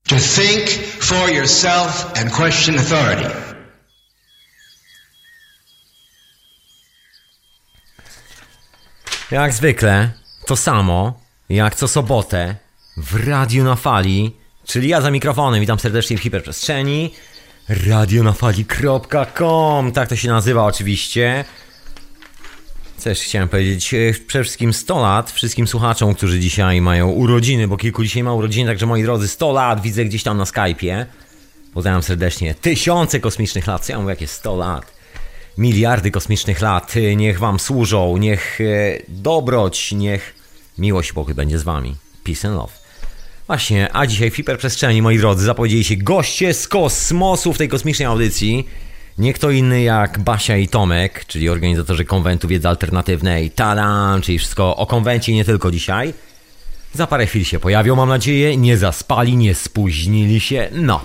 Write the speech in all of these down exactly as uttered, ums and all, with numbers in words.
To think for yourself and question authority. Jak zwykle, to samo, jak co sobotę, w Radiu na Fali, czyli ja za mikrofonem, witam serdecznie w hiperprzestrzeni, radionafali kropka com, tak to się nazywa oczywiście. Co jeszcze chciałem powiedzieć, przede wszystkim sto lat, wszystkim słuchaczom, którzy dzisiaj mają urodziny, bo kilku dzisiaj ma urodziny, także moi drodzy, sto lat widzę gdzieś tam na Skype'ie. Pozdrawiam serdecznie, tysiące kosmicznych lat, co ja mówię, jakie sto lat. Miliardy kosmicznych lat, niech wam służą, niech dobroć, niech miłość Bogu będzie z wami. Peace and love. Właśnie, a dzisiaj w hiperprzestrzeni, moi drodzy, zapowiedzieli się goście z kosmosu w tej kosmicznej audycji. Nie kto inny jak Basia i Tomek, czyli organizatorzy konwentu wiedzy alternatywnej. Tadam, czyli wszystko o konwencie, nie tylko dzisiaj. Za parę chwil się pojawią, mam nadzieję. Nie zaspali, nie spóźnili się. No.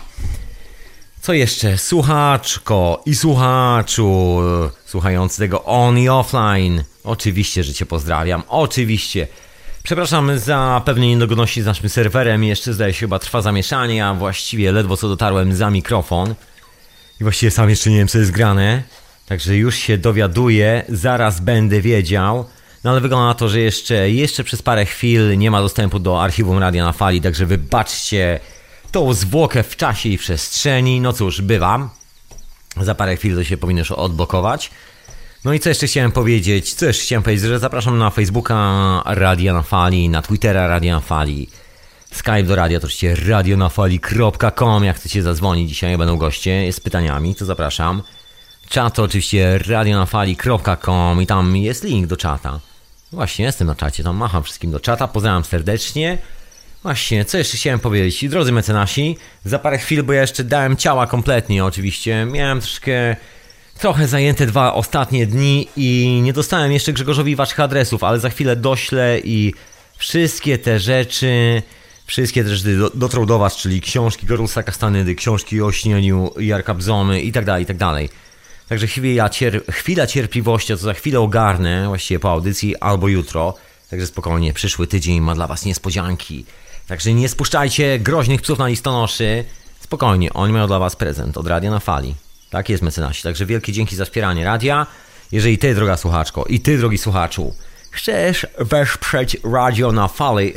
Co jeszcze? Słuchaczko i słuchaczu słuchający tego on i offline. Oczywiście, że cię pozdrawiam. Oczywiście. Przepraszam za pewne niedogodności z naszym serwerem. Jeszcze zdaje się chyba trwa zamieszanie, a właściwie ledwo co dotarłem za mikrofon. I właściwie sam jeszcze nie wiem co jest grane. Także już się dowiaduję. Zaraz będę wiedział. No ale wygląda na to, że jeszcze, jeszcze przez parę chwil nie ma dostępu do archiwum Radia na Fali. Także wybaczcie tą zwłokę w czasie i przestrzeni. No cóż, bywam. Za parę chwil to się powinno już odblokować. No i co jeszcze chciałem powiedzieć? Co jeszcze chciałem powiedzieć? Że zapraszam na Facebooka Radia na Fali, na Twittera Radia na Fali, Skype do radia to oczywiście radionafali kropka com. Jak chcecie zadzwonić, dzisiaj będą goście z pytaniami, to zapraszam. Czat to oczywiście radionafali kropka com i tam jest link do czata. Właśnie, jestem na czacie, tam macham wszystkim do czata, pozdrawiam serdecznie. Właśnie, co jeszcze chciałem powiedzieć? Drodzy mecenasi, za parę chwil, bo ja jeszcze dałem ciała kompletnie oczywiście, miałem troszkę... Trochę zajęte dwa ostatnie dni i nie dostałem jeszcze Grzegorzowi waszych adresów, ale za chwilę doślę i wszystkie te rzeczy, wszystkie te rzeczy dotrą do was, czyli książki Gorulsa Kastanydy, książki o śnieniu Jarka Bzomy i tak dalej, i tak dalej. Także chwila, cier chwila cierpliwości, to za chwilę ogarnę, właściwie po audycji albo jutro. Także spokojnie, przyszły tydzień ma dla was niespodzianki. Także nie spuszczajcie groźnych psów na listonoszy. Spokojnie, oni mają dla was prezent od Radia na Fali. Tak jest, mecenasi. Także wielkie dzięki za wspieranie radia. Jeżeli ty, droga słuchaczko, i ty, drogi słuchaczu, chcesz wesprzeć Radio na Fali,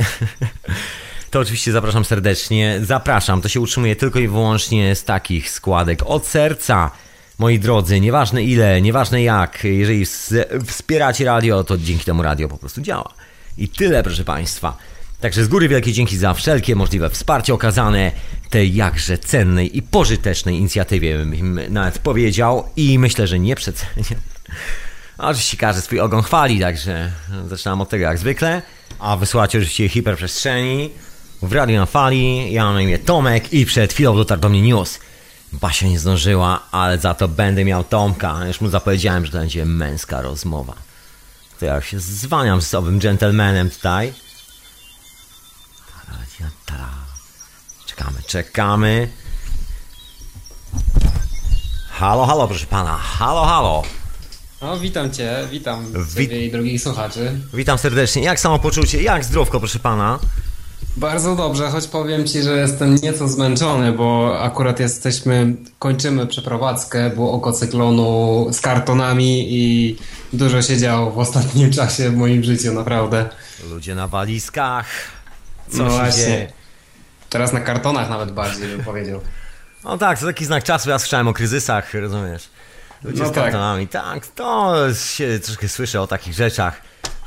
to oczywiście zapraszam serdecznie. Zapraszam. To się utrzymuje tylko i wyłącznie z takich składek od serca. Moi drodzy, nieważne ile, nieważne jak, jeżeli wspieracie radio, to dzięki temu radio po prostu działa. I tyle, proszę państwa. Także z góry wielkie dzięki za wszelkie możliwe wsparcie okazane tej jakże cennej i pożytecznej inicjatywie, bym nawet powiedział, i myślę, że nie przeceniam. Oczywiście każdy swój ogon chwali, także zaczynam od tego jak zwykle, a wysłuchacie oczywiście hiperprzestrzeni w Radiu na Fali. Ja mam na imię Tomek i przed chwilą dotarł do mnie news. Basia nie zdążyła, ale za to będę miał Tomka. Już mu zapowiedziałem, że to będzie męska rozmowa. To ja się zwaniam z owym gentlemanem tutaj. Czekamy, czekamy. Halo, halo, proszę pana. Halo, halo. No, witam cię, witam Wit- ciebie i drogich słuchaczy. Witam serdecznie. Jak samopoczucie? Jak zdrówko, proszę pana? Bardzo dobrze, choć powiem ci, że jestem nieco zmęczony, bo akurat jesteśmy, kończymy przeprowadzkę, było oko cyklonu z kartonami i dużo się działo w ostatnim czasie w moim życiu, naprawdę. Ludzie na walizkach. Co no się właśnie. dzieje? Teraz na kartonach nawet bardziej bym powiedział. No tak, to taki znak czasu. Ja słyszałem o kryzysach, rozumiesz? Ludzie No z tak. kartonami. Tak, to się troszkę słyszę o takich rzeczach.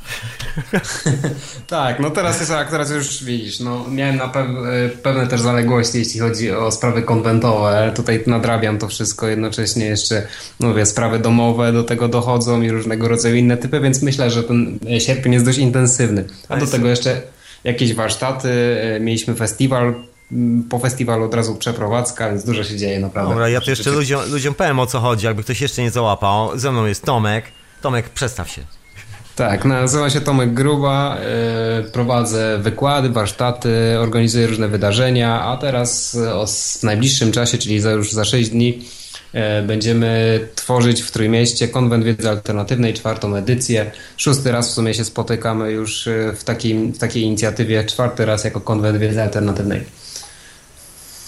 Tak, no teraz jest, jak teraz już widzisz, no miałem na pew- pewne też zaległości, jeśli chodzi o sprawy konwentowe. Tutaj nadrabiam to wszystko, jednocześnie jeszcze, no mówię, sprawy domowe do tego dochodzą i różnego rodzaju inne typy, więc myślę, że ten sierpień jest dość intensywny. A do tego jeszcze jakieś warsztaty, mieliśmy festiwal, po festiwalu od razu przeprowadzka, więc dużo się dzieje naprawdę. Dobra, ja to jeszcze ludziom, ludziom powiem o co chodzi, jakby ktoś jeszcze nie załapał. Ze mną jest Tomek. Tomek, przedstaw się. Tak, nazywam się Tomek Gruba, yy, prowadzę wykłady, warsztaty, organizuję różne wydarzenia, a teraz o, w najbliższym czasie, czyli za, już za sześć dni, yy, będziemy tworzyć w Trójmieście konwent wiedzy alternatywnej, czwartą edycję. Szósty raz w sumie się spotykamy już w takiej, w takiej inicjatywie, czwarty raz jako konwent wiedzy alternatywnej.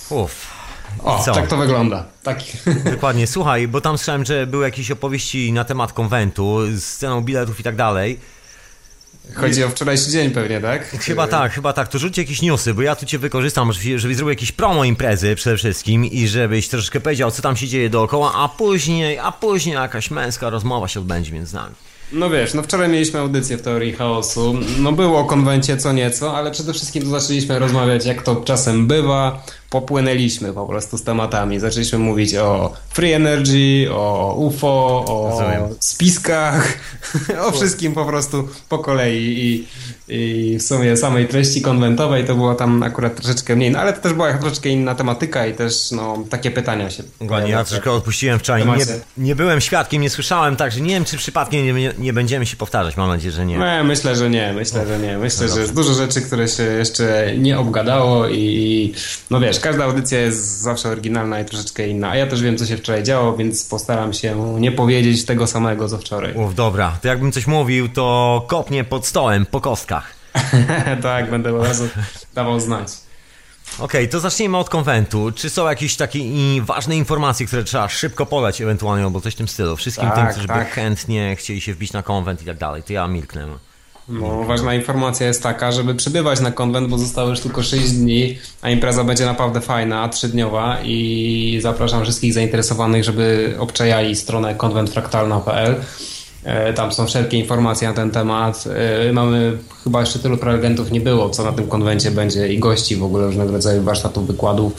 Uff. O, co? tak to wygląda. Tak. Dokładnie, słuchaj, bo tam słyszałem, że były jakieś opowieści na temat konwentu, z ceną biletów i tak dalej. Chodzi o wczorajszy dzień pewnie, tak? Chyba tak, chyba tak. To rzućcie jakieś newsy, bo ja tu cię wykorzystam, żebyś zrobił jakieś promo imprezy przede wszystkim i żebyś troszeczkę powiedział, co tam się dzieje dookoła, a później, a później jakaś męska rozmowa się odbędzie między nami. No wiesz, no wczoraj mieliśmy audycję w Teorii Chaosu, no było o konwencie co nieco, ale przede wszystkim to zaczęliśmy rozmawiać, jak to czasem bywa, popłynęliśmy po prostu z tematami, zaczęliśmy mówić o free energy, o U F O, o Rozumiem. spiskach, o wszystkim po prostu po kolei i, i w sumie samej treści konwentowej to było tam akurat troszeczkę mniej, no ale to też była troszeczkę inna tematyka i też no takie pytania się. Dokładnie, ja troszkę odpuściłem wczoraj, nie, nie byłem świadkiem, nie słyszałem, także nie wiem, czy przypadkiem nie, nie będziemy się powtarzać, mam nadzieję, że nie. No, myślę, że nie, myślę, że nie. Myślę, że jest dużo rzeczy, które się jeszcze nie obgadało i no wiesz, każda audycja jest zawsze oryginalna i troszeczkę inna, a ja też wiem, co się wczoraj działo, więc postaram się nie powiedzieć tego samego, co wczoraj. Uf, dobra, to jakbym coś mówił, to kopnie pod stołem, po kostkach. Tak, będę od razu dawał znać. Okej, okay, to zacznijmy od konwentu. Czy są jakieś takie i ważne informacje, które trzeba szybko podać ewentualnie, albo coś w tym stylu? Wszystkim tak, tym, którzy tak. by chętnie chcieli się wbić na konwent i tak dalej, to ja milknę. No, ważna informacja jest taka, żeby przybywać na konwent, bo zostało już tylko sześć dni, a impreza będzie naprawdę fajna, trzydniowa i zapraszam wszystkich zainteresowanych, żeby obczajali stronę konwent fraktalna kropka p l. Tam są wszelkie informacje na ten temat. Mamy chyba jeszcze tylu prelegentów nie było, co na tym konwencie będzie i gości w ogóle różnego rodzaju warsztatów, wykładów.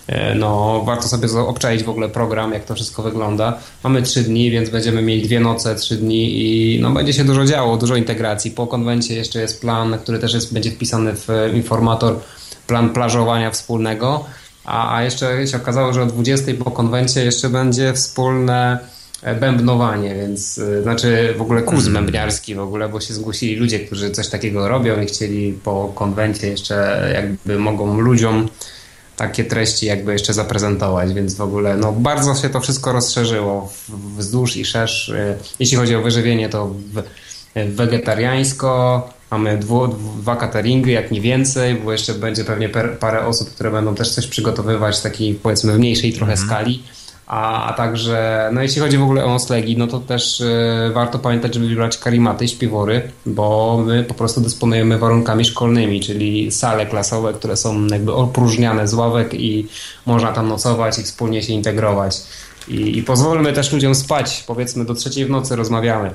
No, warto sobie obczaić w ogóle program, jak to wszystko wygląda. Mamy trzy dni, więc będziemy mieli dwie noce, trzy dni i no, będzie się dużo działo, dużo integracji. Po konwencie jeszcze jest plan, który też jest, będzie wpisany w informator, plan plażowania wspólnego, a, a jeszcze się okazało, że o dwudziestej po konwencie jeszcze będzie wspólne bębnowanie, więc znaczy w ogóle kurs bębniarski w ogóle, bo się zgłosili ludzie, którzy coś takiego robią i chcieli po konwencie jeszcze jakby mogą ludziom takie treści jakby jeszcze zaprezentować, więc w ogóle no bardzo się to wszystko rozszerzyło wzdłuż i szerz. Jeśli chodzi o wyżywienie, to w, wegetariańsko, mamy dwu, dwa cateringy, jak nie więcej, bo jeszcze będzie pewnie per, parę osób, które będą też coś przygotowywać, takiej powiedzmy w mniejszej trochę mm-hmm. skali. A, a także, no jeśli chodzi w ogóle o noclegi, no to też y, warto pamiętać, żeby wybrać karimaty, śpiwory, bo my po prostu dysponujemy warunkami szkolnymi, czyli sale klasowe, które są jakby opróżniane z ławek i można tam nocować i wspólnie się integrować. I, i pozwólmy też ludziom spać, powiedzmy do trzeciej w nocy rozmawiamy.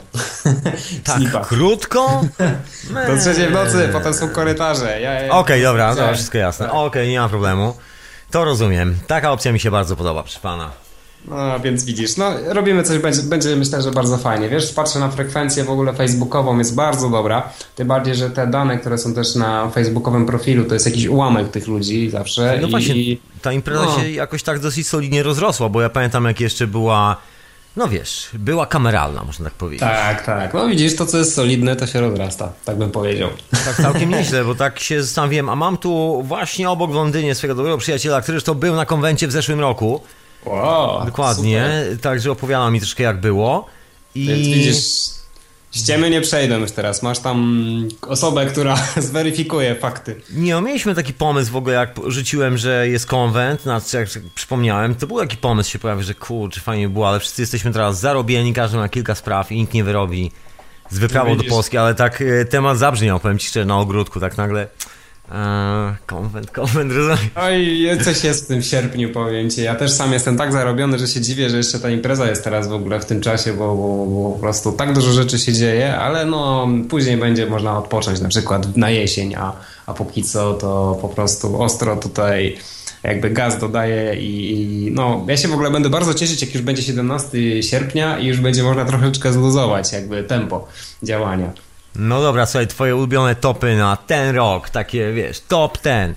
Tak krótko? Do trzeciej w nocy, potem są korytarze. Ja, ja, Okej, okay, dobra, to wszystko jasne. Okej, okay, nie ma problemu. To rozumiem. Taka opcja mi się bardzo podoba, proszę pana. No, więc widzisz, no robimy coś, będzie, będzie myślę, że bardzo fajnie. Wiesz, patrzę na frekwencję w ogóle facebookową, jest bardzo dobra. Tym bardziej, że te dane, które są też na facebookowym profilu, to jest jakiś ułamek tych ludzi zawsze. No i... właśnie, ta impreza no. się jakoś tak dosyć solidnie rozrosła, bo ja pamiętam, jak jeszcze była, no wiesz, była kameralna, można tak powiedzieć. Tak, tak. No widzisz, to co jest solidne, to się rozrasta, tak bym powiedział. Tak całkiem nieźle, bo tak się zastanawiałem, a mam tu właśnie obok w Londynie swojego dobrego przyjaciela, który zresztą był na konwencie w zeszłym roku. Wow, dokładnie, super. Także opowiadał mi troszkę jak było. I... Więc widzisz, ściemy nie przejdą już teraz. Masz tam osobę, która zweryfikuje fakty. Nie, no, mieliśmy taki pomysł w ogóle, jak rzuciłem, że jest konwent, znaczy jak przypomniałem, to był taki pomysł się pojawił, że kurczę, fajnie było, ale wszyscy jesteśmy teraz zarobieni, każdy ma kilka spraw i nikt nie wyrobi z wyprawą do Polski, ale tak temat zabrzmiał, powiem ci szczerze, na ogródku, tak nagle... Eee, konwent, konwent, rozumiem. Oj, coś jest w tym sierpniu, powiem ci. Ja też sam jestem tak zarobiony, że się dziwię, że jeszcze ta impreza jest teraz w ogóle w tym czasie, bo, bo, bo po prostu tak dużo rzeczy się dzieje, ale no później będzie można odpocząć na przykład na jesień, a, a póki co to po prostu ostro tutaj jakby gaz dodaje i, i no ja się w ogóle będę bardzo cieszyć, jak już będzie siedemnastego sierpnia i już będzie można troszeczkę zluzować jakby tempo działania. No dobra, słuchaj, twoje ulubione topy na ten rok, takie wiesz, top ten.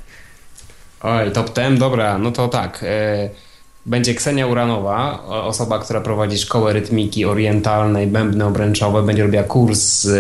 Oj, top ten, dobra, no to tak. E, będzie Ksenia Uranowa, osoba, która prowadzi szkołę rytmiki orientalnej, bębny obręczowe, będzie robiła kurs, e,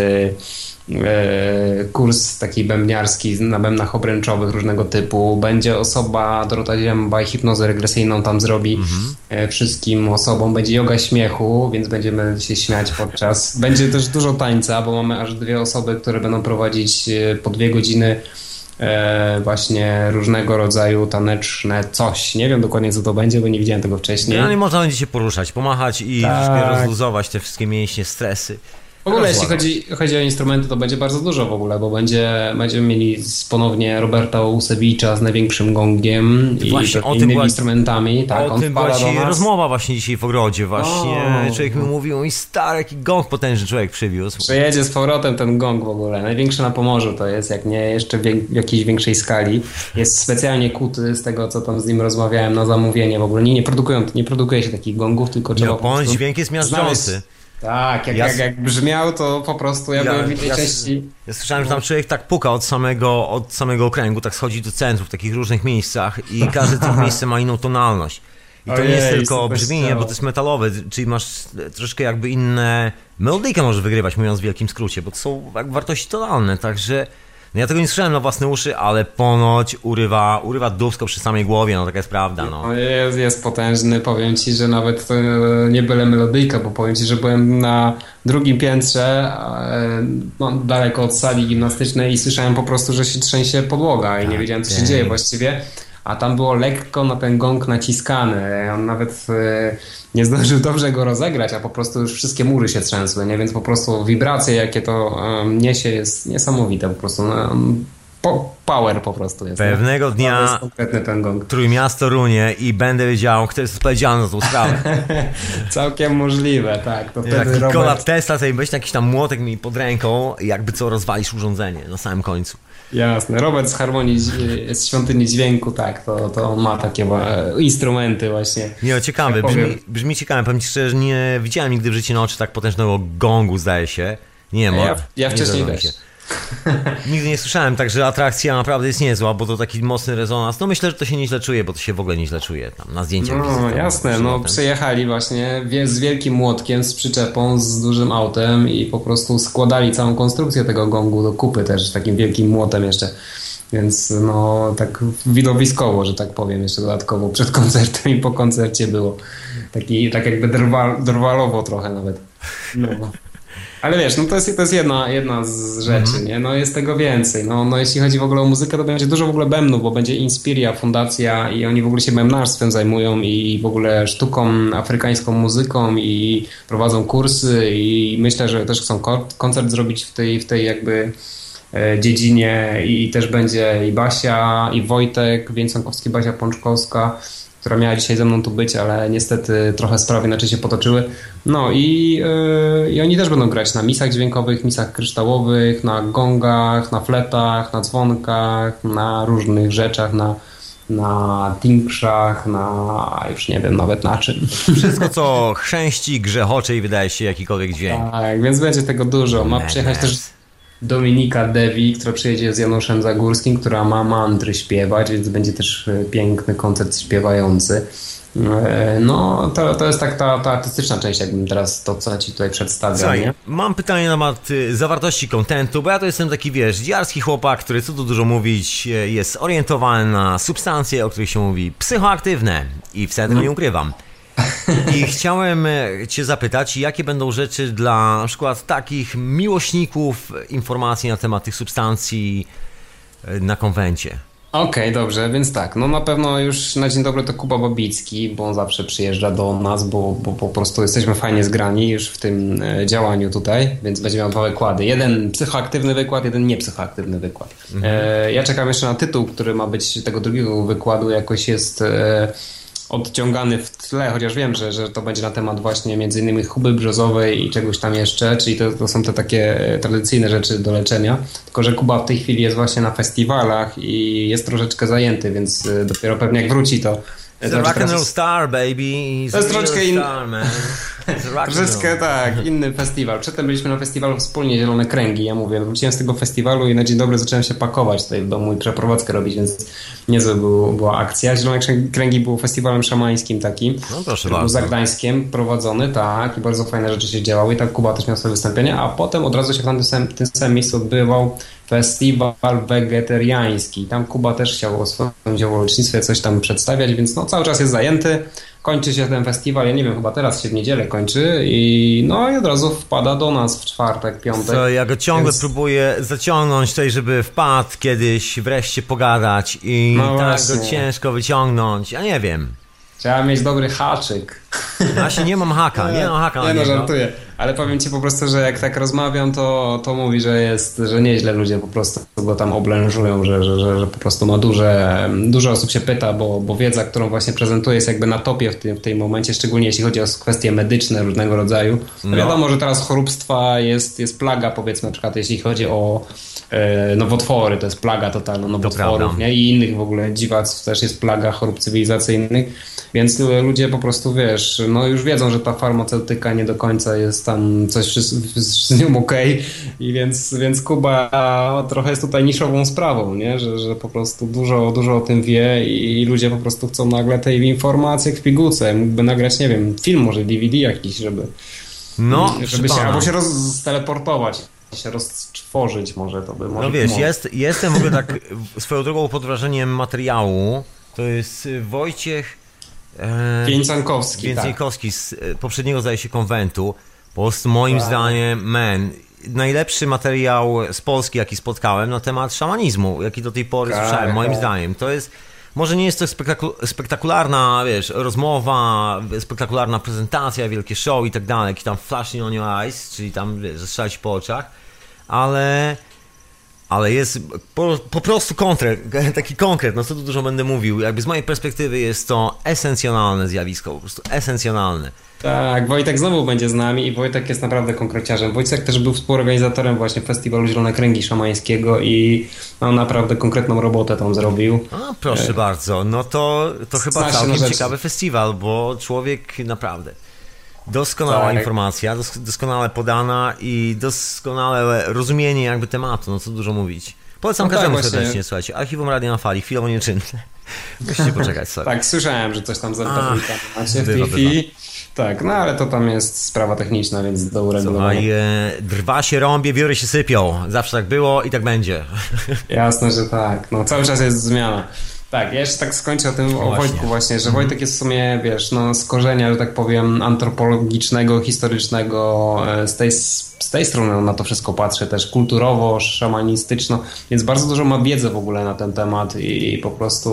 e, kurs taki bębniarski na bębnach obręczowych różnego typu. Będzie osoba, Dorota Zięba, hipnozę regresyjną tam zrobi mhm. e, wszystkim osobom. Będzie joga śmiechu, więc będziemy się śmiać podczas. Będzie też dużo tańca, bo mamy aż dwie osoby, które będą prowadzić po dwie godziny e, właśnie różnego rodzaju taneczne coś. Nie wiem dokładnie co to będzie, bo nie widziałem tego wcześniej. No nie można będzie się poruszać, pomachać i tak. troszkę rozluzować te wszystkie mięśnie, stresy. W ogóle jeśli chodzi, chodzi o instrumenty, to będzie bardzo dużo w ogóle, bo będzie, będziemy mieli ponownie Roberta Usewicza z największym gongiem i właśnie, o innymi tym była, instrumentami. Tak, o on tym była do nas. rozmowa właśnie dzisiaj w ogrodzie. Właśnie o, człowiek mi mówił, i stary, jaki gong potężny człowiek przywiózł. Przejedzie z powrotem ten gong w ogóle. Największy na Pomorzu to jest, jak nie jeszcze w jakiejś większej skali. Jest specjalnie kuty z tego, co tam z nim rozmawiałem na zamówienie. W ogóle nie, nie, produkują, nie produkuje się takich gongów, tylko trzeba no, po prostu dźwięk jest miażdżący. Tak, jak, ja, jak, jak brzmiał, to po prostu ja, ja byłem w innej ja, części. Ja słyszałem, że tam człowiek tak puka od samego, od samego okręgu, tak schodzi do centrum w takich różnych miejscach i każde z tych miejsc ma inną tonalność. I to Ojej, nie jest tylko super brzmienie, chciało. bo to jest metalowe, czyli masz troszkę jakby inne... Melodyjkę możesz wygrywać, mówiąc w wielkim skrócie, bo to są jak wartości tonalne, także... No ja tego nie słyszałem na własne uszy, ale ponoć urywa, urywa dupsko przy samej głowie, no taka jest prawda, no. No jest, jest potężny, powiem ci, że nawet to nie byle melodyjka, bo powiem ci, że byłem na drugim piętrze, no, daleko od sali gimnastycznej i słyszałem po prostu, że się trzęsie podłoga i nie wiedziałem, co się dzieje właściwie. A tam było lekko na ten gong naciskany. On nawet e, nie zdążył dobrze go rozegrać, a po prostu już wszystkie mury się trzęsły, nie? Więc po prostu wibracje, jakie to um, niesie, jest niesamowite po prostu. No, po, power po prostu jest. Pewnego no? dnia jest konkretny ten gong. Trójmiasto runie i będę wiedział, kto jest odpowiedzialny za tą sprawę. Całkiem możliwe, tak. To wtedy Jak Robert... Nikola Tesla sobie weź jakiś tam młotek mi pod ręką, jakby co rozwalisz urządzenie na samym końcu. Jasne. Robert z Harmonii, z Świątyni Dźwięku, tak, to, to on ma takie instrumenty właśnie. Nie, ciekawe, tak brzmi, brzmi ciekawe. Powiem ci szczerze, że nie widziałem nigdy w życiu na oczy tak potężnego gongu, zdaje się. Nie wiem, ja, ja wcześniej też. Się. Nigdy nie słyszałem, także atrakcja naprawdę jest niezła, bo to taki mocny rezonans. No myślę, że to się nieźle czuje, bo to się w ogóle nieźle czuje tam na zdjęciach. No jasne, no przyjechali właśnie z wielkim młotkiem, z przyczepą, z dużym autem i po prostu składali całą konstrukcję tego gongu do kupy też, takim wielkim młotem jeszcze. Więc no tak widowiskowo, że tak powiem, jeszcze dodatkowo przed koncertem i po koncercie było. Taki, tak jakby drwal, drwalowo trochę nawet. No. Ale wiesz, no to jest, to jest jedna, jedna z rzeczy, mm-hmm. nie? No jest tego więcej. No, no jeśli chodzi w ogóle o muzykę, to będzie dużo w ogóle bębnów, bo będzie Inspiria, fundacja i oni w ogóle się bębnarstwem zajmują i w ogóle sztuką, afrykańską muzyką i prowadzą kursy i myślę, że też chcą koncert zrobić w tej, w tej jakby dziedzinie i też będzie i Basia, i Wojtek Więcąkowski, Basia Pączkowska, która miała dzisiaj ze mną tu być, ale niestety trochę sprawy inaczej się potoczyły. No i, yy, i oni też będą grać na misach dźwiękowych, misach kryształowych, na gongach, na fletach, na dzwonkach, na różnych rzeczach, na, na tinkrzach, na już nie wiem nawet na czym. Wszystko co chrzęści, grzechocze i wydaje się jakikolwiek dźwięk. Tak, więc będzie tego dużo. Ma przyjechać też Dominika Devi, która przyjedzie z Januszem Zagórskim, która ma mantry śpiewać, więc będzie też piękny koncert śpiewający. No, to, to jest tak ta, ta artystyczna część, jakbym teraz to, co ci tutaj przedstawiam. Słuchaj, nie? Mam pytanie na temat zawartości kontentu, bo ja to jestem taki, wiesz, dziarski chłopak, który, co tu dużo mówić, jest orientowany na substancje, o których się mówi psychoaktywne i wcale tego nie ukrywam. I chciałem cię zapytać, jakie będą rzeczy dla na przykład takich miłośników informacji na temat tych substancji na konwencie. Okej, okay, dobrze, więc tak, no na pewno już na dzień dobry to Kuba Babicki, bo on zawsze przyjeżdża do nas, bo, bo po prostu jesteśmy fajnie zgrani już w tym działaniu tutaj, więc będzie miał dwa wykłady. Jeden psychoaktywny wykład, jeden niepsychoaktywny wykład. Mhm. E, ja czekam jeszcze na tytuł, który ma być tego drugiego wykładu, jakoś jest... E, odciągany w tle, chociaż wiem, że, że to będzie na temat właśnie między innymi chuby brzozowej i czegoś tam jeszcze, czyli to, to są te takie tradycyjne rzeczy do leczenia, tylko że Kuba w tej chwili jest właśnie na festiwalach i jest troszeczkę zajęty, więc dopiero pewnie jak wróci to... He's a rock and roll star, baby. He's to jest troszeczkę inny. Troszeczkę tak, inny festiwal. Przedtem byliśmy na festiwalu wspólnie Zielone Kręgi. Ja mówię, wróciłem z tego festiwalu i na dzień dobry zacząłem się pakować tutaj w domu i przeprowadzkę robić, więc niezła był, była akcja. Zielone Kręgi było festiwalem szamańskim takim. No proszę bardzo. Był za Gdańskiem prowadzony, tak, i bardzo fajne rzeczy się działały i tak Kuba też miał swoje wystąpienie, a potem od razu się w tym samym, tym samym miejscu odbywał festiwal wegetariański. Tam Kuba też chciał o swoim działolecznictwie coś tam przedstawiać, więc no cały czas jest zajęty. kończy się ten festiwal, ja nie wiem, chyba teraz się w niedzielę kończy i no i od razu wpada do nas w czwartek, piątek. Co, ja go ciągle Więc... próbuję zaciągnąć tutaj, żeby wpadł kiedyś, wreszcie pogadać i no tak właśnie. go ciężko wyciągnąć, ja nie wiem. Trzeba mieć dobry haczyk. Właśnie nie mam haka, nie mam haka Nie na no, niego. żartuję. Ale powiem ci po prostu, że jak tak rozmawiam, to, to mówi, że jest, że nieźle ludzie po prostu go tam oblężują, że, że, że, że po prostu ma duże, dużo osób się pyta, bo, bo wiedza, którą właśnie prezentuje, jest jakby na topie w tym, w tym momencie, szczególnie jeśli chodzi o kwestie medyczne różnego rodzaju. No. No. Wiadomo, że teraz choróbstwa jest, jest plaga, powiedzmy, na przykład jeśli chodzi o e, nowotwory, to jest plaga totalna nowotworów, nie? I innych w ogóle dziwactw też jest plaga chorób cywilizacyjnych. Więc ludzie po prostu, wiesz, no już wiedzą, że ta farmaceutyka nie do końca jest tam coś z, z nią okej okay. I więc, więc Kuba trochę jest tutaj niszową sprawą, nie? Że, że po prostu dużo, dużo o tym wie i ludzie po prostu chcą nagle tej informacji jak w pigułce. Mógłby nagrać, nie wiem, film może D V D jakiś, żeby, no, żeby się, albo się rozteleportować, się roztworzyć może to by może. No wiesz, może. jest, jestem w ogóle tak swoją drogą pod wrażeniem materiału. To jest Wojciech Więcankowski, Więcankowski tak. Z poprzedniego, zdaje się, konwentu. Po prostu moim tak. zdaniem, man, najlepszy materiał z Polski, jaki spotkałem na temat szamanizmu, jaki do tej pory tak, słyszałem, moim tak. zdaniem. To jest, może nie jest to spektaku- spektakularna, wiesz, rozmowa, spektakularna prezentacja, wielkie show i tak dalej, jakiś tam flashing on your eyes, czyli tam, wiesz, zastrzelać po oczach, ale... Ale jest po, po prostu konkret, taki konkret, no co tu dużo będę mówił, jakby z mojej perspektywy jest to esencjonalne zjawisko, po prostu esencjonalne. Tak, Wojtek znowu będzie z nami i Wojtek jest naprawdę konkreciarzem. Wojtek też był współorganizatorem właśnie Festiwalu Zielone Kręgi Szamańskiego i no, naprawdę konkretną robotę tam zrobił. A, proszę e... bardzo, no to, to chyba Znaczy, całkiem no, ciekawy festiwal, bo człowiek naprawdę... Doskonała tak. informacja, dos- doskonale podana i doskonałe rozumienie jakby tematu, no co dużo mówić. Polecam no każdemu tak, serdecznie, słuchajcie, Archiwum Radia na Fali, chwilowo nieczynne. Musicie poczekać sobie. Tak, słyszałem, że coś tam z M P trzy macie w tej chwili. Tak, no ale to tam jest sprawa techniczna, więc do uregulowania. Słuchaj, e, drwa się rąbie, wiory się sypią. Zawsze tak było i tak będzie. Jasne, że tak. No cały czas jest zmiana. Tak, ja jeszcze tak skończę o tym, o właśnie. Wojtku właśnie, że Wojtek jest w sumie, wiesz, no z korzenia, że tak powiem, antropologicznego, historycznego, z tej, z tej strony on na to wszystko patrzy, też kulturowo, szamanistyczno, więc bardzo dużo ma wiedzy w ogóle na ten temat i, i po prostu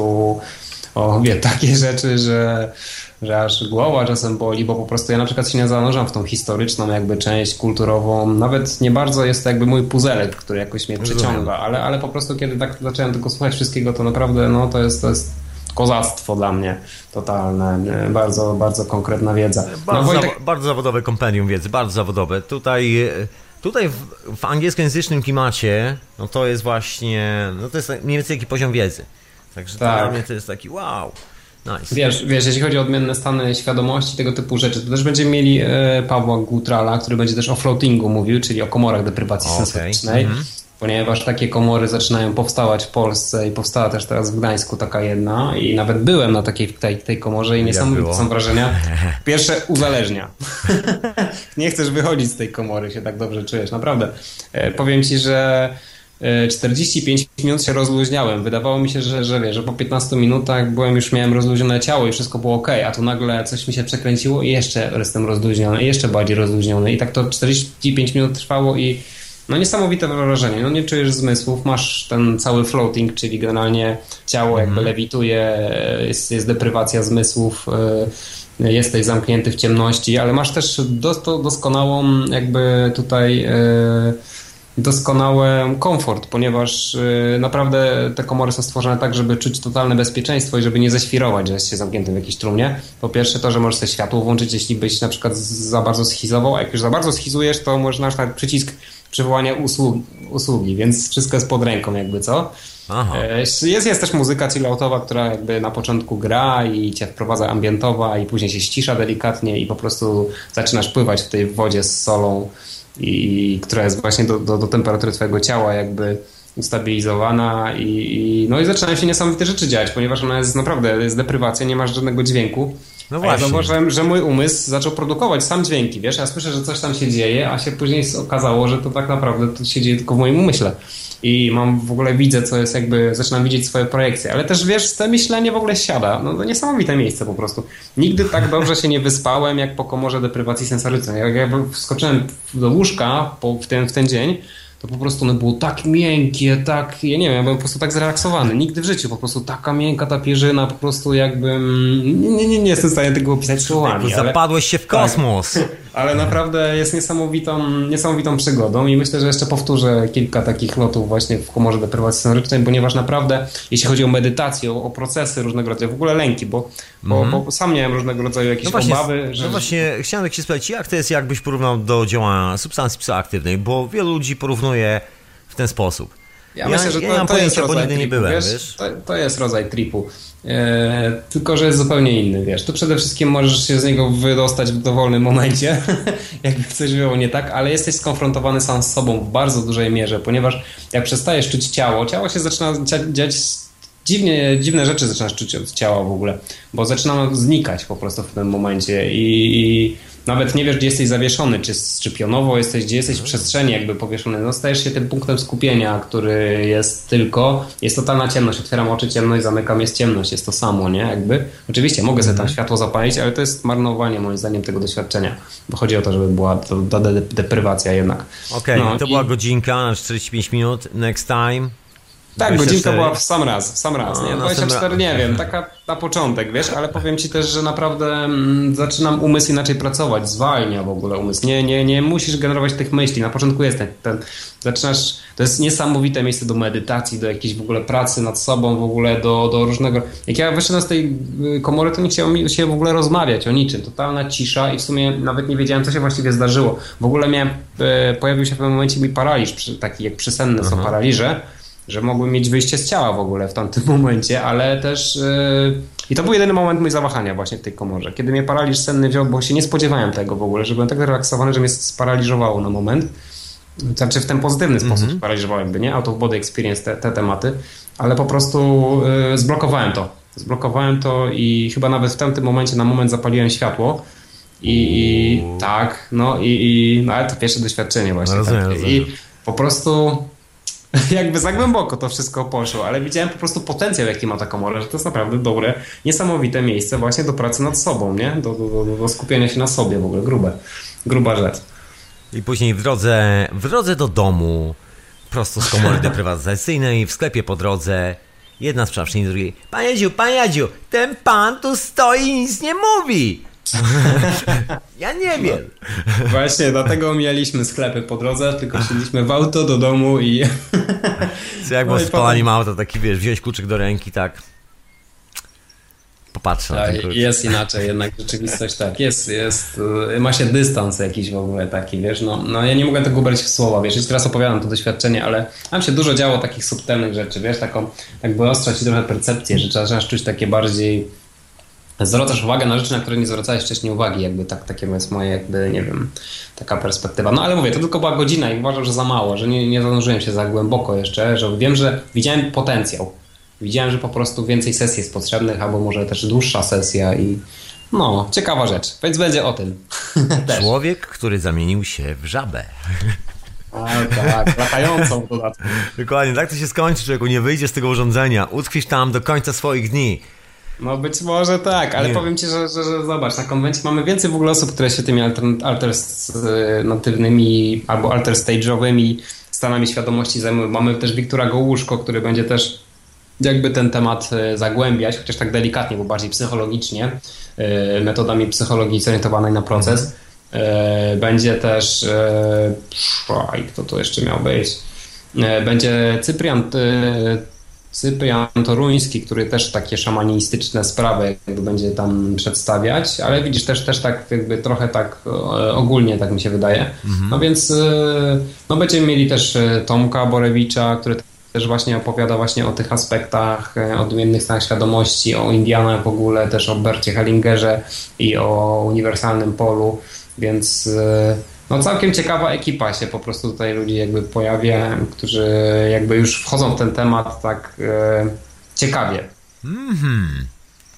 o, wie, takie rzeczy, że że aż głowa czasem boli, bo po prostu ja na przykład się nie zanurzam w tą historyczną jakby część kulturową, nawet nie bardzo jest to jakby mój puzelek, który jakoś mnie przyciąga, ale, ale po prostu kiedy tak zacząłem tylko słuchać wszystkiego, to naprawdę no to jest, to jest kozactwo dla mnie totalne, bardzo, bardzo konkretna wiedza. Bardzo, no, Wojtek... zawo- bardzo zawodowe kompendium wiedzy, bardzo zawodowe. Tutaj, tutaj w, w angielskojęzycznym klimacie, no to jest właśnie, no to jest mniej więcej taki poziom wiedzy. Także tak. Dla mnie to jest taki wow. Nice. Wiesz, wiesz, jeśli chodzi o odmienne stany świadomości, tego typu rzeczy, to też będziemy mieli e, Pawła Gutrala, który będzie też o floatingu mówił, czyli o komorach deprywacji okay. sensorycznej, mm-hmm. ponieważ takie komory zaczynają powstawać w Polsce i powstała też teraz w Gdańsku taka jedna i nawet byłem na takiej tej, tej komorze i niesamowite są wrażenia. Pierwsze, uzależnia. Nie chcesz wychodzić z tej komory, się tak dobrze czujesz, naprawdę. E, powiem ci, że czterdzieści pięć minut się rozluźniałem. Wydawało mi się, że, że wiesz, że po piętnastu minutach byłem już miałem rozluźnione ciało i wszystko było ok, a tu nagle coś mi się przekręciło i jeszcze jestem rozluźniony, i jeszcze bardziej rozluźniony. I tak to czterdzieści pięć minut trwało i no niesamowite wrażenie. No nie czujesz zmysłów, masz ten cały floating, czyli generalnie ciało jakby mm. lewituje, jest, jest deprywacja zmysłów, jesteś zamknięty w ciemności, ale masz też dos- doskonałą jakby tutaj doskonały komfort, ponieważ yy, naprawdę te komory są stworzone tak, żeby czuć totalne bezpieczeństwo i żeby nie ześwirować, że jest się zamkniętym w jakiejś trumnie. Po pierwsze to, że możesz sobie światło włączyć, jeśli byś na przykład za bardzo schizował, a jak już za bardzo schizujesz, to możesz na przykład przycisk przywołania usług, usługi, więc wszystko jest pod ręką jakby, co? Aha. Jest, jest też muzyka chilloutowa, która jakby na początku gra i cię wprowadza ambientowa i później się ścisza delikatnie i po prostu zaczynasz pływać w tej wodzie z solą i która jest właśnie do, do, do temperatury twojego ciała jakby ustabilizowana i, i no i zaczynają się niesamowite rzeczy dziać, ponieważ ona jest naprawdę, jest deprywacja, nie masz żadnego dźwięku. No właśnie. A ja zauważyłem, że mój umysł zaczął produkować sam dźwięki, wiesz, ja słyszę, że coś tam się dzieje, a się później okazało, że to tak naprawdę to się dzieje tylko w moim umyśle. i mam w ogóle widzę, co jest jakby, zaczynam widzieć swoje projekcje, ale też wiesz, to myślenie w ogóle siada, no to niesamowite miejsce po prostu. Nigdy tak dobrze się nie wyspałem, jak po komorze deprywacji sensorycznej. Jak ja wskoczyłem do łóżka po, w, ten, w ten dzień, to po prostu ono było tak miękkie, tak, ja nie wiem, ja byłem po prostu tak zrelaksowany. Nigdy w życiu, po prostu taka miękka ta pierzyna, po prostu jakbym, nie, nie, nie, nie jestem w stanie tego opisać słowami. Zapadłeś się w kosmos. Tak, ale naprawdę jest niesamowitą, niesamowitą przygodą i myślę, że jeszcze powtórzę kilka takich lotów właśnie w komorze deprywacji sensorycznej, ponieważ naprawdę, jeśli chodzi o medytację, o, o procesy różnego rodzaju, w ogóle lęki, bo, bo, mhm. bo sam miałem różnego rodzaju jakieś no właśnie, obawy. Że... No właśnie, chciałem tak się spytać, jak to jest, jakbyś porównał do działania substancji psychoaktywnej, bo wielu ludzi porównuje w ten sposób. Ja, ja myślę, że to, ja to jest bo rodzaj nigdy tripu, nie byłem, wiesz? wiesz? To, to jest rodzaj tripu. E, tylko, że jest zupełnie inny, wiesz. Tu przede wszystkim możesz się z niego wydostać w dowolnym momencie, jakby coś było nie tak, ale jesteś skonfrontowany sam z sobą w bardzo dużej mierze, ponieważ jak przestajesz czuć ciało, ciało się zaczyna dziać dziwnie, dziwne rzeczy zaczynasz czuć od ciała w ogóle, bo zaczyna znikać po prostu w tym momencie i, i nawet nie wiesz, gdzie jesteś zawieszony, czy, czy pionowo jesteś, gdzie jesteś w przestrzeni jakby powieszony. No stajesz się tym punktem skupienia, który jest tylko, jest totalna ciemność. Otwieram oczy, ciemność, zamykam, jest ciemność. Jest to samo, nie? Jakby. Oczywiście mogę sobie tam światło zapalić, ale to jest marnowanie moim zdaniem tego doświadczenia. Bo chodzi o to, żeby była to, ta de- deprywacja jednak. Okej, okay, no, to i... była godzinka na czterdzieści pięć minut. Next time. Tak, godzinka była w sam raz, w sam raz, nie? No, dwadzieścia cztery, nie wiem, taka na początek, wiesz, ale powiem ci też, że naprawdę mm, zaczynam umysł inaczej pracować, zwalnia w ogóle umysł, nie, nie, nie musisz generować tych myśli, na początku jest ten, ten, zaczynasz, to jest niesamowite miejsce do medytacji, do jakiejś w ogóle pracy nad sobą, w ogóle do, do różnego, jak ja wyszedłem z tej komory, to nie chciałem się w ogóle rozmawiać o niczym, totalna cisza i w sumie nawet nie wiedziałem, co się właściwie zdarzyło, w ogóle miałem, e, pojawił się w pewnym momencie mi paraliż, taki jak przysenny Aha. są paraliże, że mogłem mieć wyjście z ciała w ogóle w tamtym momencie, ale też yy... i to był jedyny moment mój zawahania właśnie w tej komorze, kiedy mnie paraliż senny wziął, bo się nie spodziewałem tego w ogóle, że byłem tak zrelaksowany, że mnie sparaliżowało na moment, znaczy w ten pozytywny mm-hmm. sposób sparaliżował jakby, nie? Out of body experience, te, te tematy, ale po prostu yy, zblokowałem to, zblokowałem to i chyba nawet w tamtym momencie na moment zapaliłem światło i, i tak, no i, i no, ale to pierwsze doświadczenie właśnie. Rozumiem, tak. rozumiem. I po prostu jakby za głęboko to wszystko poszło, ale widziałem po prostu potencjał, jaki ma ta komora, że to jest naprawdę dobre, niesamowite miejsce właśnie do pracy nad sobą, nie? Do, do, do, do skupienia się na sobie w ogóle, grube, gruba rzecz. I później w drodze, w drodze do domu, prosto z komory deprywacyjnej, w sklepie po drodze, jedna sprzedawczyni drugiej: Panie Jadziu, panie Jadziu, ten pan tu stoi i nic nie mówi. Ja nie wiem. No, właśnie, dlatego mieliśmy sklepy po drodze, tylko szliśmy w auto do domu i... Co jak było no z palaniem auta, taki wiesz, wziąć kluczyk do ręki, tak popatrzę na ten kluczyk. Jest inaczej jednak rzeczywistość, tak, jest, jest, ma się dystans jakiś w ogóle taki, wiesz, no, no ja nie mogę tego ubrać w słowa, wiesz, już teraz opowiadam to doświadczenie, ale tam się dużo działo takich subtelnych rzeczy, wiesz, taką, tak wyostrzać trochę percepcję, że trzeba czuć takie bardziej... Zwracasz uwagę na rzeczy, na które nie zwracałeś wcześniej uwagi, jakby tak, takie jest moje, jakby, nie wiem, taka perspektywa. No ale mówię, to tylko była godzina i uważam, że za mało, że nie, nie zanurzyłem się za głęboko jeszcze, że wiem, że widziałem potencjał. Widziałem, że po prostu więcej sesji jest potrzebnych, albo może też dłuższa sesja i no, ciekawa rzecz, więc będzie o tym. Człowiek, który zamienił się w żabę. Tak, tak, latającą w dodatku. Dokładnie, tak to się skończy, człowieku, nie wyjdziesz z tego urządzenia, utkwisz tam do końca swoich dni. No być może tak, ale nie. powiem ci, że, że, że zobacz, na konwencie mamy więcej w ogóle osób, które się tymi alternatywnymi albo alterstage'owymi stanami świadomości zajmują. Mamy też Wiktora Gołuszko, który będzie też jakby ten temat zagłębiać, chociaż tak delikatnie, bo bardziej psychologicznie, metodami psychologii zorientowanej na proces. Mhm. Będzie też, i kto to jeszcze miał być? Będzie Cyprian Cyprian Toruński, który też takie szamanistyczne sprawy jakby będzie tam przedstawiać, ale widzisz, też, też tak jakby trochę tak ogólnie, tak mi się wydaje. Mhm. No więc no będziemy mieli też Tomka Borewicza, który też właśnie opowiada właśnie o tych aspektach, odmiennych stanach świadomości, o Indianach w ogóle, też o Bercie Hellingerze i o uniwersalnym polu, więc no całkiem ciekawa ekipa się po prostu tutaj ludzi jakby pojawia, którzy jakby już wchodzą w ten temat tak e, ciekawie. Mhm.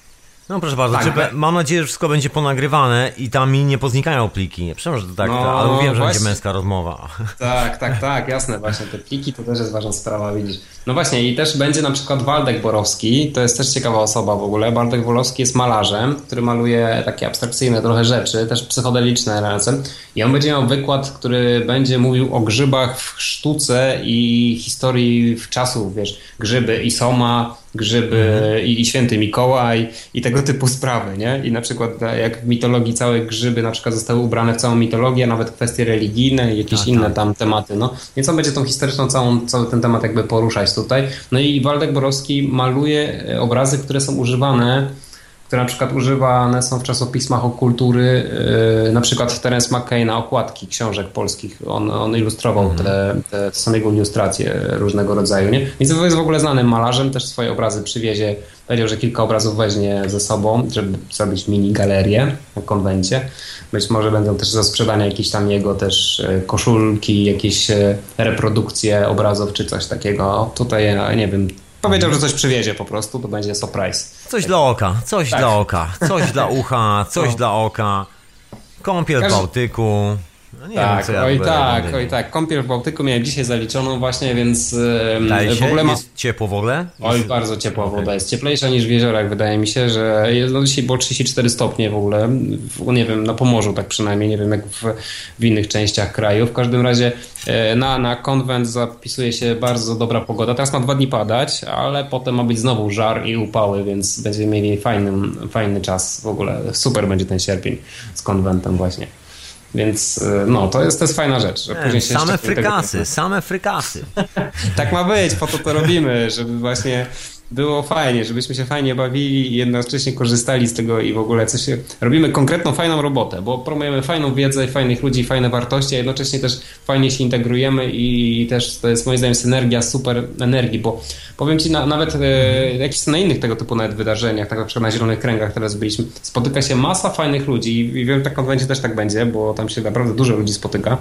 No proszę bardzo, Tak, czy, tak. mam nadzieję, że wszystko będzie ponagrywane i tam mi nie poznikają pliki. Przepraszam, że to tak, No, to, ale mówiłem, że właśnie. będzie męska rozmowa. Tak, tak, tak, jasne, właśnie te pliki to też jest ważna sprawa, widzisz. No właśnie i też będzie na przykład Waldek Borowski, to jest też ciekawa osoba w ogóle. Waldek Borowski jest malarzem, który maluje takie abstrakcyjne trochę rzeczy, też psychodeliczne razem. I on będzie miał wykład, który będzie mówił o grzybach w sztuce i historii w czasów, wiesz, grzyby i soma, grzyby mhm. i, i święty Mikołaj i tego typu sprawy, nie? I na przykład jak w mitologii całe grzyby na przykład zostały ubrane w całą mitologię, nawet kwestie religijne i jakieś tak, inne tak. tam tematy, no. Więc on będzie tą historyczną całą, cały ten temat jakby poruszać tutaj. No i Waldek Borowski maluje obrazy, które są używane, które na przykład używane są w czasopismach o kultury, yy, na przykład Terence McKay na okładki książek polskich. On, on ilustrował mm. te, te, to są jego ilustracje różnego rodzaju, nie? Więc jest w ogóle znanym malarzem, też swoje obrazy przywiezie. Powiedział, że kilka obrazów weźmie ze sobą, żeby zrobić mini galerię na konwencie. Być może będą też do sprzedania jakieś tam jego też koszulki, jakieś reprodukcje obrazów czy coś takiego. Tutaj ja nie wiem. Powiedział, że coś przywiezie po prostu, to będzie surprise. Coś dla oka, coś tak. dla oka, coś dla ucha, coś no. dla oka. Kąpiel Każdy... w Bałtyku. No nie tak, wiem, co ja oj tak, będę... oj tak. Kąpiel w Bałtyku miałem dzisiaj zaliczoną właśnie, więc Daje w się? ogóle ma... Jest ciepło w ogóle? Oj, jest... bardzo ciepła okay. woda. Jest cieplejsza niż w jeziorach, wydaje mi się, że jest, no dzisiaj było trzydzieści cztery stopnie w ogóle. W, nie wiem, na Pomorzu tak przynajmniej, nie wiem jak w, w innych częściach kraju. W każdym razie na, na konwent zapisuje się bardzo dobra pogoda. Teraz ma dwa dni padać, ale potem ma być znowu żar i upały, więc będziemy mieli fajny, fajny czas w ogóle. Super będzie ten sierpień z konwentem właśnie. Więc no, to jest, to jest fajna rzecz. Że później się same frykasy, tego... same frykasy. Tak ma być, po to to robimy, żeby właśnie było fajnie, żebyśmy się fajnie bawili i jednocześnie korzystali z tego i w ogóle coś się... Robimy konkretną, fajną robotę, bo promujemy fajną wiedzę, fajnych ludzi, fajne wartości, a jednocześnie też fajnie się integrujemy i też to jest moim zdaniem synergia super energii, bo powiem Ci, na, nawet e, jakieś na innych tego typu nawet wydarzeniach, tak na przykład na Zielonych Kręgach teraz byliśmy, spotyka się masa fajnych ludzi i wiem, że na konwencie też tak będzie, bo tam się naprawdę dużo ludzi spotyka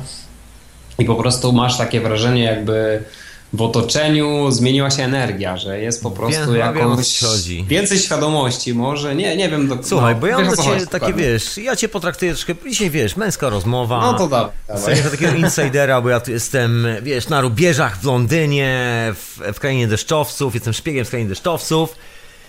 i po prostu masz takie wrażenie jakby w otoczeniu zmieniła się energia, że jest po prostu wiem, jakoś wiem, więcej świadomości może, nie, nie wiem. Do, Słuchaj, no, bo ja mam do ciebie takie, dokładnie. wiesz, ja cię potraktuję troszkę, dzisiaj wiesz, męska rozmowa. No to dawaj. W sensie takiego insidera, bo ja tu jestem, wiesz, na rubieżach w Londynie, w, w krainie deszczowców, jestem szpiegiem z krainy deszczowców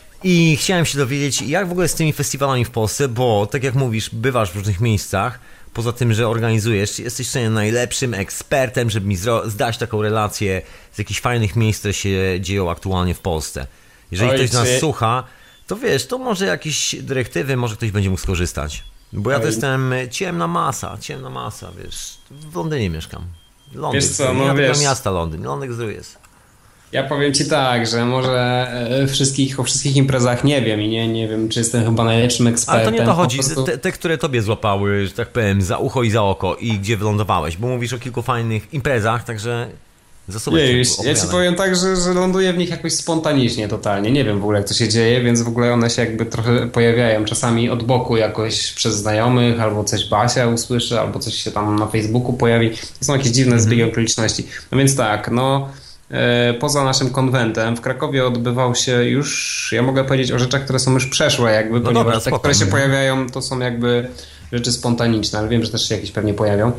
i chciałem się dowiedzieć, jak w ogóle z tymi festiwalami w Polsce, bo tak jak mówisz, bywasz w różnych miejscach, poza tym, że organizujesz, jesteś sobie najlepszym ekspertem, żeby mi zdać taką relację z jakichś fajnych miejsc, które się dzieją aktualnie w Polsce. Jeżeli Oj, ktoś nas czy... słucha, to wiesz, to może jakieś dyrektywy, może ktoś będzie mógł skorzystać. Bo ja Oj. to jestem ciemna masa, ciemna masa, wiesz, w Londynie mieszkam. Londyn, Wiesz co, no ja wiesz... tego miasta Londyn, Londyn zdrój jest. Ja powiem Ci tak, że może wszystkich, o wszystkich imprezach nie wiem i nie, nie wiem, czy jestem chyba najlepszym ekspertem. Ale to nie to chodzi, prostu... te, te, które tobie złapały, że tak powiem, za ucho i za oko i gdzie wylądowałeś, bo mówisz o kilku fajnych imprezach, także zasuwaj Nie, się. ja Ci powiem tak, że, że ląduję w nich jakoś spontanicznie totalnie, nie wiem w ogóle jak to się dzieje, więc w ogóle one się jakby trochę pojawiają czasami od boku jakoś przez znajomych, albo coś Basia usłyszy, albo coś się tam na Facebooku pojawi. To są jakieś dziwne zbiegi okoliczności. No więc tak, no... Poza naszym konwentem w Krakowie odbywał się już, ja mogę powiedzieć o rzeczach, które są już przeszłe jakby, no ponieważ dobra, te, spoko, które się pojawiają, to są jakby rzeczy spontaniczne, ale wiem, że też się jakieś pewnie pojawią.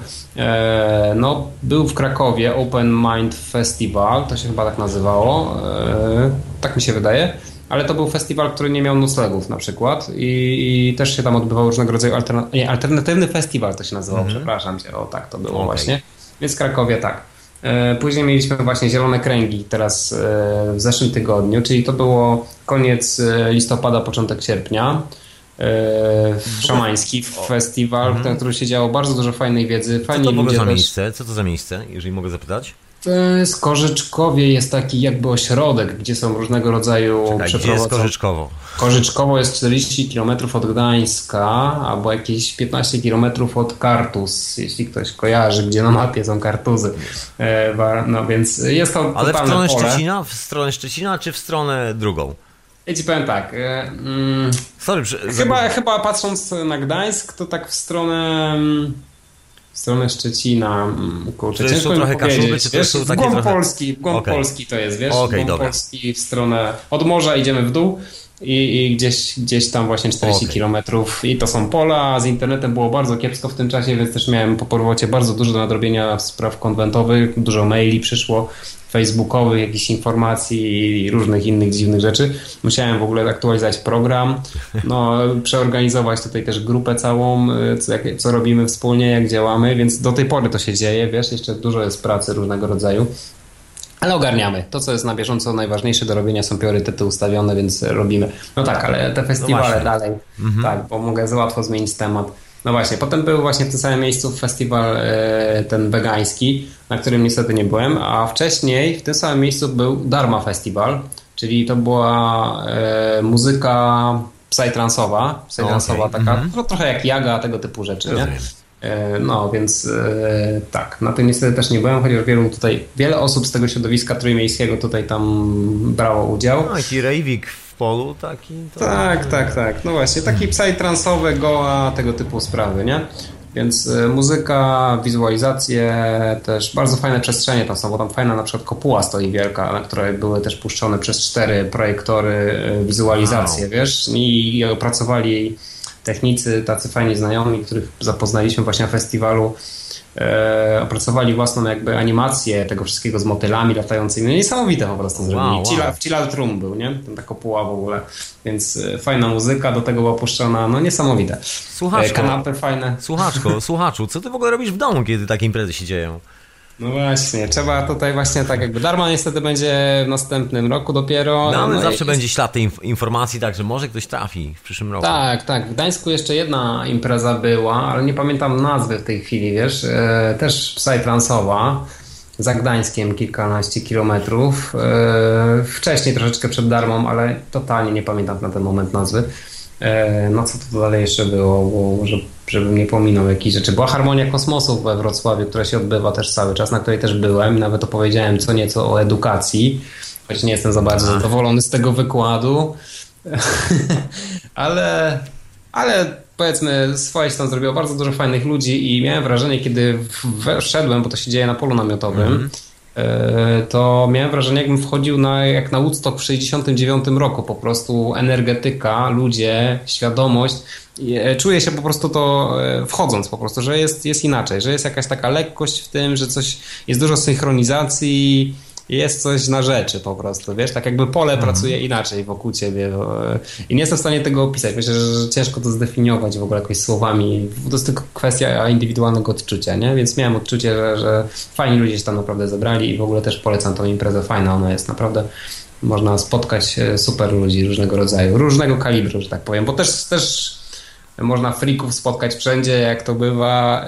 No, był w Krakowie Open Mind Festival, to się chyba tak nazywało, tak mi się wydaje, ale to był festiwal, który nie miał noclegów na przykład i, i też się tam odbywał różnego rodzaju alterna- nie, alternatywny festiwal to się nazywał, mm-hmm. przepraszam Cię, o tak to było okay. właśnie, więc w Krakowie tak. Później mieliśmy właśnie Zielone Kręgi teraz w zeszłym tygodniu, czyli to było koniec listopada, początek sierpnia. Szamański festiwal, mhm. w którym się działo bardzo dużo fajnej wiedzy. Fajni Co to w ogóle za też... miejsce? Co to za miejsce, jeżeli mogę zapytać? To jest Korzyczkowie, jest taki jakby ośrodek, gdzie są różnego rodzaju przeprowadzone. Gdzie jest Korzyczkowo? Korzyczkowo jest czterdzieści kilometrów od Gdańska, albo jakieś piętnaście kilometrów od Kartuz, jeśli ktoś kojarzy, gdzie na mapie są Kartuzy. No więc jest to Ale w stronę pole. Szczecina? W stronę Szczecina, czy w stronę drugą? Ja Ci powiem tak. Mm, Sorry, przy... chyba, chyba patrząc na Gdańsk, to tak w stronę... W stronę Szczecina, kurczę, to ciężko mi trochę powiedzieć, Kaszuby, czy to wiesz, są w takie głąb trochę... Polski, w głąb okay. Polski to jest, wiesz, okay, w głąb dobra. Polski w stronę, od morza idziemy w dół i, i gdzieś, gdzieś tam właśnie czterdzieści okay. kilometrów i to są pola. Z internetem było bardzo kiepsko w tym czasie, więc też miałem po powrocie bardzo dużo do nadrobienia spraw konwentowych, dużo maili przyszło, facebookowych, jakichś informacji i różnych innych dziwnych rzeczy. Musiałem w ogóle aktualizować program, no, przeorganizować tutaj też grupę całą, co, jak, co robimy wspólnie, jak działamy, więc do tej pory to się dzieje, wiesz, jeszcze dużo jest pracy różnego rodzaju. Ale ogarniamy. To, co jest na bieżąco najważniejsze do robienia, są priorytety ustawione, więc robimy. No tak, ale te festiwale no dalej, mhm. tak, bo mogę za łatwo zmienić temat. No właśnie, potem był właśnie w tym samym miejscu festiwal e, ten wegański, na którym niestety nie byłem, a wcześniej w tym samym miejscu był Dharma Festival, czyli to była e, muzyka psytrance'owa, psytrance'owa okay. taka, mhm. no, trochę jak jaga, tego typu rzeczy, nie? No, więc e, tak, na tym niestety też nie byłem, chociaż wielu tutaj, wiele osób z tego środowiska trójmiejskiego tutaj tam brało udział. No, taki rejwik w polu taki. To... Tak, tak, tak, no właśnie, taki psytrance-owe, goa, tego typu sprawy, nie? Więc e, muzyka, wizualizacje, też bardzo fajne przestrzenie tam są, bo tam fajna na przykład kopuła stoi wielka, na której były też puszczone przez cztery projektory e, wizualizacje, wow. wiesz, i opracowali technicy, tacy fajni znajomi, których zapoznaliśmy właśnie na festiwalu, e, opracowali własną jakby animację tego wszystkiego z motylami latającymi. No niesamowite po prostu zrobili. Wow, wow. W Chill Out Room był, nie? Ta kopuła w ogóle. Więc e, fajna muzyka, do tego była puszczona, no niesamowite. Słuchaczko, e, kanapy fajne. Słuchaczko, słuchaczu, co ty w ogóle robisz w domu, kiedy takie imprezy się dzieją? No właśnie, trzeba tutaj właśnie tak jakby Dharma niestety będzie w następnym roku dopiero. No, ale no zawsze jest... będzie ślad tej inf- informacji, także może ktoś trafi w przyszłym roku. Tak, tak. W Gdańsku jeszcze jedna impreza była, ale nie pamiętam nazwy w tej chwili, wiesz, e, też psytrance'owa, za Gdańskiem kilkanaście kilometrów. E, wcześniej troszeczkę przed Dharmą, ale totalnie nie pamiętam na ten moment nazwy. E, no co to dalej jeszcze było, bo może żebym nie pominął jakichś rzeczy. Była Harmonia Kosmosu we Wrocławiu, która się odbywa też cały czas, na której też byłem. Nawet opowiedziałem co nieco o edukacji, choć nie jestem za bardzo zadowolony z tego wykładu. ale, ale powiedzmy swoje się tam zrobiło, bardzo dużo fajnych ludzi i miałem wrażenie, kiedy wszedłem, bo to się dzieje na polu namiotowym, mm. to miałem wrażenie, jakbym wchodził na, jak na Woodstock w sześćdziesiątym dziewiątym roku. Po prostu energetyka, ludzie, świadomość. Czuję się po prostu to wchodząc po prostu, że jest, jest inaczej, że jest jakaś taka lekkość w tym, że coś, jest dużo synchronizacji, jest coś na rzeczy po prostu, wiesz, tak jakby pole mhm. pracuje inaczej wokół ciebie i nie jestem w stanie tego opisać. Myślę, że ciężko to zdefiniować w ogóle jakoś słowami. To jest tylko kwestia indywidualnego odczucia, nie? Więc miałem odczucie, że, że fajni ludzie się tam naprawdę zebrali i w ogóle też polecam tą imprezę, fajna ona jest naprawdę. Można spotkać super ludzi różnego rodzaju, różnego kalibru, że tak powiem, bo też, też można freaków spotkać wszędzie, jak to bywa.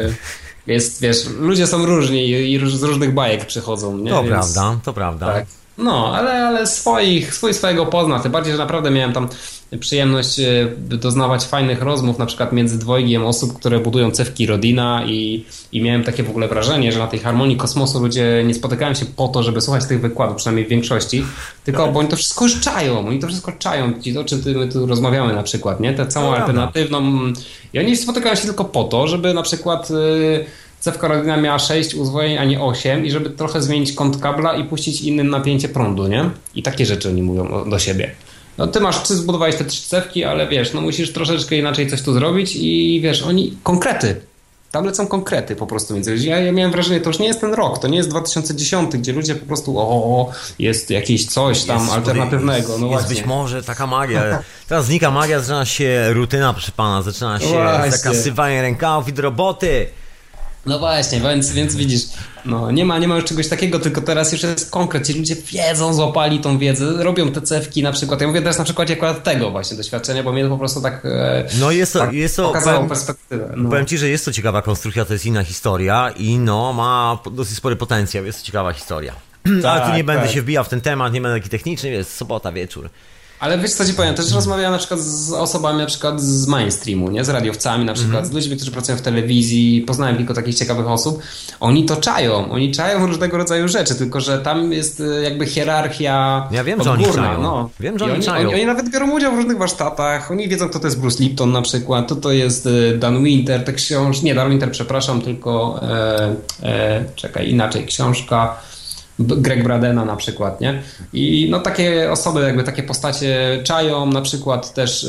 Jest, wiesz, ludzie są różni i z różnych bajek przychodzą, nie? To Więc, prawda, to prawda. Tak. No, ale, ale swoich, swój swojego pozna. Tym bardziej, że naprawdę miałem tam przyjemność doznawać fajnych rozmów, na przykład między dwojgiem osób, które budują cewki Rodina i, i miałem takie w ogóle wrażenie, że na tej Harmonii Kosmosu ludzie nie spotykają się po to, żeby słuchać tych wykładów, przynajmniej w większości, tylko bo oni to wszystko już czają, oni to wszystko czają, o czym my tu rozmawiamy na przykład, nie? Tę całą alternatywną i oni spotykają się tylko po to, żeby na przykład yy, cewka Rodina miała sześć uzwojeń, a nie osiem i żeby trochę zmienić kąt kabla i puścić innym napięcie prądu, nie? I takie rzeczy oni mówią do siebie. No ty masz, ty zbudowałeś te trzy cewki, ale wiesz, no musisz troszeczkę inaczej coś tu zrobić i wiesz, oni, konkrety. Tam lecą konkrety po prostu między ludźmi. Ja, ja miałem wrażenie, to już nie jest ten rok, to nie jest dwa tysiące dziesiąty, gdzie ludzie po prostu o, jest jakieś coś tam jest, alternatywnego. No jest właśnie. Być może taka magia. Teraz znika magia, zaczyna się rutyna, proszę pana, zaczyna się właśnie. Zakasywanie rękawów i do roboty. No właśnie, więc, więc widzisz, no nie ma, nie ma już czegoś takiego, tylko teraz już jest konkret, ci ludzie wiedzą, złapali tą wiedzę, robią te cewki na przykład. Ja mówię teraz na przykładzie akurat tego właśnie doświadczenia, bo mnie to po prostu tak no jest to, tak jest to pokazało powiem, perspektywę. No. Powiem ci, że jest to ciekawa konstrukcja, to jest inna historia i no ma dosyć spory potencjał, jest to ciekawa historia. Tak, ale tu nie tak. będę się wbijał w ten temat, nie będę taki techniczny, jest sobota, wieczór. Ale wiesz co ci powiem, też rozmawiałem na przykład z osobami na przykład z mainstreamu, nie? Z radiowcami na przykład, mm-hmm. z ludźmi, którzy pracują w telewizji, poznałem kilka takich ciekawych osób. Oni to czają, oni czają różnego rodzaju rzeczy, tylko że tam jest jakby hierarchia Ja wiem, odgórna, że oni czają. No. Wiem, że I oni, oni czają. Oni, oni nawet biorą udział w różnych warsztatach, oni wiedzą, kto to jest Bruce Lipton na przykład, to to jest Dan Winter, te książki, nie Dan Winter, przepraszam, tylko e, e, czekaj, inaczej, książka Greg Bradena na przykład, nie? I no takie osoby, jakby takie postacie czają na przykład też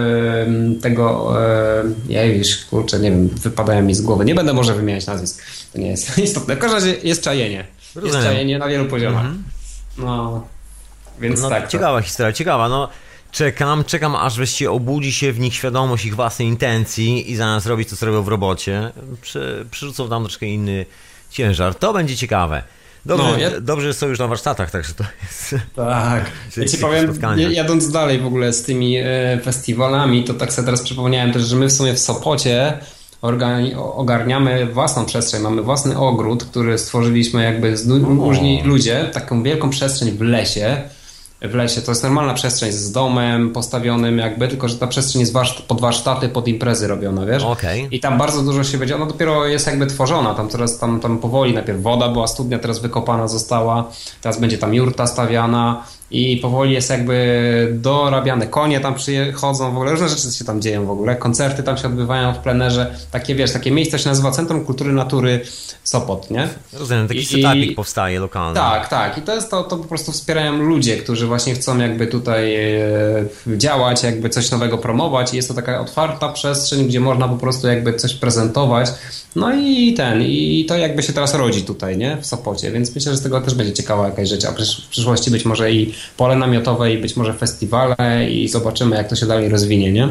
yy, tego, yy, ja wiesz, kurczę, nie wiem, wypadają mi z głowy. Nie będę może wymieniać nazwisk, to nie jest istotne. W każdym razie jest czajenie. Jest czajenie na wielu poziomach. Mhm. No, więc no, tak. Ciekawa to. historia, ciekawa, no. Czekam, czekam aż wreszcie obudzi się w nich świadomość ich własnej intencji i zamiast robić to, co robią w robocie, przy, przyrzucą tam troszkę inny ciężar. To będzie ciekawe. Dobrze, no, ja... dobrze, że są już na warsztatach, także to jest... Tak, ja ci powiem, jadąc dalej w ogóle z tymi e, festiwalami, to tak sobie teraz przypomniałem też, że my w sumie w Sopocie organi- ogarniamy własną przestrzeń, mamy własny ogród, który stworzyliśmy jakby z różni ludzie, taką wielką przestrzeń w lesie, w lesie. To jest normalna przestrzeń z domem postawionym jakby, tylko że ta przestrzeń jest warsz- pod warsztaty, pod imprezy robiona, wiesz? Okay. I tam bardzo dużo się będzie, ona dopiero jest jakby tworzona, tam teraz tam, tam powoli, najpierw woda była, studnia teraz wykopana została, teraz będzie tam jurta stawiana i powoli jest jakby dorabiane, konie tam przychodzą, w ogóle różne rzeczy się tam dzieją w ogóle, koncerty tam się odbywają w plenerze, takie wiesz, takie miejsce się nazywa Centrum Kultury Natury Sopot, nie? Rozumiem, taki setupik i, powstaje lokalny. Tak, tak i to jest to, to po prostu wspierają ludzie, którzy właśnie chcą jakby tutaj e, działać, jakby coś nowego promować i jest to taka otwarta przestrzeń, gdzie można po prostu jakby coś prezentować, no i ten, i to jakby się teraz rodzi tutaj, nie? W Sopocie, więc myślę, że z tego też będzie ciekawa jakaś rzecz, a w przyszłości być może i pole namiotowe i być może festiwale i zobaczymy, jak to się dalej rozwinie, nie?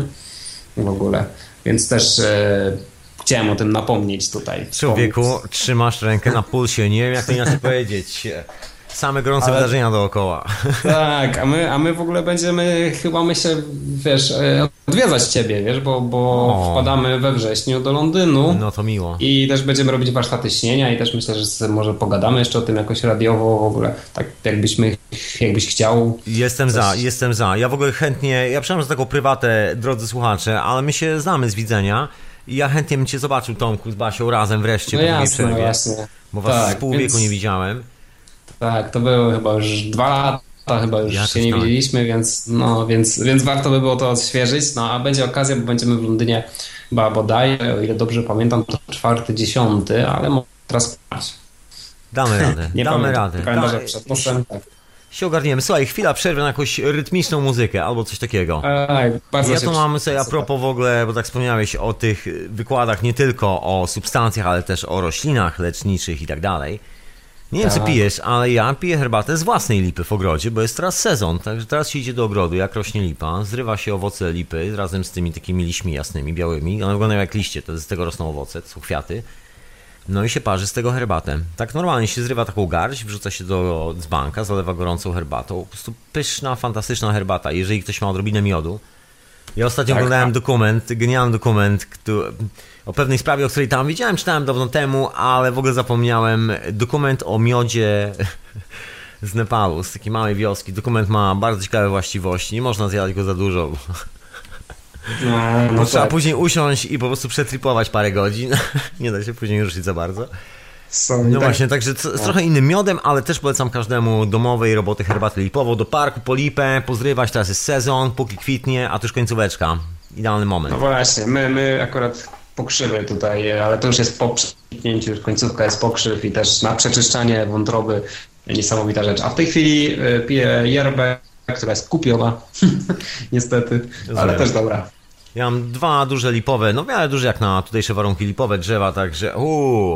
W ogóle. Więc też e, chciałem o tym napomnieć tutaj. Człowieku, trzymasz rękę na pulsie, nie wiem jak to inaczej powiedzieć. Same gorące Ale... wydarzenia dookoła. Tak, a my, a my w ogóle będziemy chyba my się, wiesz, odwiedzać ciebie, wiesz, bo, bo wpadamy we wrześniu do Londynu. No to miło. I też będziemy robić warsztaty śnienia i też myślę, że sobie może pogadamy jeszcze o tym jakoś radiowo w ogóle, tak jakbyśmy, jakbyś chciał. Jestem coś... za, jestem za. Ja w ogóle chętnie, ja przepraszam za taką prywatę, drodzy słuchacze, ale my się znamy z widzenia i ja chętnie bym cię zobaczył, Tomku, z Basią razem wreszcie no po jasne, przerwie, jasne. bo was tak, z pół wieku więc... nie widziałem. Tak, to było chyba już dwa lata, chyba już Jakoś się nie tak. widzieliśmy, więc, no, więc, więc warto by było to odświeżyć. No a będzie okazja, bo będziemy w Londynie chyba bodaj, o ile dobrze pamiętam, to czwarty, dziesiąty, ale może teraz spać. Damy radę, nie damy pamiętam, radę. kalendarza Da, przed nosem, tak. się ogarniemy. Słuchaj, chwila przerwy na jakąś rytmiczną muzykę albo coś takiego. Ej, bardzo ja się to mam sobie a propos w ogóle, bo tak wspomniałeś o tych wykładach nie tylko o substancjach, ale też o roślinach leczniczych i tak dalej. Nie wiem, co pijesz, ale ja piję herbatę z własnej lipy w ogrodzie, bo jest teraz sezon, także teraz się idzie do ogrodu, jak rośnie lipa, zrywa się owoce lipy razem z tymi takimi liśćmi jasnymi, białymi, one wyglądają jak liście, to z tego rosną owoce, to są kwiaty, no i się parzy z tego herbatę. Tak normalnie się zrywa taką garść, wrzuca się do dzbanka, zalewa gorącą herbatą, po prostu pyszna, fantastyczna herbata, jeżeli ktoś ma odrobinę miodu. Ja ostatnio tak, oglądałem tak. dokument, genialny dokument, który, o pewnej sprawie, o której tam widziałem, czytałem dawno temu, ale w ogóle zapomniałem. Dokument o miodzie z Nepalu, z takiej małej wioski. Dokument ma bardzo ciekawe właściwości, nie można zjadać go za dużo. Bo... No, no bo trzeba tak. później usiąść i po prostu przetripować parę godzin. Nie da się później ruszyć za bardzo. Są no tak... właśnie, także z trochę innym miodem, ale też polecam każdemu domowej roboty herbatę lipową, do parku, po lipę, pozrywać, teraz jest sezon, póki kwitnie, a to już końcóweczka. Idealny moment. No właśnie, my, my akurat pokrzywy tutaj, ale to już jest po przekwitnięciu, już końcówka jest pokrzyw i też na przeczyszczanie wątroby niesamowita rzecz. A w tej chwili piję yerbę, która jest kupiona, niestety, ale też dobra. Ja mam dwa duże lipowe, no w miarę duże jak na tutejsze warunki lipowe drzewa, także uuu.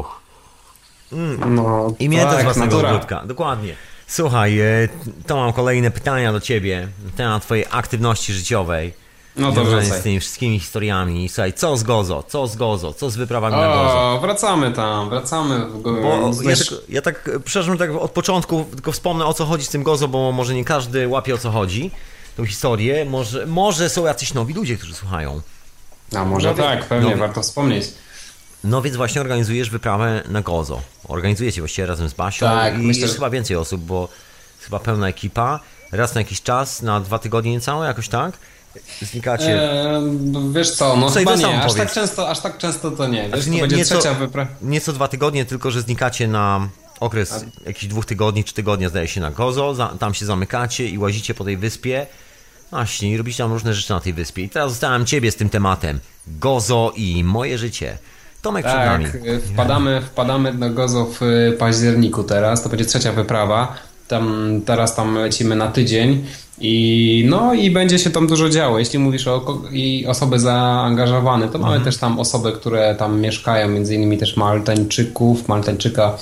Mm. No, I mięta tak, z własnego natura. ogródka, dokładnie. Słuchaj, to mam kolejne pytania do ciebie na temat twojej aktywności życiowej. No to wracaj. Z tymi wszystkimi historiami. Słuchaj, co z Gozo? Co z Gozo? Co z wyprawami o, na Gozo? Wracamy tam, wracamy. W go... bo ja, tak, ja tak, przepraszam, tak od początku tylko wspomnę, o co chodzi z tym Gozo, bo może nie każdy łapie, o co chodzi. Tą historię. Może, może są jacyś nowi ludzie, którzy słuchają. A może no, tak, pewnie, no, warto wspomnieć. No więc właśnie organizujesz wyprawę na Gozo. Organizujecie właściwie razem z Basią tak, i myślę, jest że... chyba więcej osób, bo chyba pełna ekipa. Raz na jakiś czas, na dwa tygodnie niecałe, jakoś tak? Znikacie... Eee, wiesz co, no co chyba nie, aż tak, często, aż tak często to nie. Wiesz, znaczy, nie to będzie nieco, trzecia wyprawa. Nie co dwa tygodnie, tylko że znikacie na okres A... jakichś dwóch tygodni, czy tygodnia zdaje się na Gozo, za, tam się zamykacie i łazicie po tej wyspie. Właśnie, i robicie tam różne rzeczy na tej wyspie. I teraz zostałem ciebie z tym tematem. Gozo i moje życie. Tomek przed nami. Tak, wpadamy, wpadamy do Gozo w październiku teraz, to będzie trzecia wyprawa. Tam, teraz tam lecimy na tydzień i no i będzie się tam dużo działo. Jeśli mówisz o i osoby zaangażowane, to mamy mhm. też tam osoby, które tam mieszkają, między innymi też Maltańczyków, Maltańczyka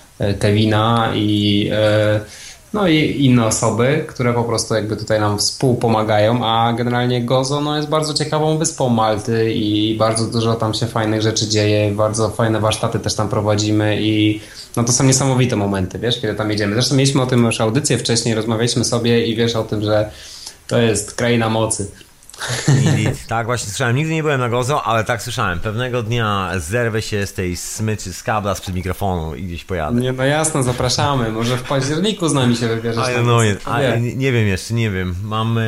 Kevina i no i inne osoby, które po prostu jakby tutaj nam współpomagają, a generalnie Gozo no, jest bardzo ciekawą wyspą Malty i bardzo dużo tam się fajnych rzeczy dzieje, bardzo fajne warsztaty też tam prowadzimy i no to są niesamowite momenty, wiesz, kiedy tam jedziemy. Zresztą mieliśmy o tym już audycję wcześniej, rozmawialiśmy sobie i wiesz o tym, że to jest kraina mocy. I, tak, właśnie słyszałem. Nigdy nie byłem na Gozo, ale tak słyszałem. Pewnego dnia zerwę się z tej smyczy, z kabla sprzed mikrofonu i gdzieś pojadę. Nie, no jasno, zapraszamy. Może w październiku z nami się wybierzesz. Ale no, nie, ale nie, nie wiem jeszcze, nie wiem. Mam,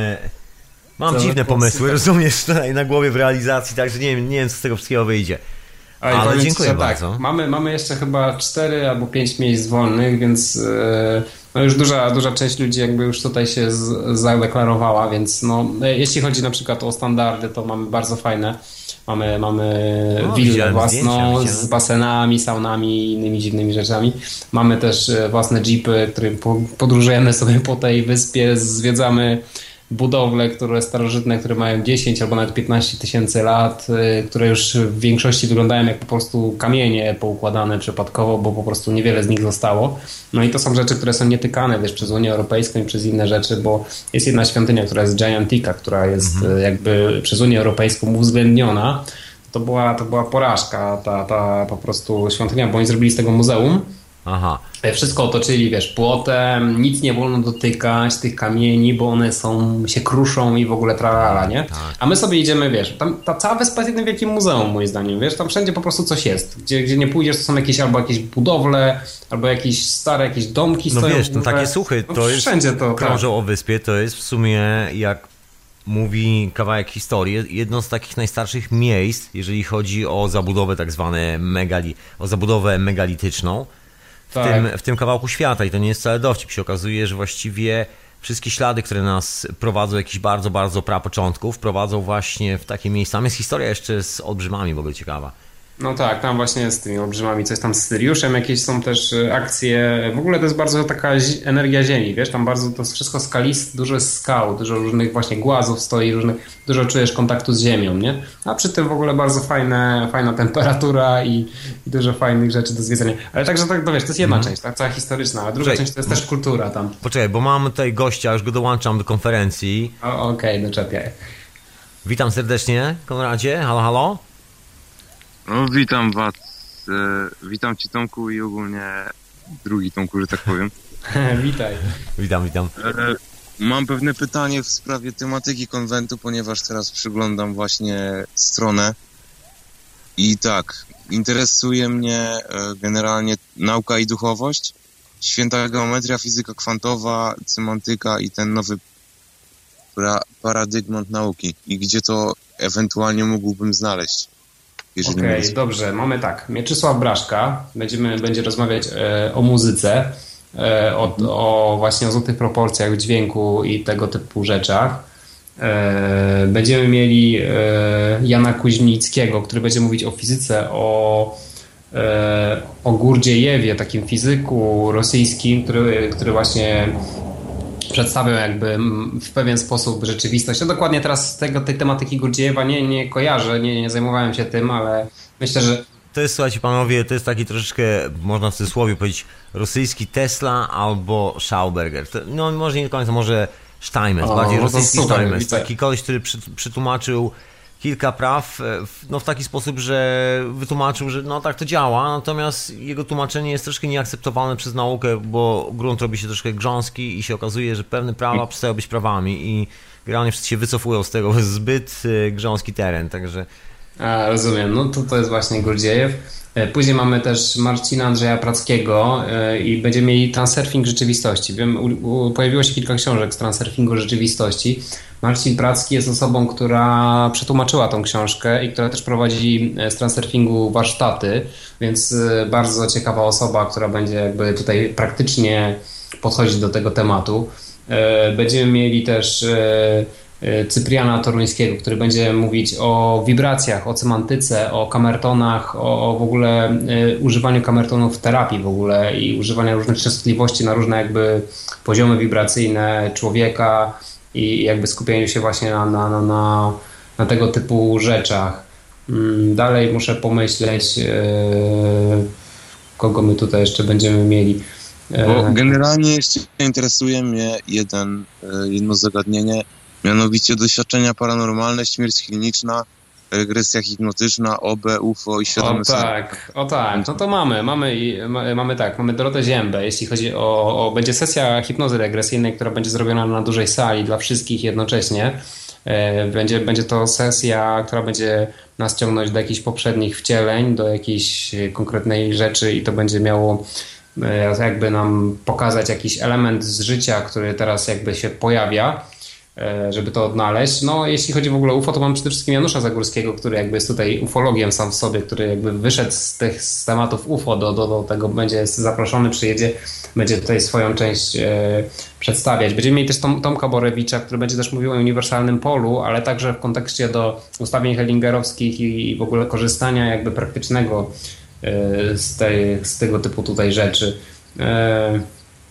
mam Co dziwne pomysły, rozumiesz, tutaj na głowie w realizacji, także nie wiem, nie wiem co z tego wszystkiego wyjdzie. Ale, ale dziękuję bardzo. Tak, mamy, mamy jeszcze chyba cztery albo pięć miejsc wolnych, więc yy, no już duża, duża część ludzi jakby już tutaj się z, zadeklarowała, więc no, jeśli chodzi na przykład o standardy, to mamy bardzo fajne. Mamy, mamy no, willę własną zdjęcia, z basenami, saunami i innymi dziwnymi rzeczami. Mamy też własne jeepy, którym podróżujemy sobie po tej wyspie, zwiedzamy budowle, które starożytne, które mają dziesięć albo nawet piętnaście tysięcy lat, które już w większości wyglądają jak po prostu kamienie poukładane przypadkowo, bo po prostu niewiele z nich zostało. No i to są rzeczy, które są nietykane, wiesz, przez Unię Europejską i przez inne rzeczy, bo jest jedna świątynia, która jest Giantica, która jest mhm. jakby przez Unię Europejską uwzględniona. To była, to była porażka, ta, ta po prostu świątynia, bo oni zrobili z tego muzeum. Aha. Wszystko otoczyli, wiesz, płotem, nic nie wolno dotykać tych kamieni, bo one są, się kruszą i w ogóle tralala, nie? Tak. A my sobie idziemy, wiesz, tam ta cała wyspa jest jednym wielkim muzeum, moim zdaniem, wiesz, tam wszędzie po prostu coś jest. Gdzie, gdzie nie pójdziesz, to są jakieś albo jakieś budowle, albo jakieś stare jakieś domki no stoją. No wiesz, no takie słuchy, to no, jest, wszędzie to krążą tak. o wyspie, to jest w sumie, jak mówi kawałek historii, jedno z takich najstarszych miejsc, jeżeli chodzi o zabudowę tak zwane megali, o zabudowę megalityczną, W, tak. tym, w tym kawałku świata i to nie jest wcale dowcip. Się okazuje, że właściwie wszystkie ślady, które nas prowadzą jakichś bardzo, bardzo prapoczątków, prowadzą właśnie w takie miejsca. Tam jest historia jeszcze z olbrzymami w ogóle ciekawa. No tak, tam właśnie z tymi olbrzymami coś tam z Syriuszem, jakieś są też akcje, w ogóle to jest bardzo taka energia ziemi, wiesz, tam bardzo to jest wszystko skaliste, dużo jest skał, dużo różnych właśnie głazów stoi, różnych, dużo czujesz kontaktu z ziemią, nie? A przy tym w ogóle bardzo fajne, fajna temperatura i, i dużo fajnych rzeczy do zwiedzania. Ale także tak, no wiesz, to jest jedna mm. część, tak, cała historyczna, a druga Poczekaj. część to jest też kultura tam. Poczekaj, bo mam tutaj gościa, już go dołączam do konferencji. Okej, okay, doczepiaj. Witam serdecznie, Konradzie, halo, halo. No witam was, e, witam cię Tomku i ogólnie drugi Tomku, że tak powiem. Witaj. Witam, witam. E, mam pewne pytanie w sprawie tematyki konwentu, ponieważ teraz przeglądam właśnie stronę i tak, interesuje mnie e, generalnie nauka i duchowość, święta geometria, fizyka kwantowa, semantyka i ten nowy pra, paradygmat nauki i gdzie to ewentualnie mógłbym znaleźć. Okej, okay, dobrze, mamy tak. Mieczysław Braszka, będziemy, będzie rozmawiać e, o muzyce, e, o, o właśnie o złotych proporcjach w dźwięku i tego typu rzeczach. E, będziemy mieli e, Jana Kuźmickiego, który będzie mówić o fizyce, o, e, o Gurdziejewie, takim fizyku rosyjskim, który, który właśnie przedstawią jakby w pewien sposób rzeczywistość. Ja dokładnie teraz tego, tej tematyki Gurdziejewa nie, nie kojarzę, nie, nie zajmowałem się tym, ale myślę, że... To jest, słuchajcie panowie, to jest taki troszeczkę, można w cudzysłowie powiedzieć, rosyjski Tesla albo Schauberger. To, no może nie do końca, może Steinmetz, o, bardziej no rosyjski Steinmetz. Taki koleś, który przy, przytłumaczył kilka praw no w taki sposób, że wytłumaczył, że no tak to działa, natomiast jego tłumaczenie jest troszkę nieakceptowalne przez naukę, bo grunt robi się troszkę grząski i się okazuje, że pewne prawa przestają być prawami i generalnie wszyscy się wycofują z tego, zbyt grząski teren, także... A, rozumiem, no to to jest właśnie Gurdziejew. Później mamy też Marcina Andrzeja Prackiego i będziemy mieli transurfing rzeczywistości. Wiem, u, u, pojawiło się kilka książek z transurfingu rzeczywistości. Marcin Pracki jest osobą, która przetłumaczyła tą książkę i która też prowadzi z transurfingu warsztaty, więc bardzo ciekawa osoba, która będzie jakby tutaj praktycznie podchodzić do tego tematu. Będziemy mieli też Cypriana Toruńskiego, który będzie mówić o wibracjach, o semantyce, o kamertonach, o, o w ogóle y, używaniu kamertonów w terapii w ogóle i używania różnych częstotliwości na różne jakby poziomy wibracyjne człowieka i jakby skupieniu się właśnie na, na, na, na, na tego typu rzeczach. Mm, dalej muszę pomyśleć, y, kogo my tutaj jeszcze będziemy mieli. Bo generalnie jeszcze interesuje mnie jeden, jedno zagadnienie, mianowicie doświadczenia paranormalne, śmierć kliniczna, regresja hipnotyczna, O B, U F O i świadome O tak, o tak, no to mamy, mamy, mamy tak, mamy Dorotę Ziębę, jeśli chodzi o, o, będzie sesja hipnozy regresyjnej, która będzie zrobiona na dużej sali dla wszystkich jednocześnie. Będzie, będzie to sesja, która będzie nas ciągnąć do jakichś poprzednich wcieleń, do jakiejś konkretnej rzeczy i to będzie miało jakby nam pokazać jakiś element z życia, który teraz jakby się pojawia, żeby to odnaleźć. No jeśli chodzi w ogóle o U F O, to mam przede wszystkim Janusza Zagórskiego, który jakby jest tutaj ufologiem sam w sobie, który jakby wyszedł z tych z tematów U F O do, do, do tego, będzie zaproszony, przyjedzie, będzie tutaj swoją część e, przedstawiać. Będziemy mieli też Tom, Tomka Borewicza, który będzie też mówił o uniwersalnym polu, ale także w kontekście do ustawień hellingerowskich i, i w ogóle korzystania jakby praktycznego e, z, tej, z tego typu tutaj rzeczy. E,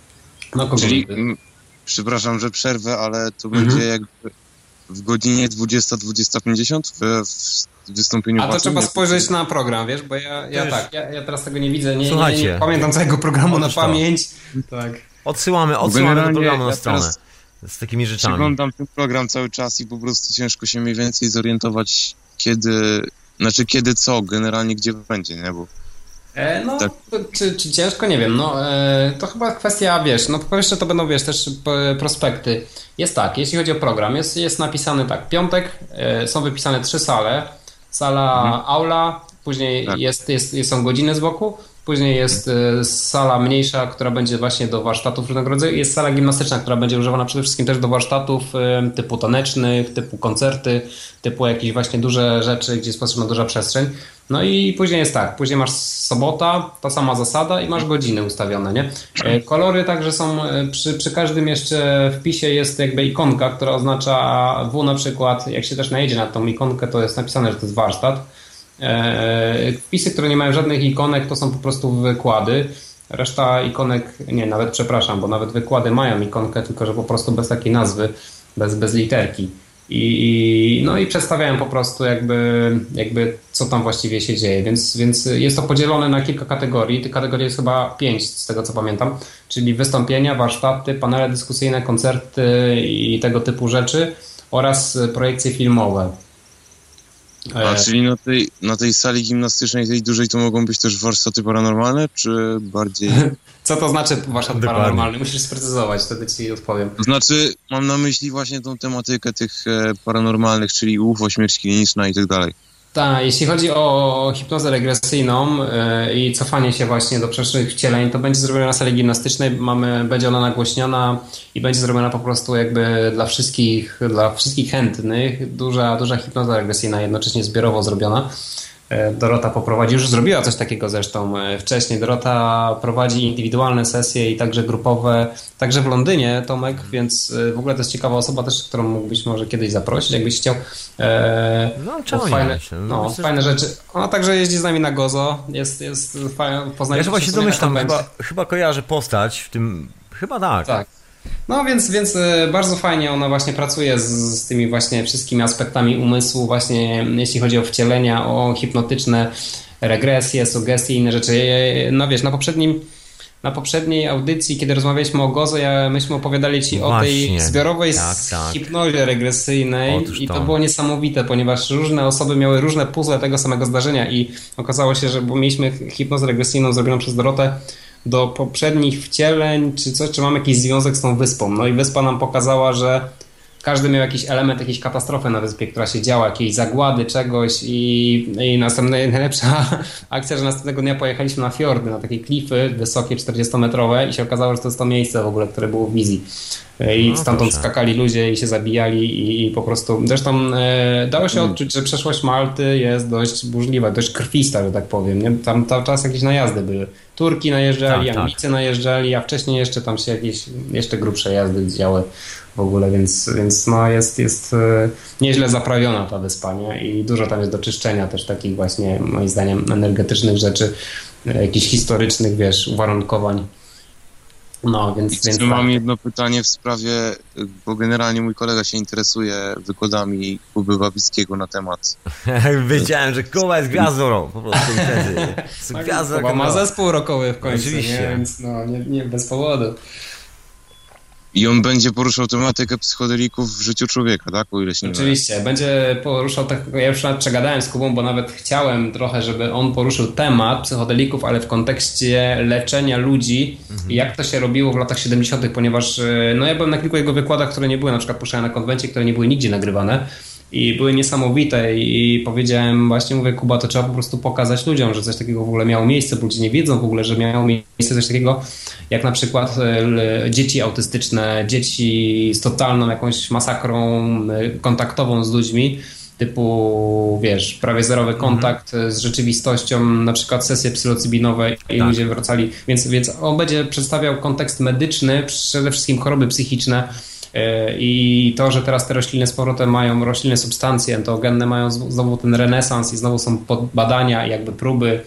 no kogo Czyli... Przepraszam, że przerwę, ale to mhm. będzie jakby w godzinie dwudziesta dwudziesta pięćdziesiąt w, w wystąpieniu. A to trzeba spojrzeć na program, wiesz, bo ja, ja tak, ja, ja teraz tego nie widzę, nie, nie, nie, nie pamiętam całego programu na pamięć. Tak. Odsyłamy, odsyłamy do programu na ja stronę z takimi rzeczami. Przeglądam ten program cały czas i po prostu ciężko się mniej więcej zorientować, kiedy, znaczy kiedy co, generalnie gdzie będzie, nie, bo No, tak. czy, czy ciężko? Nie wiem. No, to chyba kwestia, wiesz, no po pierwsze to będą, wiesz, też prospekty. Jest tak, jeśli chodzi o program, jest, jest napisany tak, piątek, są wypisane trzy sale. Sala mhm. aula, później tak. jest, jest, są godziny z boku, później jest sala mniejsza, która będzie właśnie do warsztatów różnego rodzaju, jest sala gimnastyczna, która będzie używana przede wszystkim też do warsztatów typu tanecznych, typu koncerty, typu jakieś właśnie duże rzeczy, gdzie jest potrzebna duża przestrzeń. No i później jest tak, później masz sobota, ta sama zasada i masz godziny ustawione, nie? Kolory także są, przy, przy każdym jeszcze wpisie jest jakby ikonka, która oznacza W na przykład, jak się też najedzie na tą ikonkę, to jest napisane, że to jest warsztat. Wpisy, które nie mają żadnych ikonek, to są po prostu wykłady. Reszta ikonek, nie, nawet przepraszam, bo nawet wykłady mają ikonkę, tylko że po prostu bez takiej nazwy, bez, bez literki. I, no i przedstawiałem po prostu jakby, jakby co tam właściwie się dzieje, więc, więc jest to podzielone na kilka kategorii. Tych kategorii jest chyba pięć z tego co pamiętam, czyli wystąpienia, warsztaty, panele dyskusyjne, koncerty i tego typu rzeczy oraz projekcje filmowe. A czyli na tej, na tej sali gimnastycznej, tej dużej, to mogą być też warsztaty paranormalne, czy bardziej... Co to znaczy warsztat paranormalny? Musisz sprecyzować, wtedy ci odpowiem. To znaczy, mam na myśli właśnie tą tematykę tych paranormalnych, czyli U F O, śmierć kliniczna i tak dalej. Tak, jeśli chodzi o hipnozę regresyjną yy, i cofanie się właśnie do przeszłych wcieleń, to będzie zrobione na sali gimnastycznej, mamy, będzie ona nagłośniona i będzie zrobiona po prostu jakby dla wszystkich, dla wszystkich chętnych, duża, duża hipnoza regresyjna, jednocześnie zbiorowo zrobiona. Dorota poprowadzi, już zrobiła coś takiego zresztą wcześniej. Dorota prowadzi indywidualne sesje i także grupowe, także w Londynie, Tomek, więc w ogóle to jest ciekawa osoba też, którą mógłbyś może kiedyś zaprosić, jakbyś chciał. E, no, czemu fajne, myślę? No, no, fajne rzeczy. Ona także jeździ z nami na Gozo, jest, jest fajna, poznajemy. Ja się właśnie domyślam, chyba, chyba kojarzę postać w tym, chyba tak. Tak. No więc, więc bardzo fajnie ona właśnie pracuje z, z tymi właśnie wszystkimi aspektami umysłu, właśnie jeśli chodzi o wcielenia, o hipnotyczne regresje, sugestie i inne rzeczy. No wiesz, na poprzednim na poprzedniej audycji, kiedy rozmawialiśmy o Gozo, ja, myśmy opowiadali ci właśnie o tej zbiorowej tak, tak. hipnozie regresyjnej. Otóż i to. to było niesamowite, ponieważ różne osoby miały różne puzzle tego samego zdarzenia i okazało się, że bo mieliśmy hipnozę regresyjną zrobioną przez Dorotę do poprzednich wcieleń, czy coś, czy mamy jakiś związek z tą wyspą. No i wyspa nam pokazała, że każdy miał jakiś element, jakiejś katastrofy na wyspie, która się działa, jakiejś zagłady, czegoś i, i następna, najlepsza akcja, że następnego dnia pojechaliśmy na fiordy, na takie klify wysokie, czterdziestometrowe i się okazało, że to jest to miejsce w ogóle, które było w wizji. i No, stamtąd proszę. skakali ludzie i się zabijali i, i po prostu... Zresztą e, dało się odczuć, że przeszłość Malty jest dość burzliwa, dość krwista, że tak powiem. Nie? Tam cały czas jakieś najazdy były. Turki najeżdżali, Tak, Anglicy tak. najeżdżali, a wcześniej jeszcze tam się jakieś jeszcze grubsze jazdy działy w ogóle, więc, więc no jest, jest e, nieźle zaprawiona ta wyspa, nie? I dużo tam jest do czyszczenia też takich właśnie, moim zdaniem, energetycznych rzeczy, e, jakichś historycznych, wiesz, uwarunkowań. No, więc, więc Jeszcze tak. mam jedno pytanie w sprawie, bo generalnie mój kolega się interesuje wykładami Kuby Babickiego na temat. Wiedziałem, że Kuba jest gwiazdą, po prostu imprezy. Jest Tak, gwiazda Kuba ma rock'n'rolla. zespół rockowy w końcu, Oczywiście. nie? Więc no, nie, nie bez powodu. I on będzie poruszał tematykę psychodelików w życiu człowieka, tak? O ile się nie mylę. Oczywiście, będzie poruszał tak, ja już nawet przegadałem z Kubą, bo nawet chciałem trochę, żeby on poruszył temat psychodelików, ale w kontekście leczenia ludzi i jak to się robiło w latach siedemdziesiątych, ponieważ no ja byłem na kilku jego wykładach, które nie były na przykład puszczane na konwencie, które nie były nigdzie nagrywane i były niesamowite i powiedziałem właśnie, mówię, Kuba, to trzeba po prostu pokazać ludziom, że coś takiego w ogóle miało miejsce, bo ludzie nie wiedzą w ogóle, że miało miejsce coś takiego, jak na przykład e, dzieci autystyczne, dzieci z totalną jakąś masakrą e, kontaktową z ludźmi, typu, wiesz, prawie zerowy kontakt mm-hmm. z rzeczywistością, na przykład sesje psylocybinowe i tak. ludzie wracali, więc, więc on będzie przedstawiał kontekst medyczny, przede wszystkim choroby psychiczne e, i to, że teraz te rośliny z powrotem mają roślinne substancje endogenne, mają znowu ten renesans i znowu są badania i jakby próby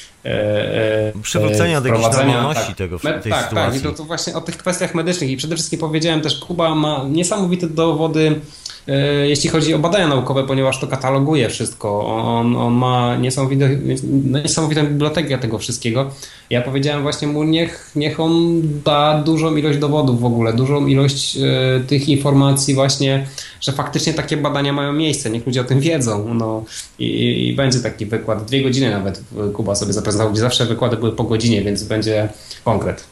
przywrócenia do jakiejś normalności tak, tego, me, tej tak, sytuacji. Tak, i to, to właśnie o tych kwestiach medycznych i przede wszystkim powiedziałem też, Kuba ma niesamowite dowody, e, jeśli chodzi o badania naukowe, ponieważ to kataloguje wszystko. On, on ma niesamowite, niesamowitą bibliotekę tego wszystkiego. Ja powiedziałem właśnie mu, niech, niech on da dużą ilość dowodów w ogóle, dużą ilość e, tych informacji właśnie, że faktycznie takie badania mają miejsce, niech ludzie o tym wiedzą. No, i, i będzie taki wykład, dwie godziny nawet Kuba sobie zaprezentował, gdzie zawsze wykłady były po godzinie, więc będzie konkret.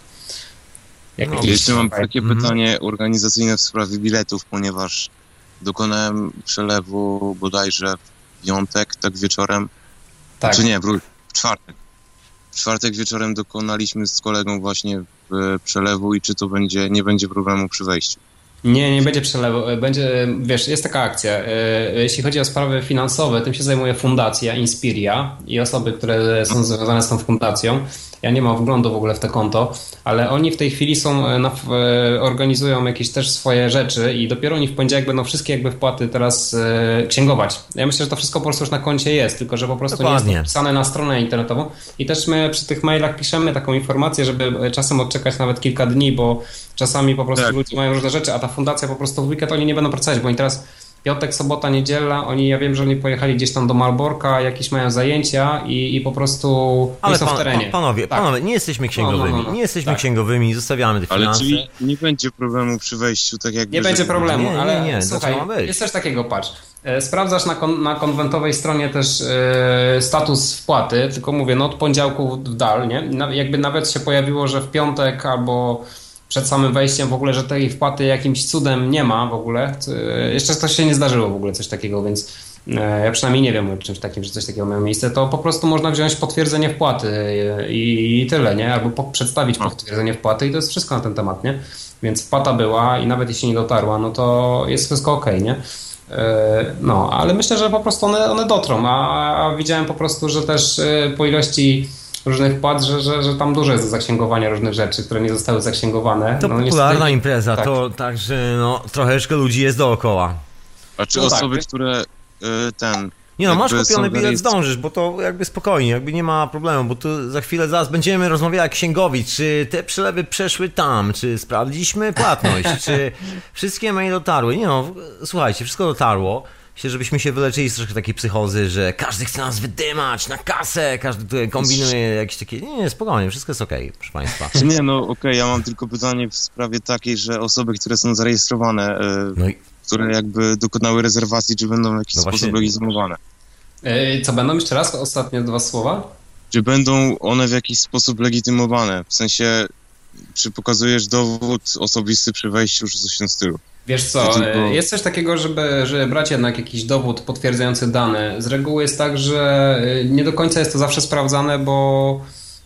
Jak No, Jeszcze mam takie Mhm. pytanie organizacyjne w sprawie biletów, ponieważ dokonałem przelewu bodajże w piątek, tak wieczorem. tak. Czy nie, wróć, w czwartek. W czwartek wieczorem dokonaliśmy z kolegą właśnie w przelewu i czy to będzie, nie będzie problemu przy wejściu. Nie, nie będzie przelewu. Będzie, wiesz, jest taka akcja. Jeśli chodzi o sprawy finansowe, tym się zajmuje fundacja Inspiria i osoby, które są związane z tą fundacją. Ja nie mam wglądu w ogóle w to konto, ale oni w tej chwili są, na, organizują jakieś też swoje rzeczy i dopiero oni w poniedziałek będą wszystkie jakby wpłaty teraz e, księgować. Ja myślę, że to wszystko po prostu już na koncie jest, tylko że po prostu Dokładnie. nie jest wpisane na stronę internetową i też my przy tych mailach piszemy taką informację, żeby czasem odczekać nawet kilka dni, bo czasami po prostu Tak. ludzie mają różne rzeczy, a ta fundacja po prostu w weekend oni nie będą pracować, bo oni teraz piątek, sobota, niedziela, oni, ja wiem, że oni pojechali gdzieś tam do Malborka, jakieś mają zajęcia i, i po prostu Ale są pan, w terenie. pan, panowie, Tak. panowie, nie jesteśmy księgowymi, No, no, no, no. nie jesteśmy Tak. księgowymi, zostawiamy te Ale finanse. czyli nie będzie problemu przy wejściu, tak jak... Nie że- będzie problemu, Nie, nie, ale nie, słuchaj, dlaczego ma być? jest coś takiego, patrz. E, Sprawdzasz na, kon, na konwentowej stronie też e, status wpłaty, tylko mówię, no od poniedziałku w dal, nie? Na, jakby nawet się pojawiło, że w piątek albo przed samym wejściem w ogóle, że tej wpłaty jakimś cudem nie ma w ogóle. E, jeszcze to się nie zdarzyło w ogóle coś takiego, więc e, ja przynajmniej nie wiem o czymś takim, że coś takiego miało miejsce, to po prostu można wziąć potwierdzenie wpłaty e, i, i tyle, nie? Albo po, przedstawić potwierdzenie wpłaty i to jest wszystko na ten temat, nie? Więc wpłata była i nawet jeśli nie dotarła, no to jest wszystko okej, nie? No, ale myślę, że po prostu one, one dotrą, a, a widziałem po prostu, że też po ilości różnych płat, że, że, że tam dużo jest do zaksięgowania różnych rzeczy, które nie zostały zaksięgowane. To no, popularna niestety, impreza, tak. to także no, troszeczkę ludzi jest dookoła. A czy No tak, osoby, wiesz- które y, ten... Nie no, masz jakby kupiony są bilet, zarejestrowani- zdążysz, bo to jakby spokojnie, jakby nie ma problemu, bo tu za chwilę zaraz będziemy rozmawiali jak księgowi, czy te przelewy przeszły tam, czy sprawdziliśmy płatność, czy wszystkie maile dotarły. Nie no, słuchajcie, wszystko dotarło. Myślę, żebyśmy się wyleczyli z troszkę takiej psychozy, że każdy chce nas wydymać na kasę, każdy tutaj kombinuje jakieś takie... Nie, nie, spokojnie, wszystko jest okej, proszę państwa. Czy nie, no okej, ja mam tylko pytanie w sprawie takiej, że osoby, które są zarejestrowane, y, No i które jakby dokonały rezerwacji, czy będą w jakiś No właśnie. sposób legitymowane? Yy, Co będą jeszcze raz? Ostatnie dwa słowa? Czy będą one w jakiś sposób legitymowane? W sensie, czy pokazujesz dowód osobisty przy wejściu, czy coś w tym stylu? Wiesz co, Czy tylko- jest coś takiego, żeby, żeby brać jednak jakiś dowód potwierdzający dane. Z reguły jest tak, że nie do końca jest to zawsze sprawdzane, bo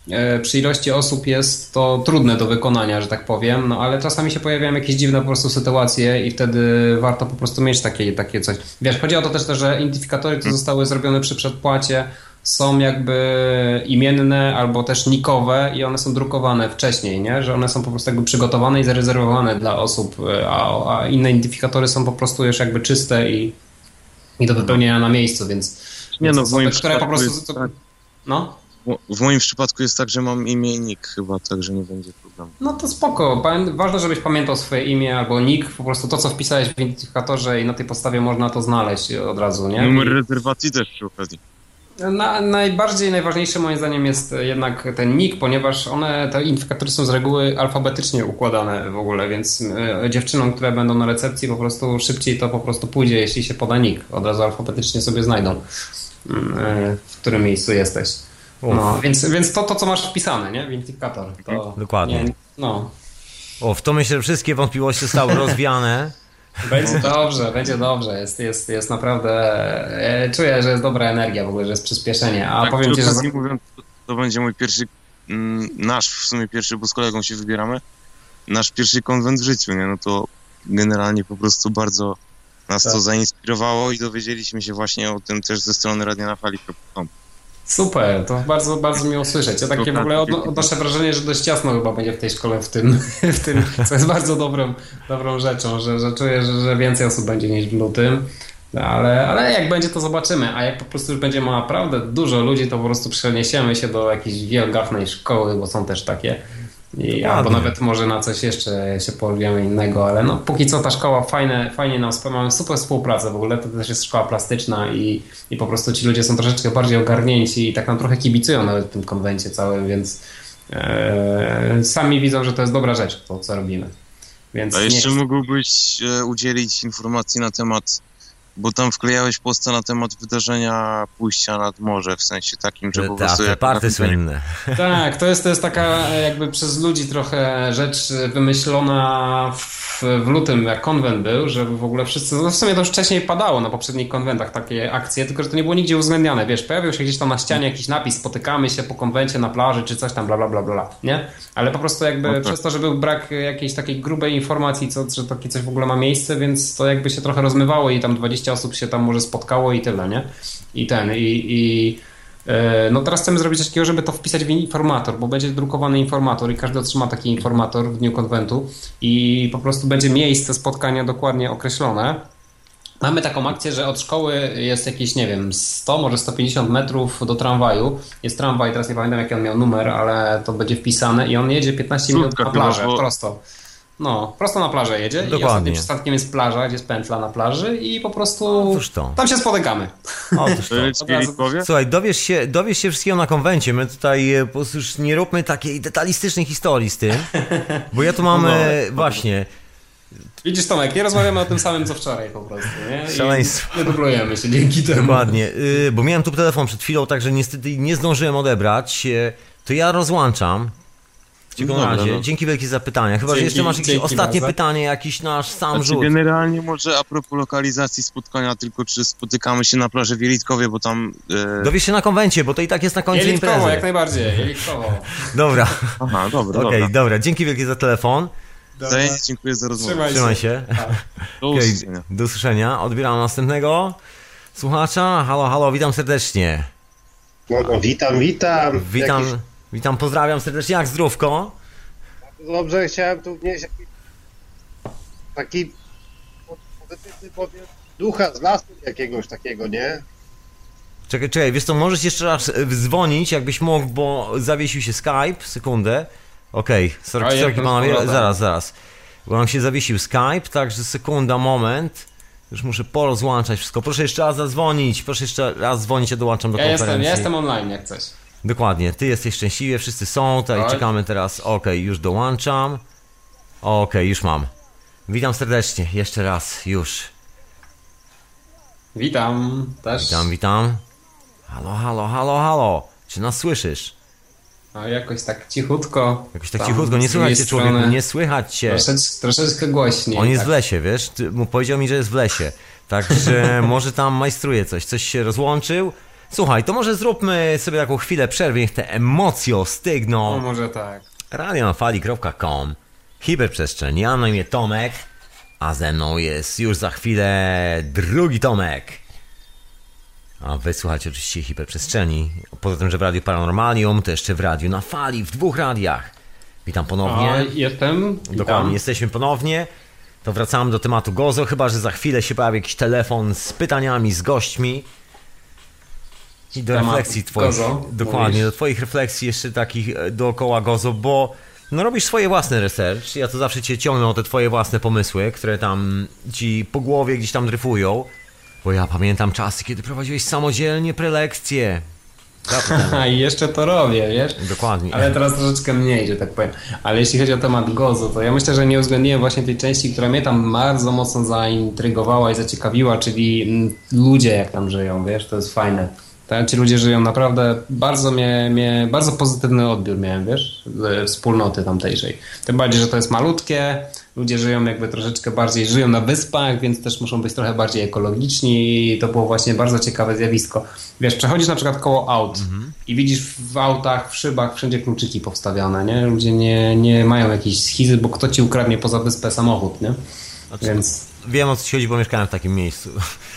przy ilości osób jest to trudne do wykonania, że tak powiem, no ale czasami się pojawiają jakieś dziwne po prostu sytuacje i wtedy warto po prostu mieć takie, takie coś. Wiesz, chodzi o to też, że identyfikatory, które zostały zrobione przy przedpłacie, są jakby imienne albo też nikowe i one są drukowane wcześniej, nie? Że one są po prostu jakby przygotowane i zarezerwowane dla osób, a, a inne identyfikatory są po prostu już jakby czyste i, i do wypełnienia na miejscu, więc, nie więc no, w moim które po prostu... jest tak, no? w moim przypadku jest tak, że mam imię i nick chyba, także nie będzie problemu. No to spoko. Ważne, żebyś pamiętał swoje imię albo nick, po prostu to, co wpisałeś w identyfikatorze i na tej podstawie można to znaleźć od razu, nie? Numer I... rezerwacji też przy okazji. Na, najbardziej, najważniejszy moim zdaniem jest jednak ten nick, ponieważ one, te identyfikatory są z reguły alfabetycznie układane w ogóle, więc y, dziewczynom, które będą na recepcji po prostu szybciej to po prostu pójdzie, jeśli się poda nick. Od razu alfabetycznie sobie znajdą, y, w którym miejscu jesteś. No, więc, więc to, to, co masz wpisane, nie? W identyfikator. To dokładnie. Nie, no. O, w to myślę, że wszystkie wątpliwości zostały rozwiane. Będzie dobrze, będzie dobrze. Jest, jest, jest naprawdę... Ja czuję, że jest dobra energia w ogóle, że jest przyspieszenie. A tak, powiem ci, że... mówiąc, to będzie mój pierwszy, nasz w sumie pierwszy, bo z kolegą się wybieramy, nasz pierwszy konwent w życiu, nie? No to generalnie po prostu bardzo nas tak. to zainspirowało i dowiedzieliśmy się właśnie o tym też ze strony radio na fali kropka com. Super, to bardzo, bardzo miło słyszeć. Ja takie w ogóle odnoszę wrażenie, że dość ciasno chyba będzie w tej szkole w tym, w tym co jest bardzo dobrą, dobrą rzeczą, że, że czuję, że, że więcej osób będzie niż w lutym, ale, ale jak będzie, to zobaczymy, a jak po prostu już będzie naprawdę dużo ludzi, to po prostu przeniesiemy się do jakiejś wielgachnej szkoły, bo są też takie. I, albo nawet może na coś jeszcze się porwiemy innego, ale no póki co ta szkoła fajne, fajnie nam współpracuje, mamy super współpracę w ogóle, to też jest szkoła plastyczna i, i po prostu ci ludzie są troszeczkę bardziej ogarnięci i tak nam trochę kibicują nawet w tym konwencie całym, więc e, sami widzą, że to jest dobra rzecz, to co robimy. Więc a jeszcze nie... mógłbyś e, udzielić informacji na temat, bo tam wklejałeś posta na temat wydarzenia pójścia nad morze, w sensie takim, że po prostu... Te party słynne. Tak, to jest, to jest taka jakby przez ludzi trochę rzecz wymyślona w, w lutym, jak konwent był, że w ogóle wszyscy... No w sumie to już wcześniej padało na poprzednich konwentach takie akcje, tylko że to nie było nigdzie uwzględniane, wiesz, pojawił się gdzieś tam na ścianie jakiś napis, spotykamy się po konwencie na plaży, czy coś tam, bla, bla, bla, bla, nie? Ale po prostu jakby okay. przez to, że był brak jakiejś takiej grubej informacji, co, że takie coś w ogóle ma miejsce, więc to jakby się trochę rozmywało i tam dwadzieścia osób się tam może spotkało i tyle, nie? I ten, i, i yy, no teraz chcemy zrobić coś takiego, żeby to wpisać w informator, bo będzie drukowany informator i każdy otrzyma taki informator w dniu konwentu i po prostu będzie miejsce spotkania dokładnie określone. Mamy taką akcję, że od szkoły jest jakieś, nie wiem, sto, może sto pięćdziesiąt metrów do tramwaju. Jest tramwaj, teraz nie pamiętam jaki on miał numer, ale to będzie wpisane i on jedzie piętnaście minut na plażę, prosto. No, prosto na plażę jedzie. Dokładnie. I ostatnim przystankiem jest plaża, gdzie jest pętla na plaży i po prostu to. Tam się spotykamy. Otóż to. Słuchaj, dowiesz się, dowiesz się wszystkiego na konwencie. My tutaj po prostu już nie róbmy takiej detalistycznej historii z tym, bo ja tu mam no, no. właśnie... Widzisz, Tomek, nie rozmawiamy o tym samym co wczoraj po prostu, nie? Szaleństwo. Nie dublujemy się dzięki temu. Dokładnie, yy, bo miałem tu telefon przed chwilą, także niestety nie zdążyłem odebrać. Yy, to ja rozłączam. W takim razie, no. Dzięki wielkie za pytania. Chyba, dzięki, że jeszcze masz jakieś ostatnie bardzo. pytanie, jakiś nasz sam znaczy, rzut. Generalnie może a propos lokalizacji spotkania, tylko czy spotykamy się na plaży w Jelitkowie, bo tam... E... Dowiesz się na konwencie, bo to i tak jest na końcu Jelitkowo, imprezy. jak najbardziej, Jelitkowo. Dobra. Aha, dobra, Okej, dobra. dobra, dzięki wielkie za telefon. Dobra. Dziękuję za rozmowę. Trzymaj, Trzymaj się. Tak. Do usłyszenia. Do usłyszenia. Odbieram następnego słuchacza. Halo, halo, witam serdecznie. No, no witam, witam. Witam, Jakiś... witam, pozdrawiam serdecznie. Jak zdrówko? Dobrze, chciałem tu wnieść taki pozytywny powiem ducha z lasu jakiegoś takiego, nie? Czekaj, czekaj, wiesz co, możesz jeszcze raz dzwonić, jakbyś mógł, bo zawiesił się Skype, sekundę. Okej, okay. sorry, sorry panowie, zaraz, zaraz. Bo nam się zawiesił Skype, także sekunda, moment. Już muszę porozłączać wszystko. Proszę jeszcze raz zadzwonić, proszę jeszcze raz dzwonić, ja dołączam do ja konferencji. Jestem, ja jestem online, jak coś. Dokładnie, ty jesteś szczęśliwie, wszyscy są, tutaj Oj. czekamy teraz, okej, okay, już dołączam. Okej, okay, już mam. Witam serdecznie, jeszcze raz, już. Witam, też. Witam, witam. Halo, halo, halo, halo, czy nas słyszysz? No jakoś tak cichutko. Jakoś tak cichutko, nie słychać cię człowieku, nie słychać cię. Troszeczkę, troszeczkę głośniej. On jest tak. w lesie, wiesz, Ty, mu powiedział mi, że jest w lesie. Także może tam majstruje coś, coś się rozłączył. Słuchaj, to może zróbmy sobie taką chwilę przerwy, niech te emocje ostygną. No może tak. radio na fali kropka com, hiperprzestrzeń, ja na imię Tomek, a ze mną jest już za chwilę drugi Tomek. A wy słuchacie oczywiście hiperprzestrzeni. Poza tym, że w Radiu Paranormalium, to jeszcze w Radiu na Fali, w dwóch radiach. Witam ponownie. O, jestem. Dokładnie, Witam. jesteśmy ponownie. To wracamy do tematu Gozo, chyba że za chwilę się pojawi jakiś telefon z pytaniami, z gośćmi. I do Temat refleksji twoich. Gozo, Dokładnie, mówisz? do twoich refleksji jeszcze takich e, dookoła Gozo, bo no robisz swoje własne research. Ja to zawsze cię ciągnę o te twoje własne pomysły, które tam ci po głowie gdzieś tam dryfują. Bo ja pamiętam czasy, kiedy prowadziłeś samodzielnie prelekcje. A i jeszcze to robię, wiesz? Dokładnie. Ale teraz troszeczkę mniej, że tak powiem. Ale jeśli chodzi o temat Gozo, to ja myślę, że nie uwzględniłem właśnie tej części, która mnie tam bardzo mocno zaintrygowała i zaciekawiła, czyli mm, ludzie jak tam żyją, wiesz, to jest fajne. Tak, ci ludzie żyją naprawdę, bardzo mnie, mnie, bardzo pozytywny odbiór miałem, wiesz, ze wspólnoty tamtejszej. Tym bardziej, że to jest malutkie, ludzie żyją jakby troszeczkę bardziej, żyją na wyspach, więc też muszą być trochę bardziej ekologiczni i to było właśnie bardzo ciekawe zjawisko. Wiesz, przechodzisz na przykład koło aut mhm. i widzisz w autach, w szybach wszędzie kluczyki powstawiane, nie? Ludzie nie, nie mają jakiejś schizy, bo kto ci ukradnie poza wyspę samochód, nie? Znaczy, więc... Wiem, o co ci chodzi, bo mieszkałem w takim miejscu.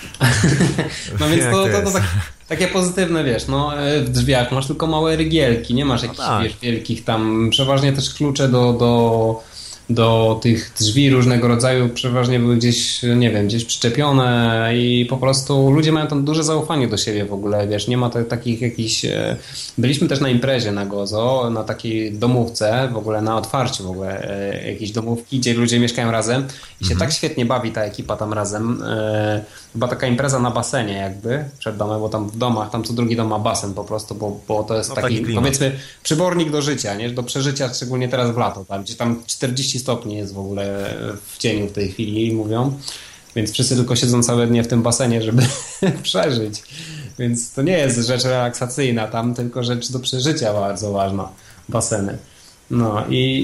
No więc to, to, to, to tak, takie pozytywne, wiesz, no w drzwiach masz tylko małe rygielki, nie masz no jakichś tak. wiesz, wielkich tam, przeważnie też klucze do, do, do tych drzwi różnego rodzaju przeważnie były gdzieś, nie wiem, gdzieś przyczepione i po prostu ludzie mają tam duże zaufanie do siebie w ogóle, wiesz, nie ma to, takich jakichś... Byliśmy też na imprezie na Gozo, na takiej domówce, w ogóle na otwarciu w ogóle jakiejś domówki, gdzie ludzie mieszkają razem i się mhm. tak świetnie bawi ta ekipa tam razem. Chyba taka impreza na basenie jakby przed domem, bo tam w domach, tam co drugi dom ma basen po prostu, bo, bo to jest no, taki, taki powiedzmy, przybornik do życia, nie? Do przeżycia, szczególnie teraz w lato, tam, gdzie tam czterdzieści stopni jest w ogóle w cieniu w tej chwili, mówią, więc wszyscy tylko siedzą całe dnie w tym basenie, żeby przeżyć, więc to nie jest rzecz relaksacyjna tam, tylko rzecz do przeżycia bardzo ważna, baseny. No i,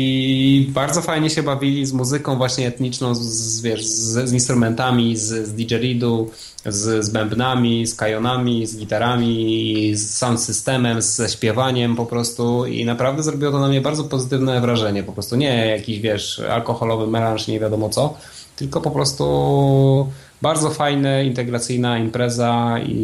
i bardzo fajnie się bawili z muzyką właśnie etniczną, z, wiesz, z, z instrumentami, z, z didgeridoo, z, z bębnami, z kajonami, z gitarami, z sound systemem, ze śpiewaniem po prostu i naprawdę zrobiło to na mnie bardzo pozytywne wrażenie. Po prostu nie jakiś, wiesz, alkoholowy melanż, nie wiadomo co, tylko po prostu bardzo fajna, integracyjna impreza i,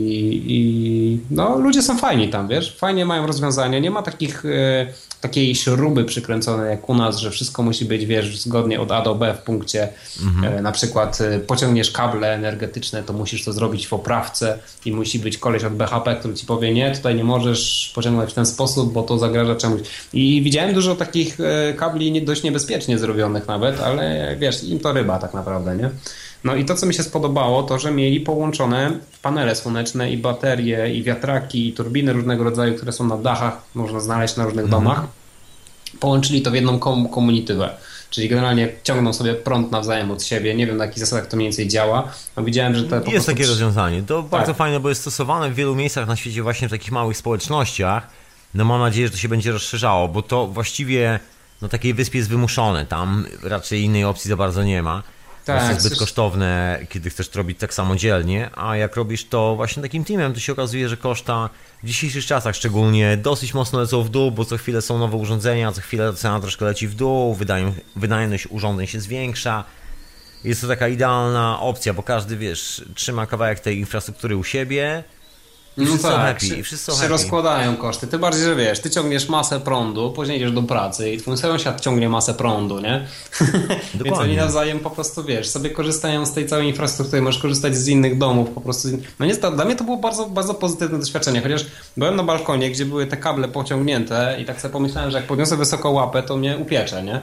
i no ludzie są fajni tam, wiesz, fajnie mają rozwiązania, nie ma takich... E, takiej śruby przykręcone jak u nas, że wszystko musi być, wiesz, zgodnie od A do B w punkcie. Mhm. E, na przykład e, pociągniesz kable energetyczne, to musisz to zrobić w oprawce i musi być koleś od B H P, który ci powie, nie, tutaj nie możesz pociągnąć w ten sposób, bo to zagraża czemuś. I widziałem dużo takich e, kabli nie, dość niebezpiecznie zrobionych nawet, ale wiesz, im to ryba tak naprawdę, nie? No i to, co mi się spodobało, to, że mieli połączone panele słoneczne i baterie, i wiatraki, i turbiny różnego rodzaju, które są na dachach, można znaleźć na różnych mhm. domach. Połączyli to w jedną kom- komunitywę. Czyli generalnie ciągną sobie prąd nawzajem od siebie. Nie wiem, na jakich zasadach to mniej więcej działa. No widziałem, że to po jest takie trzy... rozwiązanie. To tak. bardzo fajne, bo jest stosowane w wielu miejscach na świecie, właśnie w takich małych społecznościach. No mam nadzieję, że to się będzie rozszerzało, bo to właściwie na takiej wyspie jest wymuszone. Tam raczej innej opcji za bardzo nie ma. Tak, jest to zbyt coś... kosztowne, kiedy chcesz to robić tak samodzielnie, a jak robisz to właśnie takim teamem, to się okazuje, że koszta w dzisiejszych czasach szczególnie dosyć mocno lecą w dół, bo co chwilę są nowe urządzenia, co chwilę cena troszkę leci w dół, wydają, wydajność urządzeń się zwiększa. Jest to taka idealna opcja, bo każdy, wiesz, trzyma kawałek tej infrastruktury u siebie. I wszyscy no są tak, happy, się, wszyscy są się happy. rozkładają koszty. Ty bardziej, że wiesz, ty ciągniesz masę prądu, później idziesz do pracy i twój sąsiad ciągnie masę prądu, nie? Więc oni nawzajem po prostu, wiesz, sobie korzystają z tej całej infrastruktury, możesz korzystać z innych domów, po prostu. No niestety, dla mnie to było bardzo, bardzo pozytywne doświadczenie, chociaż byłem na balkonie, gdzie były te kable pociągnięte i tak sobie pomyślałem, że jak podniosę wysoko łapę, to mnie upiecze, nie?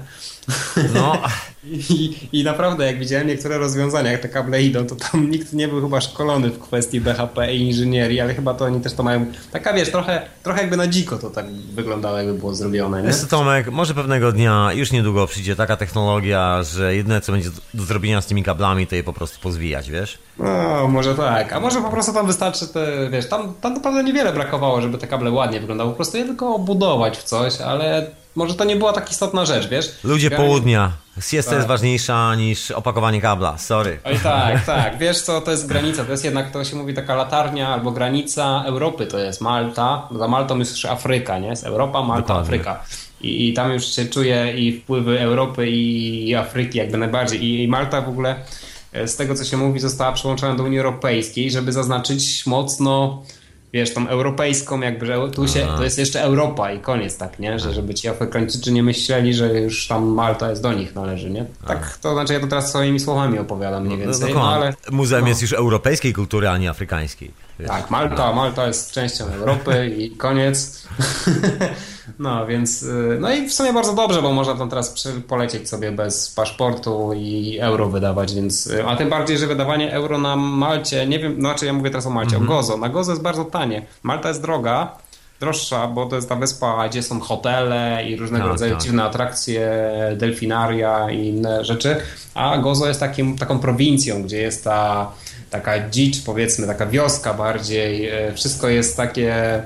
No. I, I naprawdę, jak widziałem niektóre rozwiązania, jak te kable idą, to tam nikt nie był chyba szkolony w kwestii B H P i inżynierii, ale chyba to oni też to mają, taka wiesz, trochę, trochę jakby na dziko to tak wyglądało, jakby było zrobione, nie? Wiesz co, Tomek, może pewnego dnia, już niedługo przyjdzie taka technologia, że jedyne co będzie do zrobienia z tymi kablami, to je po prostu pozwijać, wiesz? No, może tak, a może po prostu tam wystarczy te, wiesz, tam, tam naprawdę niewiele brakowało, żeby te kable ładnie wyglądały, po prostu je tylko obudować w coś, ale może to nie była tak istotna rzecz, wiesz? Ludzie ja... południa, Siesta Tak. jest ważniejsza niż opakowanie kabla, sorry. Oj tak, tak. Wiesz co, to jest granica, to jest jednak, to się mówi taka latarnia albo granica Europy, to jest Malta. Za Maltą jest już Afryka, nie? Jest Europa, Malta, Dokładnie. Afryka. I, I tam już się czuje i wpływy Europy i Afryki jakby najbardziej. I, I Malta w ogóle, z tego co się mówi, została przyłączona do Unii Europejskiej, żeby zaznaczyć mocno, wiesz, tą europejską jakby, że tu się, to jest jeszcze Europa i koniec, tak, nie? Że żeby ci Afrykańczycy nie myśleli, że już tam Malta jest do nich należy, nie? Tak, to znaczy ja to teraz swoimi słowami opowiadam mniej więcej, no, No, ale... Muzeum no. jest już europejskiej kultury, a nie afrykańskiej. Wiesz? Tak, Malta, Malta jest częścią Europy i koniec. No więc, y, no i w sumie bardzo dobrze, bo można tam teraz przy, polecieć sobie bez paszportu i euro wydawać, więc, y, a tym bardziej, że wydawanie euro na Malcie, nie wiem, znaczy ja mówię teraz o Malcie, Mhm. o Gozo, na Gozo jest bardzo tanie. Malta jest droga, droższa, bo to jest ta wyspa, gdzie są hotele i różnego Tak, rodzaju tak. dziwne atrakcje, delfinaria i inne rzeczy, a Gozo jest takim, taką prowincją, gdzie jest ta taka dzicz, powiedzmy, taka wioska bardziej, e, wszystko jest takie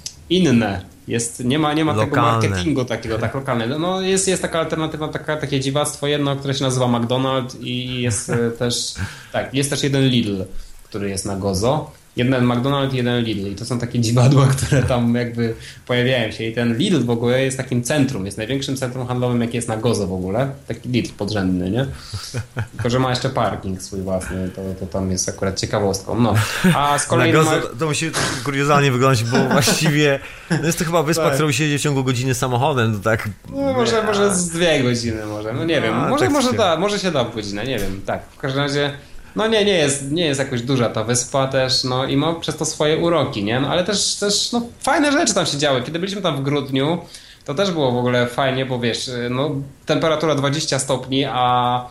inne. Jest, nie ma, nie ma tego Lokalne. marketingu takiego, tak lokalne. No jest, jest taka alternatywa, taka, takie dziwactwo jedno, które się nazywa McDonald's i jest e, też, tak, jest też jeden Lidl, który jest na Gozo. Jeden McDonald's i jeden Lidl. I to są takie dziwadła, które tam jakby pojawiają się. I ten Lidl w ogóle jest takim centrum, jest największym centrum handlowym, jakie jest na Gozo w ogóle. Taki Lidl podrzędny, nie? Tylko, że ma jeszcze parking swój własny, to, to tam jest akurat ciekawostką. No. A z kolei... Na ma... Gozo, to musi kuriozalnie wyglądać, bo właściwie no jest to chyba wyspa, Tak. którą się jedzie w ciągu godziny samochodem, to tak... No, może, może z dwie godziny może, no nie wiem, A, może, tak może się- da, może się da w godzinę, nie wiem, tak, w każdym razie, no nie, nie jest, nie jest jakoś duża ta wyspa też, no i ma przez to swoje uroki, nie, no ale też, też, no fajne rzeczy tam się działy, kiedy byliśmy tam w grudniu, to też było w ogóle fajnie, bo wiesz, no temperatura dwadzieścia stopni, a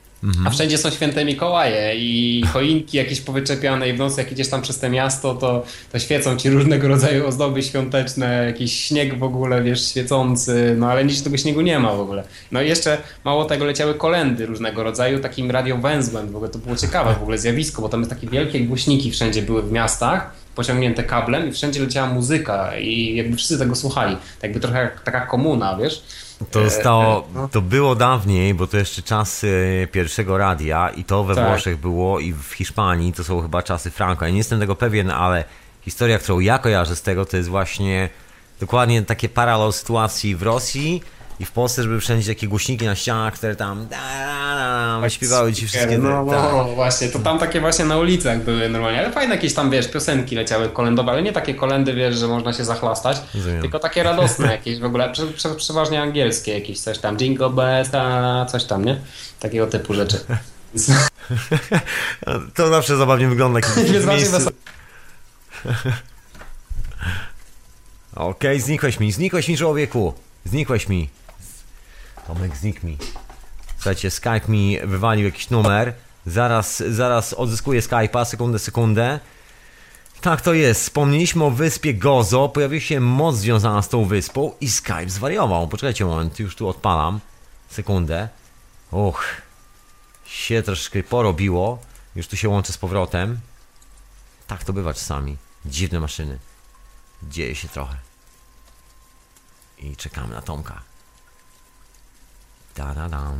A wszędzie są święte Mikołaje i choinki jakieś powyczepiane i w nocy jak idziesz tam przez te miasto, to, to świecą ci różnego rodzaju ozdoby świąteczne, jakiś śnieg w ogóle, wiesz, świecący, no ale nic tego śniegu nie ma w ogóle. No i jeszcze mało tego leciały kolędy różnego rodzaju, takim radiowęzłem, w ogóle to było ciekawe w ogóle zjawisko, bo tam jest takie wielkie głośniki wszędzie były w miastach, pociągnięte kablem i wszędzie leciała muzyka i jakby wszyscy tego słuchali. Tak jakby trochę jak taka komuna, wiesz. To zostało, no. to było dawniej, bo to jeszcze czasy pierwszego radia i to we Tak. Włoszech było i w Hiszpanii, to są chyba czasy Franco. Ja nie jestem tego pewien, ale historia, którą ja kojarzę z tego, to jest właśnie dokładnie takie paralel sytuacji w Rosji i w Polsce, żeby wszędzie takie głośniki na ścianach, które tam da, da, da, da, śpiewały ci wszystkie... No, tak. no właśnie, to tam takie właśnie na ulicach były normalnie, ale fajne jakieś tam, wiesz, piosenki leciały kolędowe, ale nie takie kolendy, wiesz, że można się zachlastać, Rozumiem. tylko takie radosne jakieś w ogóle, prze, prze, przeważnie angielskie jakieś, coś tam, jingle bells, ta, coś tam, nie? Takiego typu rzeczy. Więc, To zawsze zabawnie wygląda, kiedy więc w bardziej miejscu... wesoło. Okej, znikłeś mi, znikłeś mi, człowieku. Znikłeś mi. Tomek, znikł mi. Słuchajcie, Skype mi wywalił jakiś numer. Zaraz, zaraz odzyskuję Skype'a, sekundę, sekundę. Tak to jest. Wspomnieliśmy o wyspie Gozo. Pojawiła się moc związana z tą wyspą i Skype zwariował. Poczekajcie moment, już tu odpalam. Sekundę. Uch. Się troszkę porobiło. Już tu się łączę z powrotem. Tak to bywa czasami. Dziwne maszyny. Dzieje się trochę. I czekamy na Tomka. Da-da-dam.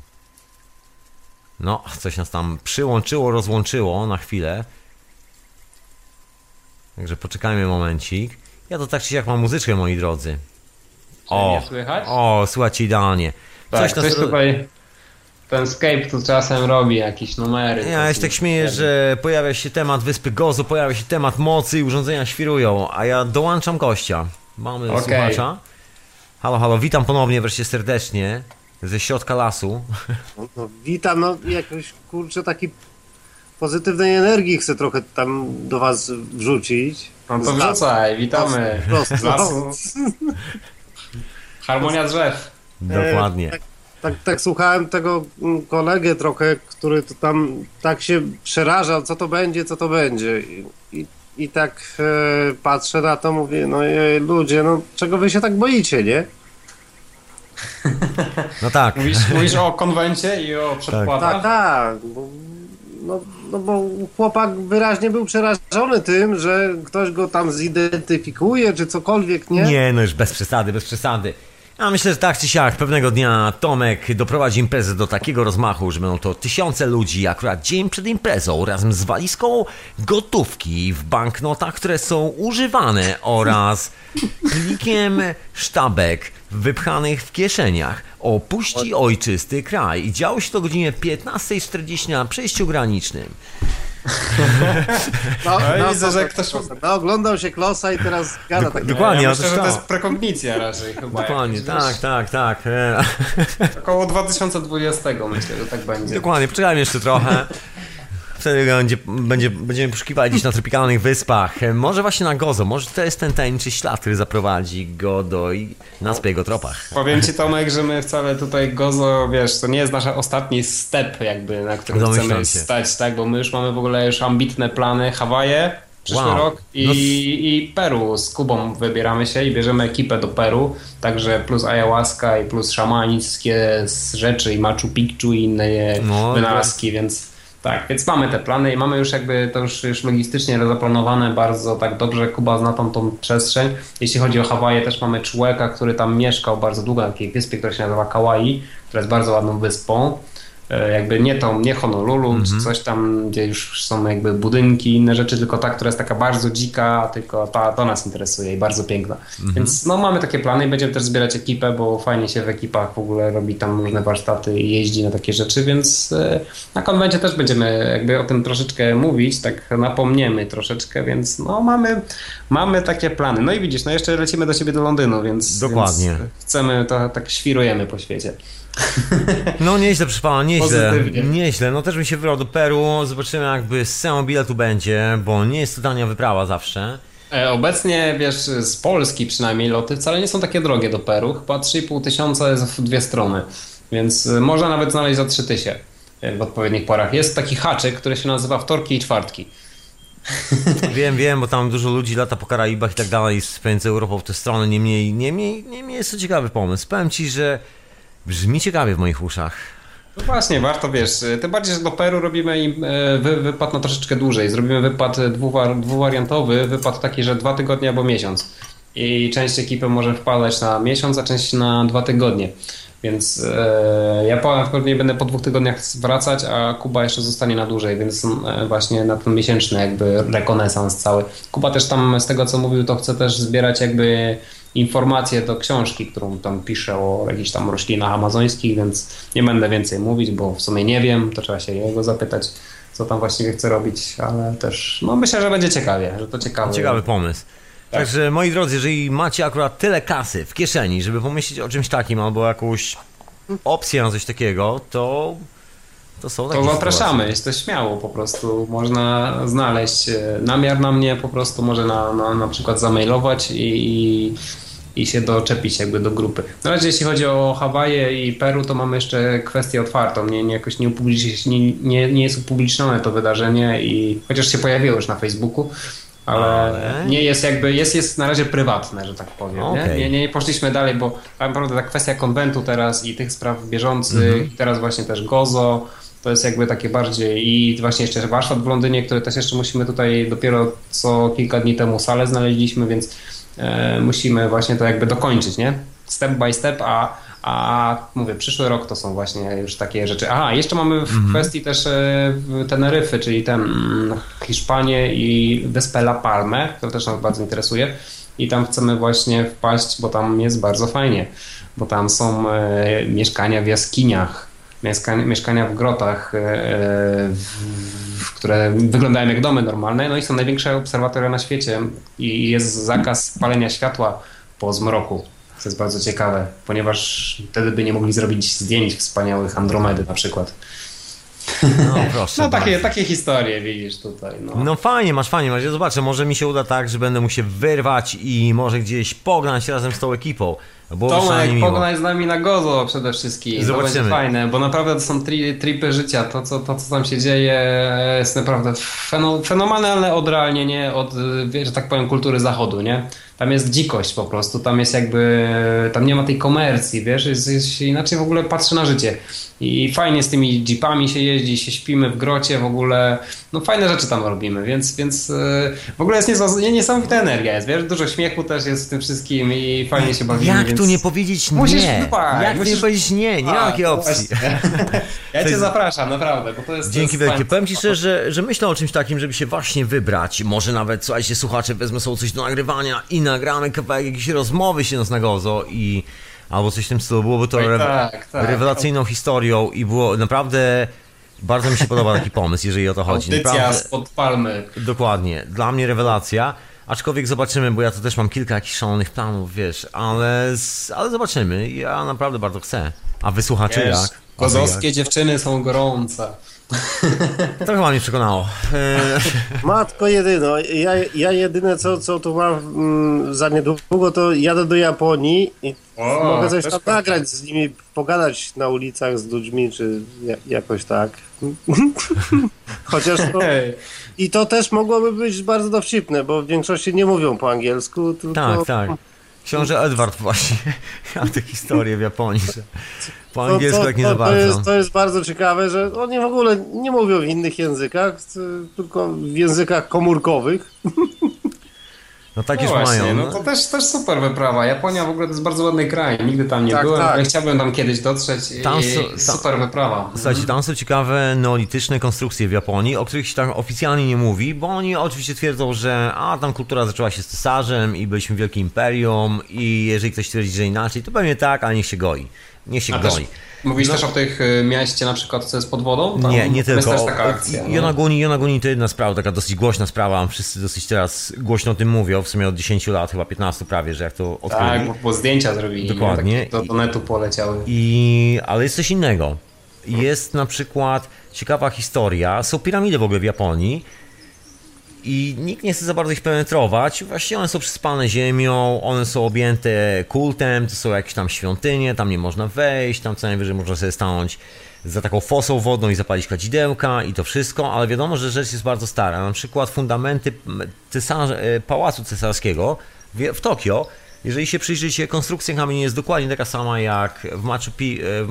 No, coś nas tam przyłączyło, rozłączyło na chwilę. Także poczekajmy momencik. Ja to tak czy siak mam muzyczkę, moi drodzy. O, nie słychać? o, słuchajcie, idealnie. Tak, nas coś ro- tutaj, ten Skype tu czasem robi jakieś numery. Ja się tak śmieję, że pojawia się temat wyspy Gozo, pojawia się temat mocy i urządzenia świrują, a ja dołączam gościa. Mamy Okej. słuchacza. Halo, halo, witam ponownie wreszcie serdecznie ze środka lasu. No, no, witam, no jakoś kurczę taki pozytywnej energii chcę trochę tam do was wrzucić. No to Z lasu. wrzucaj, witamy. Prosto. Z lasu. Harmonia drzew. Dokładnie. Tak, tak, tak słuchałem tego mm, kolegę trochę, który to tam tak się przerażał, co to będzie, co to będzie. I, i, i tak e, patrzę na to, mówię, no e, ludzie, no czego wy się tak boicie, nie? No tak. Mówisz, mówisz o konwencie i o przedpłatach? Tak, tak. Bo, no, no bo chłopak wyraźnie był przerażony tym, że ktoś go tam zidentyfikuje, czy cokolwiek, nie? Nie, no już bez przesady, bez przesady. Ja myślę, że tak czy siak, pewnego dnia Tomek doprowadzi imprezę do takiego rozmachu, że będą to tysiące ludzi akurat dzień przed imprezą razem z walizką gotówki w banknotach, które są używane oraz plikiem sztabek wypchanych w kieszeniach. Opuści ojczysty kraj. I działo się to o godzinie piętnasta czterdzieści na przejściu granicznym. No, No, no, widzę, że no, ktoś... no, oglądał się Klosa i teraz gada takie... Dokładnie, Ja ja myślę, też że to to. jest prekognicja raczej chyba. Dokładnie, jakaś, tak, wiesz, tak, tak. E, Około dwa tysiące dwudziestego myślę, że tak będzie. Dokładnie, poczekajmy jeszcze trochę. Wtedy będzie, będzie, będziemy poszukiwali gdzieś na tropikalnych wyspach. E, Może właśnie na Gozo, może to jest ten tajemniczy ślad, który zaprowadzi go do i nas po jego tropach. Powiem ci, Tomek, że my wcale tutaj Gozo, wiesz, to nie jest nasz ostatni step jakby, na którym Domyślam chcemy się. stać, tak, bo my już mamy w ogóle już ambitne plany. Hawaje przyszły Wow. rok i, No i Peru. Z Kubą wybieramy się i bierzemy ekipę do Peru, także plus ayahuasca i plus szamańskie rzeczy i Machu Picchu i inne No, wynalazki, więc... Tak, więc mamy te plany i mamy już jakby to już, już logistycznie zaplanowane bardzo tak dobrze. Kuba zna tą, tą przestrzeń. Jeśli chodzi o Hawaje, też mamy człowieka, który tam mieszkał bardzo długo na takiej wyspie, która się nazywa Kauai, która jest bardzo ładną wyspą. E, Jakby nie tą, nie Honolulu, Mhm. czy coś tam, gdzie już są jakby budynki, inne rzeczy, tylko ta, która jest taka bardzo dzika, tylko ta, to nas interesuje i bardzo piękna. Mhm. Więc no mamy takie plany i będziemy też zbierać ekipę, bo fajnie się w ekipach w ogóle robi tam różne warsztaty i jeździ na takie rzeczy, więc e, na konwencie też będziemy jakby o tym troszeczkę mówić, tak napomniemy troszeczkę, więc no mamy, mamy takie plany. No i widzisz, no jeszcze lecimy do ciebie do Londynu, więc, Dokładnie. więc chcemy, to tak świrujemy po świecie. No nieźle, proszę pana, nieźle, Pozytywnie. nieźle. No też bym się wybrał do Peru, zobaczymy jakby z całą biletu będzie, bo nie jest to tania wyprawa zawsze. E, Obecnie, wiesz, z Polski przynajmniej loty wcale nie są takie drogie do Peru. Chyba trzy i pół tysiąca jest w dwie strony, więc e, można nawet znaleźć za trzy tysiące w odpowiednich porach. Jest taki haczyk, który się nazywa wtorki i czwartki. Wiem, wiem, bo tam dużo ludzi lata po Karaibach i tak dalej, spędza Europą w tę stronę, niemniej, niemniej, niemniej jest to ciekawy pomysł. Powiem ci, że brzmi ciekawie w moich uszach. No właśnie, warto, wiesz, tym bardziej, że do Peru robimy im e, wy, wypad na troszeczkę dłużej. Zrobimy wypad dwuwar, dwuwariantowy, wypad taki, że dwa tygodnie albo miesiąc. I część ekipy może wpadać na miesiąc, a część na dwa tygodnie. Więc e, ja prawdopodobnie będę po dwóch tygodniach wracać, a Kuba jeszcze zostanie na dłużej, więc e, właśnie na ten miesięczny jakby rekonesans cały. Kuba też tam z tego co mówił, to chce też zbierać jakby informacje do książki, którą tam pisze o jakichś tam roślinach amazońskich, więc nie będę więcej mówić, bo w sumie nie wiem, to trzeba się jego zapytać, co tam właściwie chce robić, ale też no myślę, że będzie ciekawie, że to ciekawe. Ciekawy pomysł. Tak. Także moi drodzy, jeżeli macie akurat tyle kasy w kieszeni, żeby pomyśleć o czymś takim albo jakąś opcję na coś takiego, to to są takie To zapraszamy, sytuacje. jest to śmiało po prostu, można znaleźć e, namiar na mnie, po prostu może na, na, na przykład zamailować i, i, i się doczepić jakby do grupy. Na razie jeśli chodzi o Hawaje i Peru, to mamy jeszcze kwestię otwartą, nie, nie, jakoś nie, upublicz- nie, nie, nie jest upublicznione to wydarzenie i chociaż się pojawiło już na Facebooku, ale, Ale? nie jest jakby, jest, jest na razie prywatne, że tak powiem. Okej. Nie? Nie, nie, nie poszliśmy dalej, bo tak naprawdę ta kwestia konwentu teraz i tych spraw bieżących, Mhm. i teraz właśnie też Gozo, to jest jakby takie bardziej i właśnie jeszcze warsztat w Londynie, który też jeszcze musimy tutaj dopiero co kilka dni temu salę znaleźliśmy, więc e, musimy właśnie to jakby dokończyć, nie? Step by step, a, a mówię, przyszły rok to są właśnie już takie rzeczy. Aha, jeszcze mamy w kwestii też e, Teneryfy, czyli ten mm, Hiszpanię i wyspę La Palmę, która też nas bardzo interesuje i tam chcemy właśnie wpaść, bo tam jest bardzo fajnie, bo tam są e, mieszkania w jaskiniach, Mieszkania, mieszkania w grotach, e, w, w, które wyglądają jak domy normalne, no i są największe obserwatoria na świecie i jest zakaz palenia światła po zmroku, co jest bardzo ciekawe, ponieważ wtedy by nie mogli zrobić zdjęć wspaniałych Andromedy na przykład. No proszę. No takie, bardzo. takie historie widzisz tutaj. No. No fajnie, masz fajnie, masz. Ja zobaczę, może mi się uda tak, że będę mu się wyrwać i może gdzieś pognać razem z tą ekipą. Było Tomek, szalenie miło. pognaj z nami na Gozo przede wszystkim. Zobaczymy. To będzie fajne, bo naprawdę to są tri, tripy życia. To co, to, co tam się dzieje, jest naprawdę feno, fenomenalne odrealnienie od, że tak powiem, kultury zachodu, nie? Tam jest dzikość po prostu, tam jest jakby, tam nie ma tej komercji, wiesz, jest, jest, inaczej w ogóle patrzy na życie. I fajnie z tymi jeepami się jeździ, się śpimy w grocie w ogóle, no fajne rzeczy tam robimy, więc, więc w ogóle jest niezła, niesamowita energia jest, wiesz, dużo śmiechu też jest w tym wszystkim i fajnie się bawimy. Jak więc... więc... tu nie powiedzieć nie? Musisz, dbaj, Jak musisz... tu nie powiedzieć nie? Nie ma takiej opcji. Ja cię jest... zapraszam, naprawdę, bo to jest... Dzięki to jest wielkie. Powiem ci szczerze, że, że myślę o czymś takim, żeby się właśnie wybrać. Może nawet, słuchajcie, słuchacze, wezmę sobie coś do nagrywania i nagramy kawałek jakiejś rozmowy się na gozo i... Albo coś w tym stylu. Byłoby to Oj, re... tak, tak. rewelacyjną historią i było naprawdę... Bardzo mi się podoba taki pomysł, jeżeli o to chodzi. Audycja Naprawdę... spod palmy. Dokładnie. Dla mnie rewelacja. Aczkolwiek zobaczymy, bo ja tu też mam kilka jakichś szalonych planów, wiesz, ale, ale zobaczymy. Ja naprawdę bardzo chcę. A wy słuchacze Wiesz, jak? kozowskie dziewczyny są gorące. To chyba mnie przekonało. E... Matko jedyno, ja, ja jedyne co, co tu mam mm, za niedługo, to jadę do Japonii i O, mogę coś też tam nagrać z nimi, pogadać na ulicach z ludźmi, czy ja, jakoś tak. Chociaż to, i to też mogłoby być bardzo dowcipne, bo w większości nie mówią po angielsku, tylko... Tak, tak. Książę Edward właśnie miał tę historię w Japonii, że po angielsku to, jak nie to, za to, bardzo. jest, to jest bardzo ciekawe, że oni w ogóle nie mówią w innych językach, tylko w językach komórkowych. No tak No już właśnie, mają. no to też, też super wyprawa. Japonia w ogóle to jest bardzo ładny kraj. Nigdy tam nie Tak, byłem, tak. ale chciałbym tam kiedyś dotrzeć Tam i są- tam- super wyprawa. Słuchajcie, tam są ciekawe neolityczne konstrukcje w Japonii, o których się tak oficjalnie nie mówi, bo oni oczywiście twierdzą, że a tam kultura zaczęła się z cesarzem i byliśmy wielkim imperium i jeżeli ktoś twierdzi, że inaczej, to pewnie tak, ale niech się goi. Niech się A też, goi. mówisz No. też o tych y, mieście na przykład, co jest pod wodą? Tam Nie, nie to jest tylko. też taka akcja. no. Yonaguni, Yonaguni to jedna sprawa, taka dosyć głośna sprawa. Wszyscy dosyć teraz głośno o tym mówią, w sumie od dziesięciu lat, chyba piętnastu prawie, że jak to odkryli. Tak, bo, bo zdjęcia zrobili. Dokładnie. Nie? Takie do, do netu poleciały. I, ale jest coś innego. Jest na przykład ciekawa historia. Są piramidy w ogóle w Japonii i nikt nie chce za bardzo ich penetrować. Właściwie one są przyspane ziemią, one są objęte kultem, to są jakieś tam świątynie, tam nie można wejść, tam co najwyżej można sobie stanąć za taką fosą wodną i zapalić kadzidełka i to wszystko, ale wiadomo, że rzecz jest bardzo stara. Na przykład fundamenty cesarza, pałacu cesarskiego w, w Tokio, jeżeli się przyjrzycie, konstrukcja kamieni jest dokładnie taka sama jak w Machu Pi, w,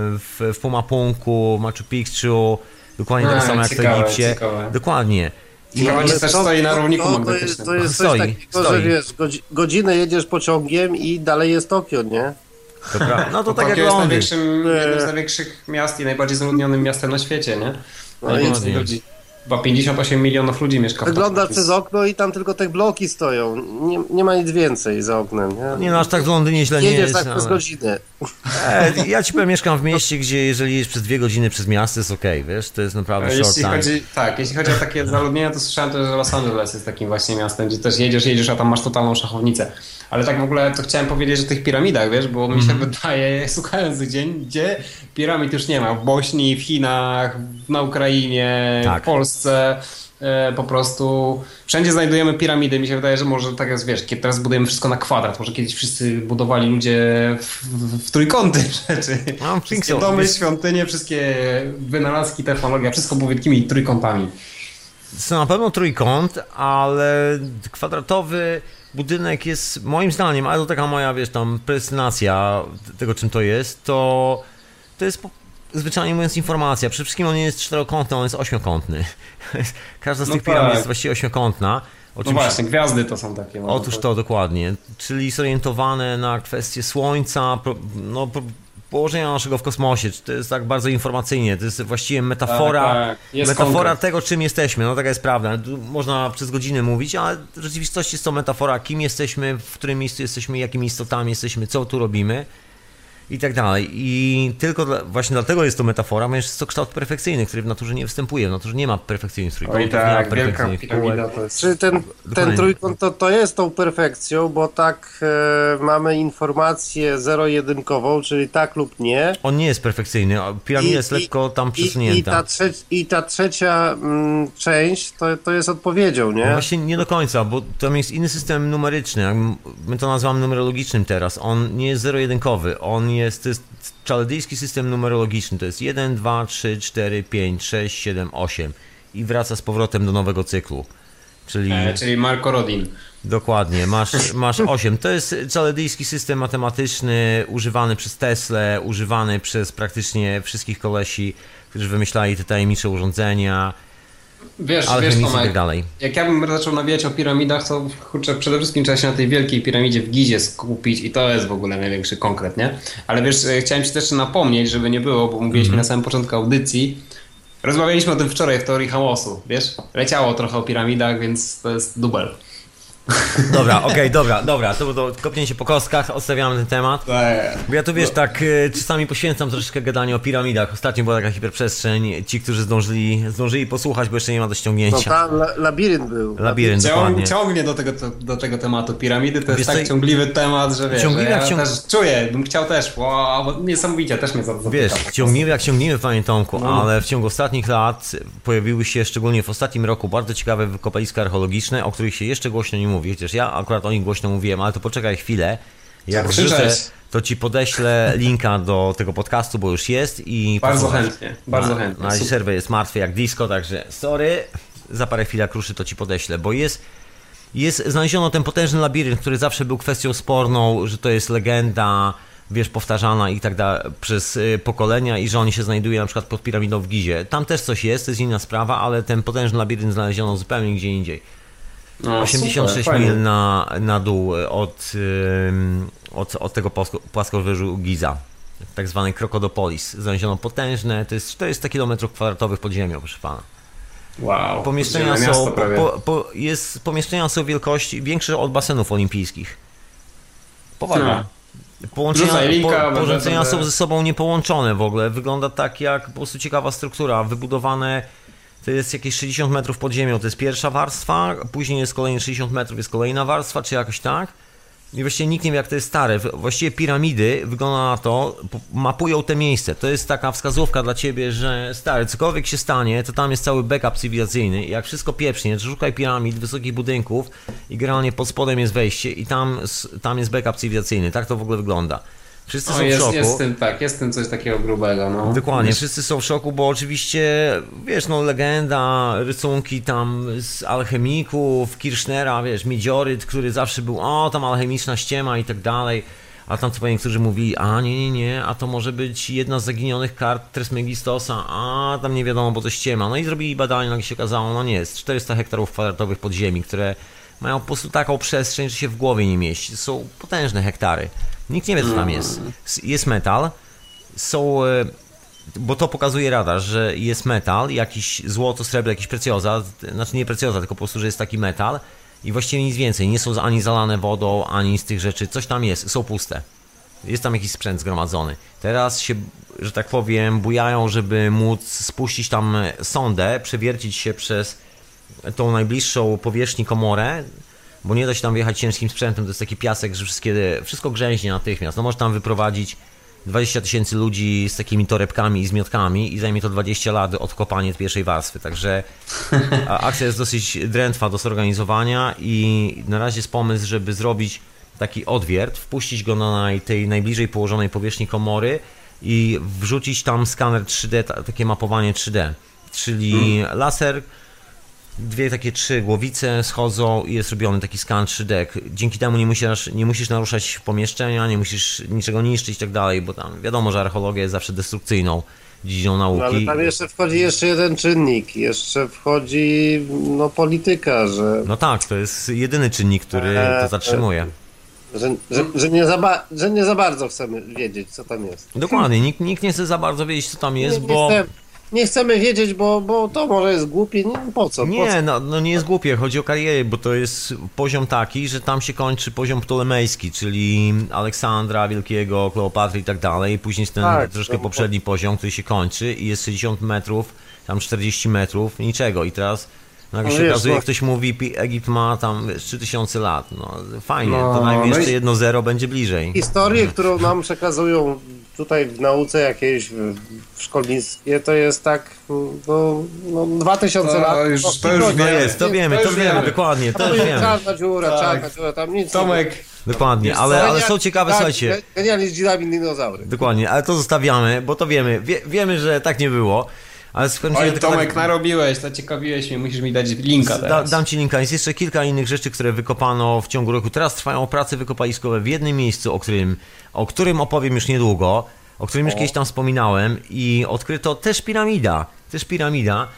w, w Pumapunku, w Machu Picchu, dokładnie taka A, sama jak ciekawe, w Egipcie. ciekawe. Dokładnie. I Ciekawe, Ale że też to- stoi na to- równiku to, to magnetycznym. jest, to jest coś Stoi, takiego, stoi. że wiesz, godzi- godzinę jedziesz pociągiem i dalej jest Tokio, nie? To pra... No to tak jak Tokio jest Londyn. największym, Nie. jednym z największych miast i najbardziej zaludnionym miastem na świecie, nie? Najwięcej dokładnie. ludzi. Chyba pięćdziesiąt osiem milionów ludzi mieszka w Wygląda Tokio, przez więc- okno i tam tylko te bloki stoją. Nie, nie ma nic więcej za oknem, nie? Nie no, aż tak w Londynie źle nie Jedziesz jest. tak przez ale- godzinę. E, ja ci powiem, mieszkam w mieście, gdzie jeżeli jedziesz przez dwie godziny przez miasto, jest okej, wiesz, to jest naprawdę short Jeśli time. chodzi, tak, jeśli chodzi o takie zaludnienia, to słyszałem też, że Los Angeles jest takim właśnie miastem, gdzie też jedziesz, jedziesz, a tam masz totalną szachownicę. Ale tak w ogóle to chciałem powiedzieć o tych piramidach, wiesz, bo mi się Mhm. wydaje, słuchając dzień, gdzie piramid już nie ma. W Bośni, w Chinach, na Ukrainie, Tak. w Polsce. E, po prostu wszędzie znajdujemy piramidy. Mi się wydaje, że może tak jest, wiesz, kiedy teraz budujemy wszystko na kwadrat. Może kiedyś wszyscy budowali ludzie w, w, w trójkąty rzeczy. No, Wszystkie so. domy, Wiesz- świątynie, wszystkie wynalazki, technologia, wszystko było wielkimi trójkątami. Są na pewno trójkąt, ale kwadratowy budynek jest moim zdaniem, ale to taka moja, wiesz, tam prestynacja tego, czym to jest, to to jest po- zwyczajnie mówiąc informacja. Przede wszystkim on nie jest czterokątny, on jest ośmiokątny. Każda z No tych tak. piramid jest właściwie ośmiokątna. O No czym właśnie, gwiazdy to są takie. no Otóż to dokładnie, czyli zorientowane na kwestie Słońca, pro, no, pro, położenia naszego w kosmosie. To jest tak bardzo informacyjnie, to jest właściwie metafora, Tak, tak. Jest metafora konkret. tego, czym jesteśmy. No taka jest prawda. Tu można przez godzinę mówić, ale w rzeczywistości jest to metafora, kim jesteśmy, w którym miejscu jesteśmy, jakimi istotami jesteśmy, co tu robimy i tak dalej. I tylko dla, właśnie dlatego jest to metafora, ponieważ jest to kształt perfekcyjny, który w naturze nie występuje. W naturze nie ma perfekcyjnych Oj trójkątów, nie ma tak, wielka perfekcyjnych piramida kółek. to jest... Czy ten, Dokładnie. ten trójkąt to, to jest tą perfekcją, bo tak e, mamy informację zero-jedynkową, czyli tak lub nie. On nie jest perfekcyjny, a piramida I- jest i- lekko tam I, przesunięta. i, ta, trze- I ta trzecia mm, część to, to jest odpowiedzią, No nie? właśnie nie do końca, bo tam jest inny system numeryczny, jak m- my to nazywamy numerologicznym teraz. On nie jest zero-jedynkowy, on jest, to jest czarodziejski system numerologiczny, to jest jeden, dwa, trzy, cztery, pięć, sześć, siedem, osiem i wraca z powrotem do nowego cyklu. Czyli E, czyli Marco Rodin. dokładnie, masz, masz osiem. To jest czarodziejski system matematyczny używany przez Teslę, używany przez praktycznie wszystkich kolesi, którzy wymyślali te tajemnicze urządzenia. Wiesz, alchemicy wiesz, i tak dalej. Jak ja bym zaczął nawijać o piramidach, to kurczę, przede wszystkim trzeba się na tej wielkiej piramidzie w Gizie skupić i to jest w ogóle największy konkret, nie? Ale wiesz, chciałem ci też napomnieć, żeby nie było, bo mówiliśmy mm. na samym początku audycji, rozmawialiśmy o tym wczoraj w teorii chaosu, wiesz? Leciało trochę o piramidach, więc to jest dubel. Dobra, okej, okay, dobra, dobra, to było kopnięcie po kostkach, odstawiamy ten temat. Bo ja tu wiesz, tak czasami poświęcam troszeczkę gadanie o piramidach. Ostatnio była taka hiperprzestrzeń, ci, którzy zdążyli, zdążyli posłuchać, bo jeszcze nie ma do ściągnięcia. No tam la, labirynt był. Labirynt, Ciąg, dokładnie. Ciągnie do tego, do tego tematu. Piramidy to Wiesz, jest tak co, ciągliwy temat, że wiesz, ciągliwy, że ja ciąg... też czuję, bym chciał też, wow, bo niesamowicie, też mnie zapytał. Wiesz, ciągniwy jak ciągniwy, panie Tomku, no. Ale w ciągu ostatnich lat pojawiły się, szczególnie w ostatnim roku, bardzo ciekawe wykopaliska archeologiczne, o których się jeszcze głośno nie mówi, chociaż ja akurat o nich głośno mówiłem, ale to poczekaj chwilę. Jak wrzucę, to ci podeślę linka do tego podcastu, bo już jest i... Bardzo chętnie, bardzo na, chętnie. Na razie serwer jest martwy jak disco, także sorry, za parę chwil jak ruszy, to ci podeślę, bo jest... Jest, znaleziono ten potężny labirynt, który zawsze był kwestią sporną, że to jest legenda, wiesz, powtarzana i tak dalej przez y, pokolenia i że on się znajduje na przykład pod piramidą w Gizie. Tam też coś jest, to jest inna sprawa, ale ten potężny labirynt znaleziono zupełnie gdzie indziej. No, osiemdziesiąt sześć super, mil na, na dół od, od, od tego płaskowyżu Giza, tak zwany Krokodopolis. Znaleziono potężne, to jest czterysta kilometrów kwadratowych pod ziemią, proszę pana. Wow. Pomieszczenia są, po, po, po, jest, pomieszczenia są wielkości większe od basenów olimpijskich. Powaga. Połączenia, linka, po, połączenia są ze sobą niepołączone w ogóle. Wygląda tak jak po prostu ciekawa struktura. Wybudowane to jest jakieś sześćdziesiąt metrów pod ziemią. To jest pierwsza warstwa, później jest kolejne sześćdziesiąt metrów, jest kolejna warstwa, czy jakoś tak. I właściwie nikt nie wie, jak to jest stare. Właściwie piramidy, wygląda na to, mapują te miejsce. To jest taka wskazówka dla ciebie, że stary, cokolwiek się stanie, to tam jest cały backup cywilizacyjny. I jak wszystko pieprznie, to szukaj piramid, wysokich budynków i generalnie pod spodem jest wejście i tam, tam jest backup cywilizacyjny. Tak to w ogóle wygląda. Wszyscy o, są jest, w szoku. Jest w tym, tak, jest w tym coś takiego grubego. No. Dokładnie, wszyscy są w szoku, bo oczywiście, wiesz, no legenda, rysunki tam z alchemików, Kirchnera, wiesz, miedzioryt, który zawsze był, o, tam alchemiczna ściema i tak dalej, a tam co pewnie niektórzy mówili, a nie, nie, nie, a to może być jedna z zaginionych kart Trismegistosa, a tam nie wiadomo, bo to ściema. No i zrobili badania, nagle się okazało, no nie, jest czterysta hektarów kwadratowych podziemi, które mają po prostu taką przestrzeń, że się w głowie nie mieści. To są potężne hektary. Nikt nie wie, co tam jest. Jest metal, są, bo to pokazuje radar, że jest metal, jakiś złoto, srebro, jakiś precjoza, znaczy nie precjoza, tylko po prostu, że jest taki metal i właściwie nic więcej. Nie są ani zalane wodą, ani z tych rzeczy. Coś tam jest, są puste. Jest tam jakiś sprzęt zgromadzony. Teraz się, że tak powiem, bujają, żeby móc spuścić tam sondę, przewiercić się przez tą najbliższą powierzchni komorę, bo nie da się tam wjechać ciężkim sprzętem, to jest taki piasek, że wszystkie, wszystko grzęźnie natychmiast. No może tam wyprowadzić dwadzieścia tysięcy ludzi z takimi torebkami i zmiotkami i zajmie to dwadzieścia lat odkopanie pierwszej warstwy, także akcja jest dosyć drętwa do zorganizowania i na razie jest pomysł, żeby zrobić taki odwiert, wpuścić go na tej najbliżej położonej powierzchni komory i wrzucić tam skaner trzy D, takie mapowanie trzy D, czyli hmm. laser, dwie takie trzy głowice schodzą i jest robiony taki skan trzy D. Dzięki temu nie musisz, nie musisz naruszać pomieszczenia, nie musisz niczego niszczyć i tak dalej, bo tam wiadomo, że archeologia jest zawsze destrukcyjną dziedziną nauki. No, ale tam jeszcze wchodzi jeszcze jeden czynnik, jeszcze wchodzi no polityka, że... No tak, to jest jedyny czynnik, który to zatrzymuje. Że, że, że, nie za ba, że nie za bardzo chcemy wiedzieć, co tam jest. Dokładnie, nikt, nikt nie chce za bardzo wiedzieć, co tam jest, nie, bo... Nie chcę... Nie chcemy wiedzieć, bo, bo to może jest głupie, nie, po co? Po nie, co? No, no nie jest głupie, chodzi o karierę, bo to jest poziom taki, że tam się kończy poziom ptolemejski, czyli Aleksandra Wielkiego, Kleopatry i tak dalej, później jest ten tak, troszkę no, poprzedni poziom, który się kończy i jest sześćdziesiąt metrów, tam czterdzieści metrów, niczego i teraz nagle no się wiesz, okazuje, no... ktoś mówi, Egipt ma tam trzy tysiące lat, no fajnie, no, to najmniej no jeszcze i... jedno zero będzie bliżej. Historię, którą nam przekazują tutaj w nauce jakiejś, w szkolnictwie, to jest tak, no, no dwa tysiące to lat. Już, to, to już no jest, to wiemy, to, to wiemy, wiemy, dokładnie, to już wiemy. Czarna dziura, tak. czarna dziura, tam nic. Tomek. Dokładnie, ale, ale są ciekawe, tak, słuchajcie. Genialnie z dzidami dinozaury. Dokładnie, ale to zostawiamy, bo to wiemy, Wie, wiemy, że tak nie było. Ale Oj, Tomek, tak... narobiłeś, zaciekawiłeś mnie, musisz mi dać linka teraz. Da, dam ci linka. Jest jeszcze kilka innych rzeczy, które wykopano w ciągu roku. Teraz trwają prace wykopaliskowe w jednym miejscu, o którym, o którym opowiem już niedługo. o którym już O. kiedyś tam wspominałem i odkryto też piramida. Też piramida.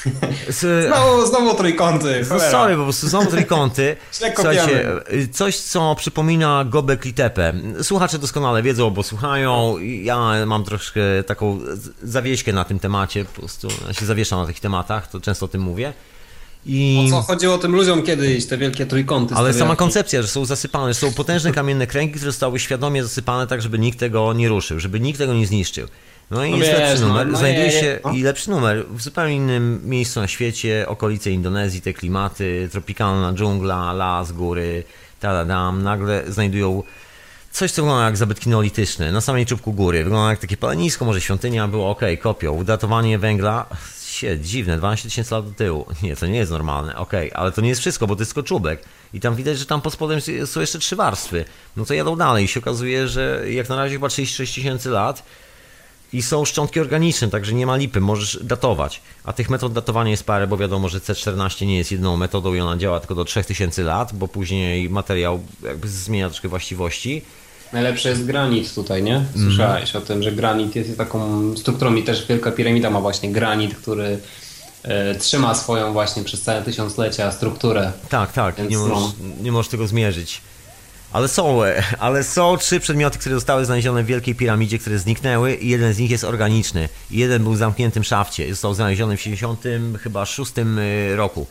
Z, Znowu, znowu trójkąty. no cholera. sorry, po prostu znowu trójkąty. Źle kopiamy. Słuchajcie, coś co przypomina Göbekli Tepe. Słuchacze doskonale wiedzą, bo słuchają. Ja mam troszkę taką zawieśkę na tym temacie, po prostu ja się zawieszam na tych tematach, to często o tym mówię. I... O co chodziło tym ludziom kiedyś, te wielkie trójkąty? Ale sama stawiaki? koncepcja, że są zasypane, że są potężne kamienne kręgi, które zostały świadomie zasypane tak, żeby nikt tego nie ruszył, żeby nikt tego nie zniszczył. No i No jest wiesz, lepszy no, numer, no znajduje je- się no. i lepszy numer w zupełnie innym miejscu na świecie, okolice Indonezji, te klimaty, tropikalna dżungla, las, góry, tadadam, nagle znajdują coś, co wygląda jak zabytki neolityczne, na samej czubku góry, wygląda jak takie palenisko, może świątynia, było ok, kopią, datowanie węgla, się, dziwne, dwanaście tysięcy lat do tyłu, nie, to nie jest normalne, ok, ale to nie jest wszystko, bo to jest tylko czubek i tam widać, że tam pod spodem są jeszcze trzy warstwy, no to jadą dalej i się okazuje, że jak na razie chyba trzydzieści sześć tysięcy lat i są szczątki organiczne, także nie ma lipy, możesz datować. A tych metod datowania jest parę, bo wiadomo, że C czternaście nie jest jedną metodą i ona działa tylko do trzech tysięcy lat, bo później materiał jakby zmienia troszkę właściwości. Najlepszy jest granit tutaj, nie? Słyszałeś o tym, że granit jest taką strukturą i też Wielka Piramida ma właśnie granit, który e, trzyma swoją właśnie przez całe tysiąclecia strukturę. Tak, tak, Więc nie możesz, no. nie możesz tego zmierzyć. Ale są, e, ale są trzy przedmioty, które zostały znalezione w Wielkiej Piramidzie, które zniknęły i jeden z nich jest organiczny. I jeden był w zamkniętym szafcie. Został znaleziony w siedemdziesiątym chyba szóstym roku.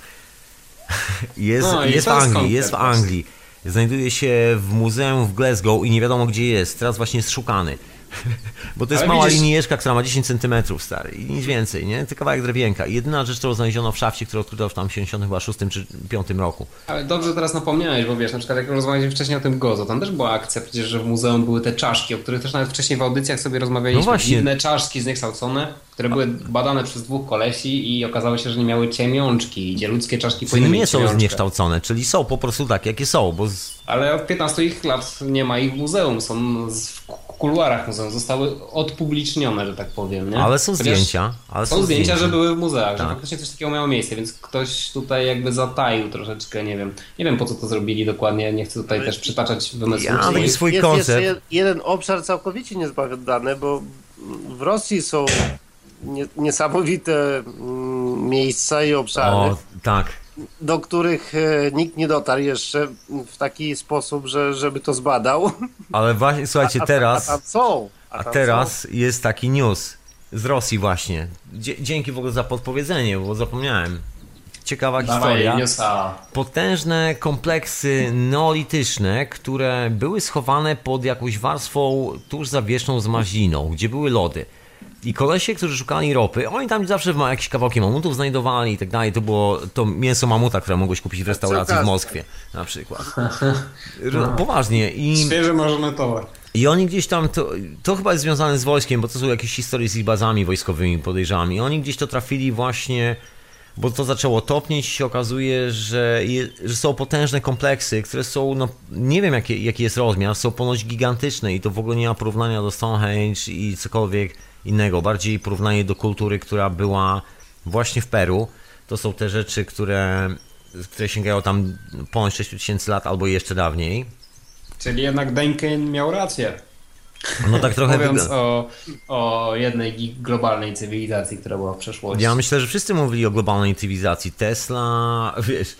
Jest, No i jest w to jest Anglii, koncept jest w Anglii. Znajduje się w muzeum w Glasgow i nie wiadomo gdzie jest. Teraz właśnie jest szukany. Bo to jest Ale mała widzisz- linijeczka, która ma dziesięć centymetrów, stary. I nic więcej, nie? To kawałek drewienka. I jedyna rzecz, którą znaleziono w szafcie, którą odkryto w tam siedemdziesiątym szóstym czy piątym roku. Ale dobrze teraz napomniałeś, bo wiesz, na przykład jak rozmawialiśmy wcześniej o tym Gozo, tam też była akcja przecież, że w muzeum były te czaszki, o których też nawet wcześniej w audycjach sobie rozmawialiśmy. No właśnie. Dziwne czaszki zniekształcone, które były badane przez dwóch kolesi i okazało się, że nie miały ciemiążki, gdzie ludzkie czaszki Czyli powinny nie mieć są ciemiążkę. zniekształcone, czyli są po prostu tak, jakie są, bo z... Ale od piętnastu ich lat nie ma ich w muzeum, są z- w kuluarach muzeum, zostały odpublicznione, że tak powiem, nie? ale są Chociaż zdjęcia. Ale Są zdjęcia, że były w muzeach, że Tak. faktycznie coś takiego miało miejsce, więc ktoś tutaj jakby zataił troszeczkę, nie wiem. Nie wiem po co to zrobili dokładnie, nie chcę tutaj też przytaczać wymysłów. Ja mam taki swoich. swój jest koncept. jeszcze jed- jeden obszar całkowicie niezbadany, bo w Rosji są nie, niesamowite mm, miejsca i obszary, O, tak. do których e, nikt nie dotarł jeszcze w taki sposób, że, żeby to zbadał. Ale właśnie, słuchajcie, A, a, teraz, a tam są. a tam teraz jest taki news z Rosji właśnie. Dzie- Dzięki w ogóle za podpowiedzenie, bo zapomniałem. Ciekawa Dawaj, historia. newsa. Potężne kompleksy neolityczne, które były schowane pod jakąś warstwą tuż zawieszną z maźliną, gdzie były lody. I kolesie, którzy szukali ropy, oni tam zawsze ma jakieś kawałki mamutów znajdowali i tak dalej. To było to mięso mamuta, które mogłeś kupić w restauracji w Moskwie na przykład. R- Poważnie. I, Świeży możemy towar. I oni gdzieś tam, to, to chyba jest związane z wojskiem, bo to są jakieś historie z ich bazami wojskowymi, podejrzewam. I oni gdzieś to trafili właśnie, bo to zaczęło topnieć i się okazuje, że, je, że są potężne kompleksy, które są, no nie wiem jaki, jaki jest rozmiar, są ponoć gigantyczne i to w ogóle nie ma porównania do Stonehenge i cokolwiek innego. Bardziej porównanie do kultury, która była właśnie w Peru. To są te rzeczy, które, które sięgają tam ponad sześć tysięcy lat albo jeszcze dawniej. Czyli jednak Dękin miał rację. No tak trochę Mówiąc wygląda. o, o jednej gi- globalnej cywilizacji, która była w przeszłości. Ja myślę, że wszyscy mówili o globalnej cywilizacji. Tesla, wiesz.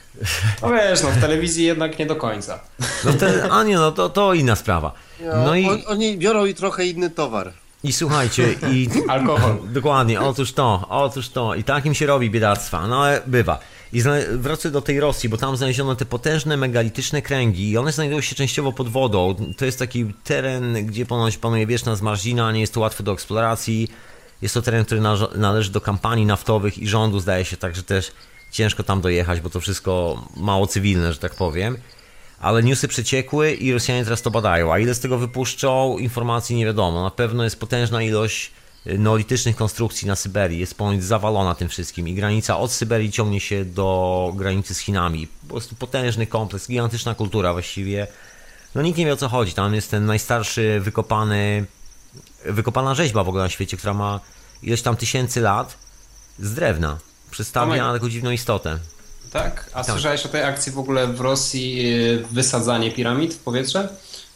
No wiesz, no w telewizji jednak nie do końca. No te, a nie, no to, to inna sprawa. No i, on, oni biorą i trochę inny towar. i słuchajcie, i Alkohol. dokładnie, otóż to, otóż to. I tak im się robi biedactwa, no ale bywa. I zna- wracam do tej Rosji, bo tam znaleziono te potężne, megalityczne kręgi i one znajdują się częściowo pod wodą. To jest taki teren, gdzie ponoć panuje wieczna zmarzlina, nie jest to łatwe do eksploracji. Jest to teren, który na- należy do kampanii naftowych i rządu, zdaje się, także też ciężko tam dojechać, bo to wszystko mało cywilne, że tak powiem. Ale newsy przeciekły i Rosjanie teraz to badają. A ile z tego wypuszczą, informacji nie wiadomo. Na pewno jest potężna ilość neolitycznych konstrukcji na Syberii. Jest ponoć zawalona tym wszystkim. I granica od Syberii ciągnie się do granicy z Chinami. Po prostu potężny kompleks, gigantyczna kultura właściwie. No nikt nie wie o co chodzi. Tam jest ten najstarszy wykopany, wykopana rzeźba w ogóle na świecie, która ma ileś tam tysięcy lat z drewna. Przedstawia Tomek. taką dziwną istotę. Tak? A Tak. słyszałeś o tej akcji w ogóle w Rosji, yy, wysadzanie piramid w powietrze?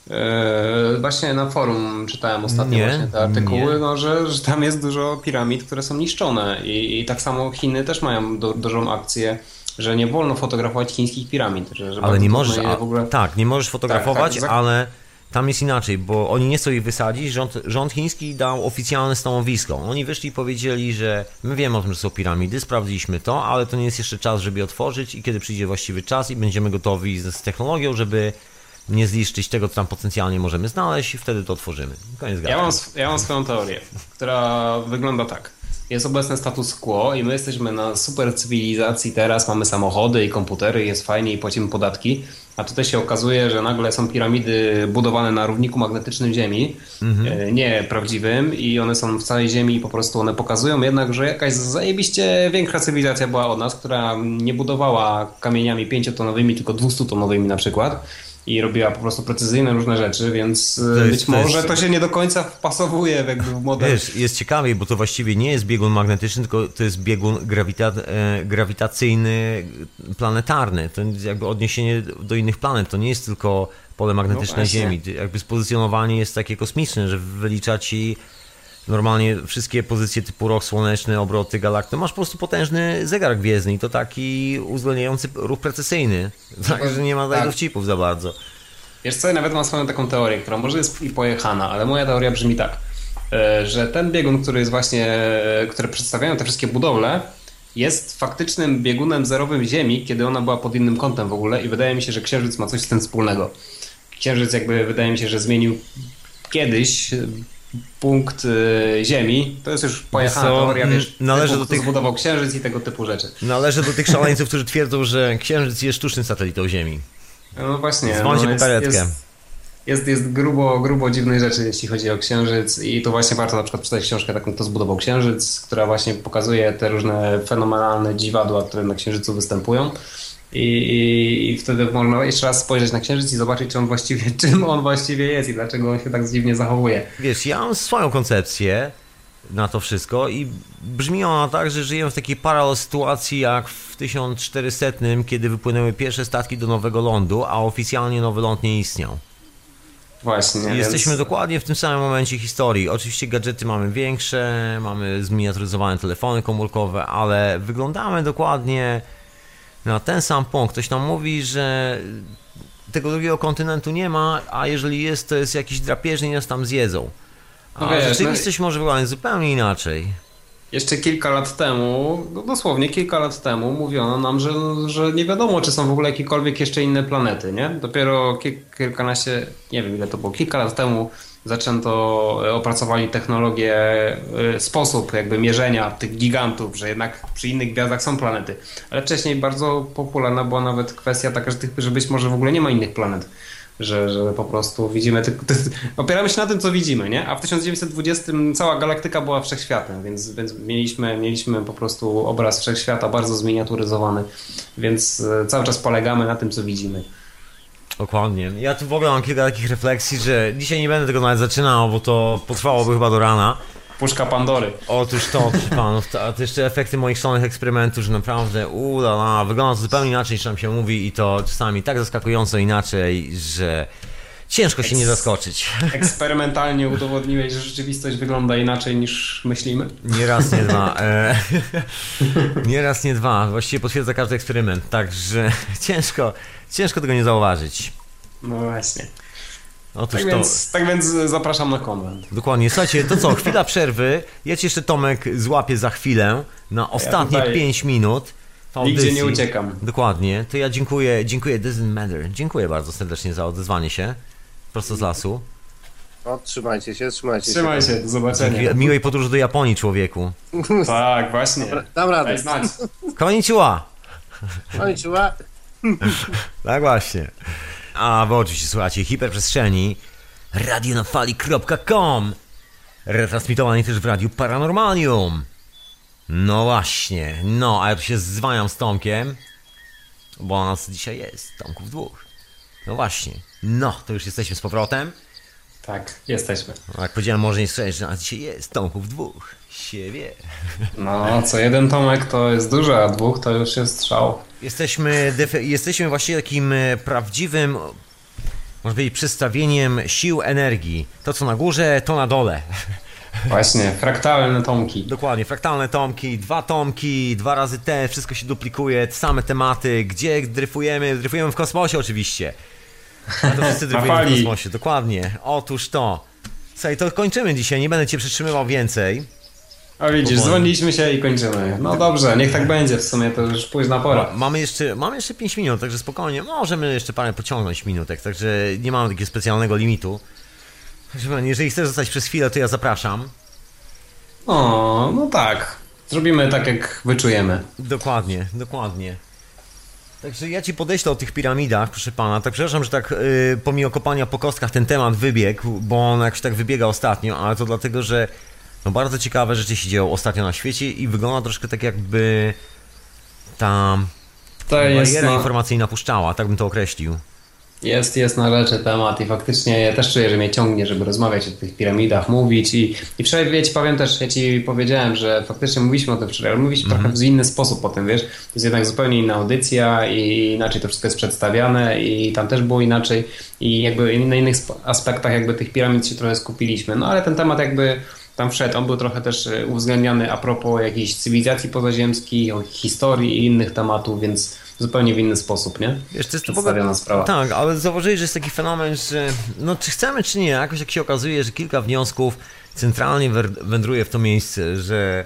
Eee, właśnie na forum czytałem ostatnio Nie, właśnie te artykuły, nie. no, że, że tam jest dużo piramid, które są niszczone i, i tak samo Chiny też mają du, dużą akcję, że nie wolno fotografować chińskich piramid. Że, że Ale nie bardzo możesz, trudno je a, w ogóle... tak, nie możesz fotografować, tak, tak, ale tam jest inaczej, bo oni nie chcą ich wysadzić, rząd, rząd chiński dał oficjalne stanowisko. Oni wyszli i powiedzieli, że my wiemy o tym, że są piramidy, sprawdziliśmy to, ale to nie jest jeszcze czas, żeby je otworzyć i kiedy przyjdzie właściwy czas i będziemy gotowi z, z technologią, żeby nie zniszczyć tego, co tam potencjalnie możemy znaleźć i wtedy to otworzymy. Koniec Ja gadki. mam, sw- ja mam swoją teorię, która wygląda tak. Jest obecny status quo i my jesteśmy na super cywilizacji teraz, mamy samochody i komputery, jest fajnie i płacimy podatki, a tutaj się okazuje, że nagle są piramidy budowane na równiku magnetycznym Ziemi, mhm. nie prawdziwym i one są w całej Ziemi i po prostu one pokazują jednak, że jakaś zajebiście większa cywilizacja była od nas, która nie budowała kamieniami pięciotonowymi, tylko dwustutonowymi na przykład. I robiła po prostu precyzyjne różne rzeczy, więc jest, być to może jest... to się nie do końca wpasowuje jakby w model. Wiesz, jest ciekawiej, bo to właściwie nie jest biegun magnetyczny, tylko to jest biegun grawita- e, grawitacyjny planetarny. To jest jakby odniesienie do innych planet. To nie jest tylko pole magnetyczne No Ziemi. Jakby spozycjonowanie jest takie kosmiczne, że wylicza ci normalnie wszystkie pozycje typu rok słoneczny, obroty galakty. Masz po prostu potężny zegar gwiezdny i to taki uwzględniający ruch precesyjny. Także nie ma tutaj tak. dowcipów za bardzo. Wiesz co, ja nawet mam swoją taką teorię, która może jest i pojechana, ale moja teoria brzmi tak, że ten biegun, który jest właśnie, które przedstawiają te wszystkie budowle, jest faktycznym biegunem zerowym Ziemi, kiedy ona była pod innym kątem w ogóle i wydaje mi się, że Księżyc ma coś z tym wspólnego. Księżyc jakby wydaje mi się, że zmienił kiedyś punkt Ziemi. To jest już pojechana Co, teoria, wiesz, należy typu, do tych... zbudował Księżyc i tego typu rzeczy. Należy do tych szaleńców, którzy twierdzą, że Księżyc jest sztucznym satelitą Ziemi. No właśnie. Dzwońcie no po karetkę. Jest, jest, jest grubo, grubo dziwnych rzeczy, jeśli chodzi o Księżyc i tu właśnie warto na przykład przeczytać książkę taką, kto zbudował Księżyc, która właśnie pokazuje te różne fenomenalne dziwadła, które na Księżycu występują. I, i, I wtedy można jeszcze raz spojrzeć na Księżyc i zobaczyć, czy on właściwie, czym on właściwie jest i dlaczego on się tak dziwnie zachowuje. Wiesz, ja mam swoją koncepcję na to wszystko i brzmi ona tak, że żyjemy w takiej paralel sytuacji jak w tysiąc czterysta, kiedy wypłynęły pierwsze statki do nowego lądu, a oficjalnie nowy ląd nie istniał. Właśnie. Jesteśmy więc... dokładnie w tym samym momencie historii. Oczywiście gadżety mamy większe, mamy zminiaturyzowane telefony komórkowe, ale wyglądamy dokładnie na ten sam punkt. Ktoś nam mówi, że tego drugiego kontynentu nie ma, a jeżeli jest, to jest jakiś drapieżny i nas tam zjedzą. A no wiesz, rzeczywistość no... może wyglądać zupełnie inaczej. Jeszcze kilka lat temu, no dosłownie kilka lat temu mówiono nam, że, że nie wiadomo, czy są w ogóle jakiekolwiek jeszcze inne planety, nie? Dopiero kil, kilkanaście, nie wiem ile to było, kilka lat temu zaczęto, opracowali technologię, sposób jakby mierzenia tych gigantów, że jednak przy innych gwiazdach są planety. Ale wcześniej bardzo popularna była nawet kwestia taka, że, tych, że być może w ogóle nie ma innych planet. Że, że po prostu widzimy, tylko, opieramy się na tym, co widzimy, nie? A w tysiąc dziewięćset dwudziestym cała galaktyka była wszechświatem, więc, więc mieliśmy, mieliśmy po prostu obraz wszechświata bardzo zminiaturyzowany, więc cały czas polegamy na tym, co widzimy. Dokładnie. Ja tu w ogóle mam kilka takich refleksji, że dzisiaj nie będę tego nawet zaczynał, bo to potrwałoby chyba do rana. Puszka Pandory. Otóż to, proszę panów, to, a to jeszcze efekty moich szalonych eksperymentów, że naprawdę ulala, wygląda to zupełnie inaczej niż nam się mówi i to czasami tak zaskakująco inaczej, że ciężko się nie zaskoczyć. Eksperymentalnie udowodniłeś, że rzeczywistość wygląda inaczej niż myślimy? Nie raz, nie dwa. E, nie raz, nie dwa. Właściwie potwierdza każdy eksperyment, także ciężko, ciężko tego nie zauważyć. No właśnie. Otóż tak, to... więc, tak więc zapraszam na konwent. Dokładnie. Słuchajcie, to co, chwila przerwy. Ja cię jeszcze, Tomek, złapię za chwilę na ostatnie ja pięć minut. Nigdzie nie uciekam. Dokładnie. To ja dziękuję, dziękuję Doesn't Matter. Dziękuję bardzo serdecznie za odezwanie się. Prosto z lasu. No, trzymajcie się, trzymajcie się. Trzymaj się, do zobaczenia. Dzięki, miłej podróży do Japonii, człowieku. Tak, właśnie. Dobra, dam radę. Daj znać. Konnichiwa! Konnichiwa. Tak właśnie. A wy oczywiście słuchacie hiperprzestrzeni radionafali kropka com, retransmitowany też w Radiu Paranormalium. No właśnie, no a ja tu się zwaniam z Tomkiem, bo nas dzisiaj jest, Tomków dwóch. No właśnie, no to już jesteśmy z powrotem. Tak, jesteśmy. Jak powiedziałem, może nie słyszeć, że nas dzisiaj jest, Tomków dwóch, się wie. No, co jeden Tomek to jest dużo, a dwóch to już jest strzał. Jesteśmy, jesteśmy właściwie takim prawdziwym można powiedzieć, przedstawieniem sił energii. To co na górze, to na dole. Właśnie, fraktalne tomki. Dokładnie, fraktalne tomki, dwa tomki, dwa razy te, wszystko się duplikuje, same tematy, gdzie dryfujemy, dryfujemy w kosmosie oczywiście. A to wszyscy dryfujemy w kosmosie, dokładnie. Otóż to. Słuchaj, to kończymy dzisiaj, nie będę cię przytrzymywał więcej. A widzisz, dzwoniliśmy się i kończymy. No dobrze, niech tak będzie, w sumie to już późna pora. Mamy jeszcze, mamy jeszcze pięć minut, także spokojnie, możemy jeszcze parę pociągnąć minutek, także nie mamy takiego specjalnego limitu. Jeżeli chcesz zostać przez chwilę, to ja zapraszam. O, no tak. Zrobimy tak, jak wyczujemy. Dokładnie, dokładnie. Także ja ci podeślę o tych piramidach, proszę pana. Tak przepraszam, że tak yy, pomimo kopania po kostkach ten temat wybiegł, bo on jakoś tak wybiega ostatnio, ale to dlatego, że no bardzo ciekawe rzeczy się dzieją ostatnio na świecie i wygląda troszkę tak, jakby ta to bariera jest no... informacyjna puszczała, tak bym to określił. Jest, jest na rzeczy temat i faktycznie ja też czuję, że mnie ciągnie, żeby rozmawiać o tych piramidach, mówić i, i wczoraj, ja ci powiem też, ja ci powiedziałem, że faktycznie mówiliśmy o tym wczoraj, ale mówiliśmy mm-hmm. trochę w inny sposób o tym, wiesz, to jest jednak zupełnie inna audycja i inaczej to wszystko jest przedstawiane i tam też było inaczej i jakby na innych aspektach jakby tych piramid się trochę skupiliśmy, no ale ten temat jakby tam wszedł, on był trochę też uwzględniany a propos jakiejś cywilizacji pozaziemskich, historii i innych tematów, więc zupełnie w inny sposób, nie? Wiesz, to jest przedstawiona sprawa. Tak, ale zauważyłeś, że jest taki fenomen, że no czy chcemy, czy nie, jakoś tak się okazuje, że kilka wniosków centralnie wędruje w to miejsce, że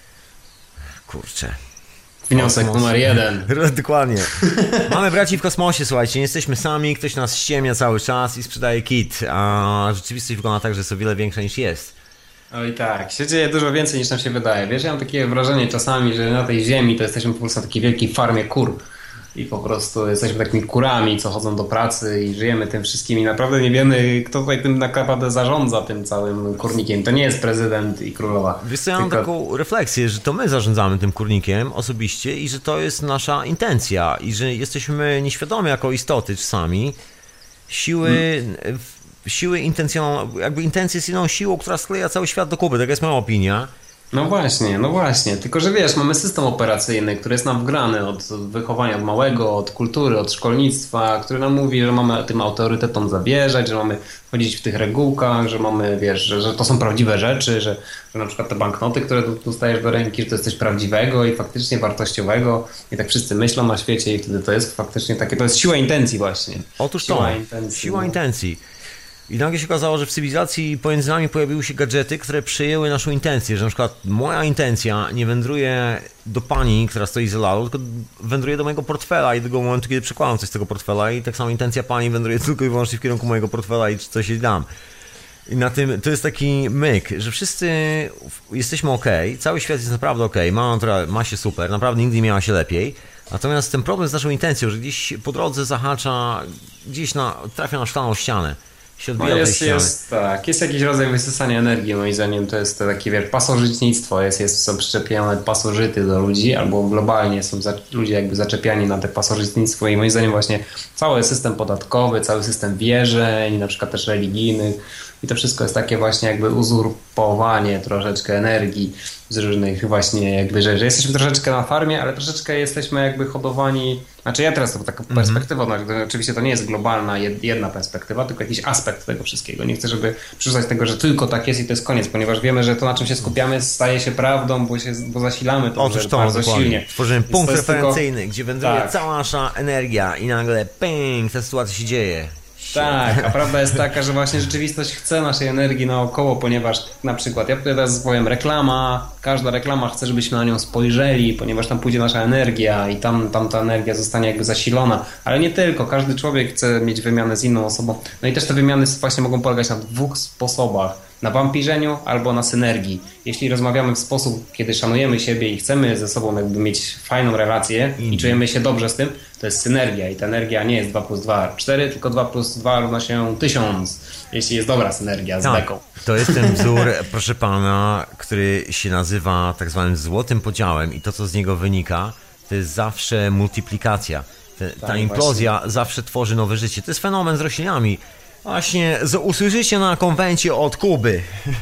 kurczę. Wniosek Kosmos. numer jeden. Dokładnie. Mamy braci w kosmosie, słuchajcie, nie jesteśmy sami, ktoś nas ściemnia cały czas i sprzedaje kit, a rzeczywistość wygląda tak, że jest o wiele większa niż jest. Oj tak, się dzieje dużo więcej niż nam się wydaje. Wiesz, ja mam takie wrażenie czasami, że na tej ziemi to jesteśmy po prostu na takiej wielkiej farmie kur i po prostu jesteśmy takimi kurami, co chodzą do pracy i żyjemy tym wszystkim i naprawdę nie wiemy, kto tutaj tym naprawdę zarządza tym całym kurnikiem. To nie jest prezydent i królowa. Wiesz co, ja mam Tylko... taką refleksję, że to my zarządzamy tym kurnikiem osobiście i że to jest nasza intencja i że jesteśmy nieświadomi jako istoty czasami siły... Hmm. Siły intencjonalne, jakby intencja jest jedną siłą, która skleja cały świat do kupy, taka jest moja opinia. No właśnie, no właśnie, tylko że wiesz, mamy system operacyjny, który jest nam wgrany od wychowania od małego, od kultury, od szkolnictwa, który nam mówi, że mamy tym autorytetom zawierzać, że mamy chodzić w tych regułkach, że mamy, wiesz, że, że to są prawdziwe rzeczy, że, że na przykład te banknoty, które dostajesz do ręki, że to jest coś prawdziwego i faktycznie wartościowego i tak wszyscy myślą na świecie i wtedy to jest faktycznie takie, to jest siła intencji właśnie. Otóż siła to, intencji, siła no. intencji. I nagle się okazało, że w cywilizacji pomiędzy nami pojawiły się gadżety, które przyjęły naszą intencję, że na przykład moja intencja nie wędruje do pani, która stoi za lalą, tylko wędruje do mojego portfela i do tego momentu, kiedy przekładam coś z tego portfela i tak samo intencja pani wędruje tylko i wyłącznie w kierunku mojego portfela i coś jej dam. I na tym, to jest taki myk, że wszyscy jesteśmy ok, cały świat jest naprawdę ok, ma, ma się super, naprawdę nigdy nie miała się lepiej. Natomiast ten problem z naszą intencją, że gdzieś po drodze zahacza, gdzieś na, trafia na szklaną ścianę. Się odbija no jest, jest, tak, jest jakiś rodzaj wysysania energii, moim zdaniem to jest to takie, wiesz, pasożytnictwo, jest, jest, są przyczepione pasożyty do ludzi, albo globalnie są za, ludzie jakby zaczepiani na te pasożytnictwo i moim zdaniem właśnie cały system podatkowy, cały system wierzeń, na przykład też religijnych i to wszystko jest takie właśnie jakby uzurpowanie troszeczkę energii z różnych właśnie jakby rzeczy. Jesteśmy troszeczkę na farmie, ale troszeczkę jesteśmy jakby hodowani, znaczy ja teraz to taką mm-hmm. perspektywą, no, oczywiście to nie jest globalna jedna perspektywa, tylko jakiś aspekt tego wszystkiego. Nie chcę, żeby przyrzucać tego, że tylko tak jest i to jest koniec, ponieważ wiemy, że to, na czym się skupiamy, staje się prawdą, bo, się, bo zasilamy to, Otóż to bardzo dokładnie. silnie. Tworzymy punkt referencyjny, tylko... gdzie wędruje tak. cała nasza energia i nagle ping, ta sytuacja się dzieje. Tak, a prawda jest taka, że właśnie rzeczywistość chce naszej energii naokoło, ponieważ na przykład, ja teraz powiem, reklama, każda reklama chce, żebyśmy na nią spojrzeli, ponieważ tam pójdzie nasza energia i tam, tam ta energia zostanie jakby zasilona, ale nie tylko, każdy człowiek chce mieć wymianę z inną osobą, no i też te wymiany właśnie mogą polegać na dwóch sposobach. Na wampirzeniu albo na synergii. Jeśli rozmawiamy w sposób, kiedy szanujemy siebie i chcemy ze sobą jakby mieć fajną relację mm. i czujemy się dobrze z tym, to jest synergia i ta energia nie jest dwa plus dwa cztery, tylko dwa plus dwa równa się tysiąc, jeśli jest dobra synergia z tak, beką. To jest ten wzór, proszę pana, który się nazywa tak zwanym złotym podziałem i to, co z niego wynika, to jest zawsze multiplikacja. Te, ta tak, implozja właśnie. Zawsze tworzy nowe życie. To jest fenomen z roślinami. Właśnie, usłyszycie na konwencie od Kuby.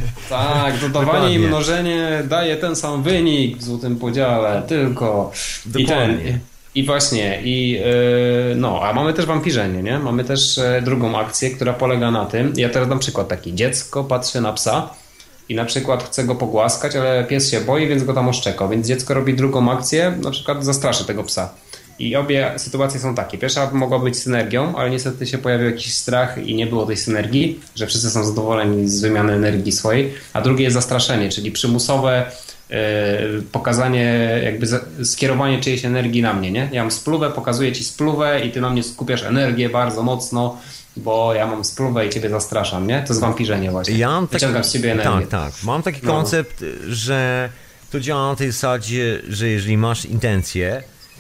Tak, dodawanie i mnożenie daje ten sam wynik w złotym podziale, tylko... Dokładnie. I, ten, I właśnie, i yy, no, a mamy też wampirzenie, nie? Mamy też e, drugą akcję, która polega na tym, ja teraz dam przykład taki, dziecko patrzy na psa i na przykład chce go pogłaskać, ale pies się boi, więc go tam oszczeka, więc dziecko robi drugą akcję, na przykład zastraszy tego psa. I obie sytuacje są takie. Pierwsza mogła być synergią, ale niestety się pojawił jakiś strach i nie było tej synergii, że wszyscy są zadowoleni z wymiany energii swojej, a drugie jest zastraszenie, czyli przymusowe pokazanie, jakby skierowanie czyjejś energii na mnie, nie? Ja mam spluwę, pokazuję ci spluwę i ty na mnie skupiasz energię bardzo mocno, bo ja mam spluwę i ciebie zastraszam, nie? To jest wampirzenie właśnie. Ja mam Wyciągam taki, z ciebie energię. Tak, tak. Mam taki no. koncept, że to działa na tej zasadzie, że jeżeli masz intencje,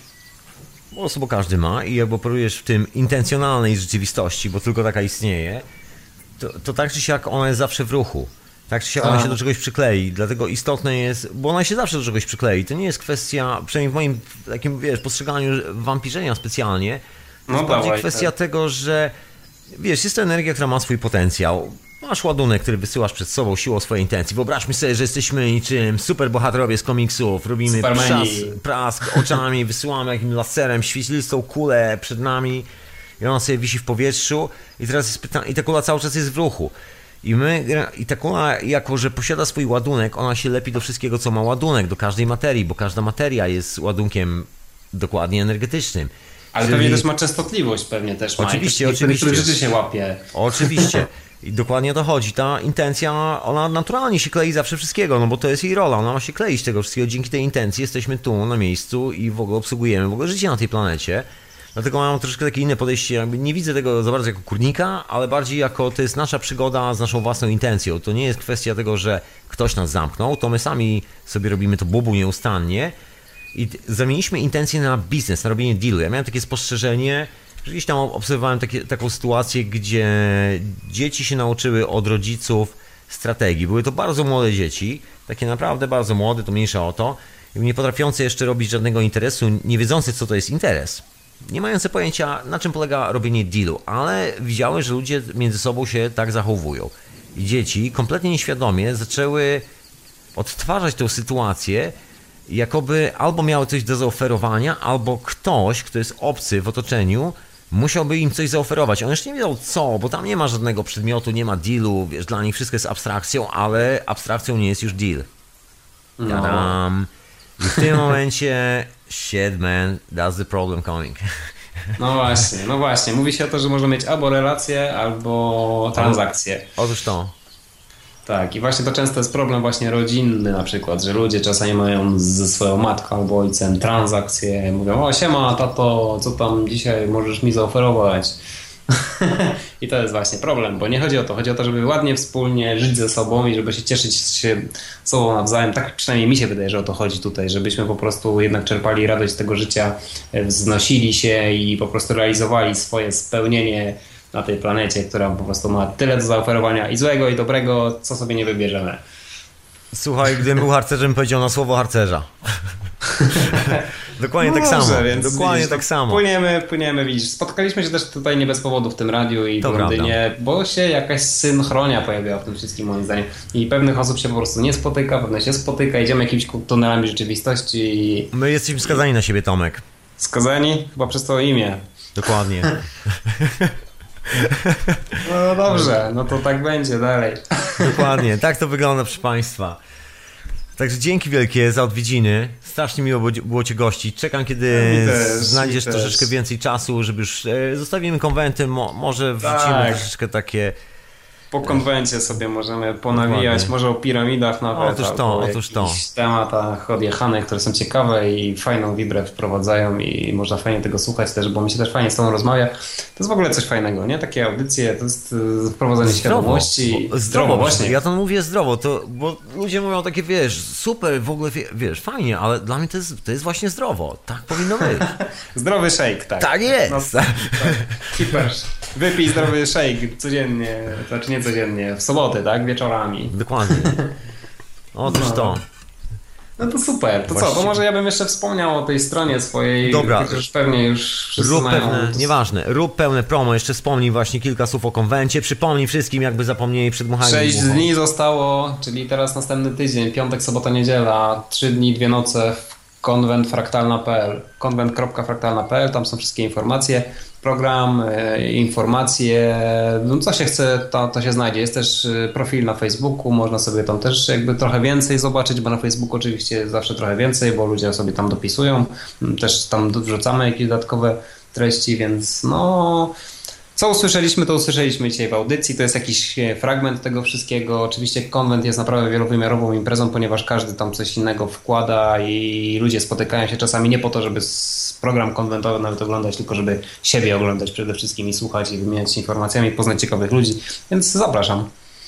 bo bo każdy ma i jakby operujesz w tym intencjonalnej rzeczywistości, bo tylko taka istnieje, to, to tak czy siak ona jest zawsze w ruchu. Tak czy siak ona się do czegoś przyklei, dlatego istotne jest, bo ona się zawsze do czegoś przyklei. To nie jest kwestia, przynajmniej w moim takim, wiesz, postrzeganiu wampirzenia specjalnie, to no jest bardziej dawaj, kwestia tak. tego, że wiesz, jest to energia, która ma swój potencjał. Masz ładunek, który wysyłasz przed sobą siłą swojej intencji. Wyobraźmy sobie, że jesteśmy niczym superbohaterowie z komiksów. Robimy prask, prask oczami, wysyłamy jakimś laserem świetlistą kulę przed nami i ona sobie wisi w powietrzu i teraz jest pytanie, i ta kula cały czas jest w ruchu. I my, i ta kula, jako że posiada swój ładunek, ona się lepi do wszystkiego, co ma ładunek, do każdej materii, bo każda materia jest ładunkiem dokładnie energetycznym. Ale Czyli... pewnie też ma częstotliwość, pewnie też ma. Oczywiście, I oczywiście. Niektóre rzeczy się łapie. Oczywiście. I dokładnie o to chodzi. Ta intencja, ona naturalnie się klei zawsze wszystkiego, no bo to jest jej rola, ona ma się kleić tego wszystkiego. Dzięki tej intencji jesteśmy tu, na miejscu i w ogóle obsługujemy w ogóle życie na tej planecie. Dlatego mam troszkę takie inne podejście, jakby nie widzę tego za bardzo jako kurnika, ale bardziej jako to jest nasza przygoda z naszą własną intencją. To nie jest kwestia tego, że ktoś nas zamknął, to my sami sobie robimy to bubu nieustannie i zamieniliśmy intencję na biznes, na robienie dealu. Ja miałem takie spostrzeżenie, że gdzieś tam obserwowałem takie, taką sytuację, gdzie dzieci się nauczyły od rodziców strategii. Były to bardzo młode dzieci, takie naprawdę bardzo młode, to mniejsza o to, nie potrafiące jeszcze robić żadnego interesu, nie wiedzące, co to jest interes. Nie mające pojęcia, na czym polega robienie dealu, ale widziały, że ludzie między sobą się tak zachowują. I dzieci kompletnie nieświadomie zaczęły odtwarzać tę sytuację, jakoby albo miały coś do zaoferowania, albo ktoś, kto jest obcy w otoczeniu, musiałby im coś zaoferować. Oni już nie wiedzą co, bo tam nie ma żadnego przedmiotu, nie ma dealu, wiesz, dla nich wszystko jest abstrakcją, ale abstrakcją nie jest już deal. Tadam. I w tym momencie, shit man, that's the problem coming. No właśnie, no właśnie. Mówi się o to, że można mieć albo relacje, albo transakcje. Otóż to. Tak, i właśnie to często jest problem właśnie rodzinny na przykład, że ludzie czasami mają ze swoją matką albo ojcem transakcje, mówią: o siema tato, co tam dzisiaj możesz mi zaoferować? I to jest właśnie problem, bo nie chodzi o to, chodzi o to, żeby ładnie wspólnie żyć ze sobą i żeby się cieszyć się sobą nawzajem. Tak przynajmniej mi się wydaje, że o to chodzi tutaj, żebyśmy po prostu jednak czerpali radość z tego życia, wznosili się i po prostu realizowali swoje spełnienie na tej planecie, która po prostu ma tyle do zaoferowania i złego, i dobrego, co sobie nie wybierzemy. Słuchaj, gdybym był harcerzem, powiedział na słowo harcerza. Dokładnie no tak może, samo. Więc Dokładnie widzisz, tak samo. Płyniemy, płyniemy, widzisz. Spotkaliśmy się też tutaj nie bez powodu w tym radiu i to w Londynie, prawda. Bo się jakaś synchronia pojawiła w tym wszystkim, moim zdaniem. I pewnych osób się po prostu nie spotyka, pewne się spotyka, idziemy jakimiś tunelami rzeczywistości. I... My jesteśmy skazani na siebie, Tomek. Skazani? Chyba przez to imię. Dokładnie. No dobrze, no to tak będzie dalej. Dokładnie, tak to wygląda, proszę Państwa. Także dzięki wielkie za odwiedziny. Strasznie miło było Cię gościć. Czekam, kiedy ja, też, znajdziesz troszeczkę więcej czasu, żeby już e, zostawimy konwenty, mo, może wrzucimy tak. troszeczkę takie... Po konwencie sobie możemy ponawijać, Dokładnie. może o piramidach nawet, otóż to, o otóż to. tematach odjechanych, które są ciekawe i fajną wibrę wprowadzają i można fajnie tego słuchać też, bo mi się też fajnie z Tobą rozmawia. To jest w ogóle coś fajnego, nie? Takie audycje, to jest wprowadzenie zdrowo. świadomości. Zdrowo, zdrowo właśnie. Ja to mówię zdrowo, to, bo ludzie mówią takie, wiesz, super, w ogóle, wiesz, fajnie, ale dla mnie to jest, to jest właśnie zdrowo. Tak powinno być. Zdrowy shake, tak. Tak jest. No, tak. Keepers. Wypij zdrowy shake codziennie, znaczy nie codziennie, w soboty, tak? Wieczorami. Dokładnie. Otóż no. to. No to super. To Właściwie. co, to może ja bym jeszcze wspomniał o tej stronie swojej. Dobra. Już pewnie już rób mają... pewne, nieważne, rób pełne promo, jeszcze wspomnij właśnie kilka słów o konwencie, przypomnij wszystkim, jakby zapomnieli przed dmuchaniem. Sześć dni zostało, czyli teraz następny tydzień, piątek, sobota, niedziela, trzy dni, dwie noce w konwent fraktalna kropka p l. konwent kropka fraktalna kropka p l, tam są wszystkie informacje, program, e, informacje, no co się chce, to, to się znajdzie. Jest też profil na Facebooku, można sobie tam też jakby trochę więcej zobaczyć, bo na Facebooku oczywiście zawsze trochę więcej, bo ludzie sobie tam dopisują, też tam wrzucamy jakieś dodatkowe treści, więc no... Co usłyszeliśmy, to usłyszeliśmy dzisiaj w audycji. To jest jakiś fragment tego wszystkiego. Oczywiście konwent jest naprawdę wielowymiarową imprezą, ponieważ każdy tam coś innego wkłada i ludzie spotykają się czasami nie po to, żeby program konwentowy nawet oglądać, tylko żeby siebie oglądać przede wszystkim i słuchać i wymieniać się informacjami, poznać ciekawych ludzi. Więc zapraszam.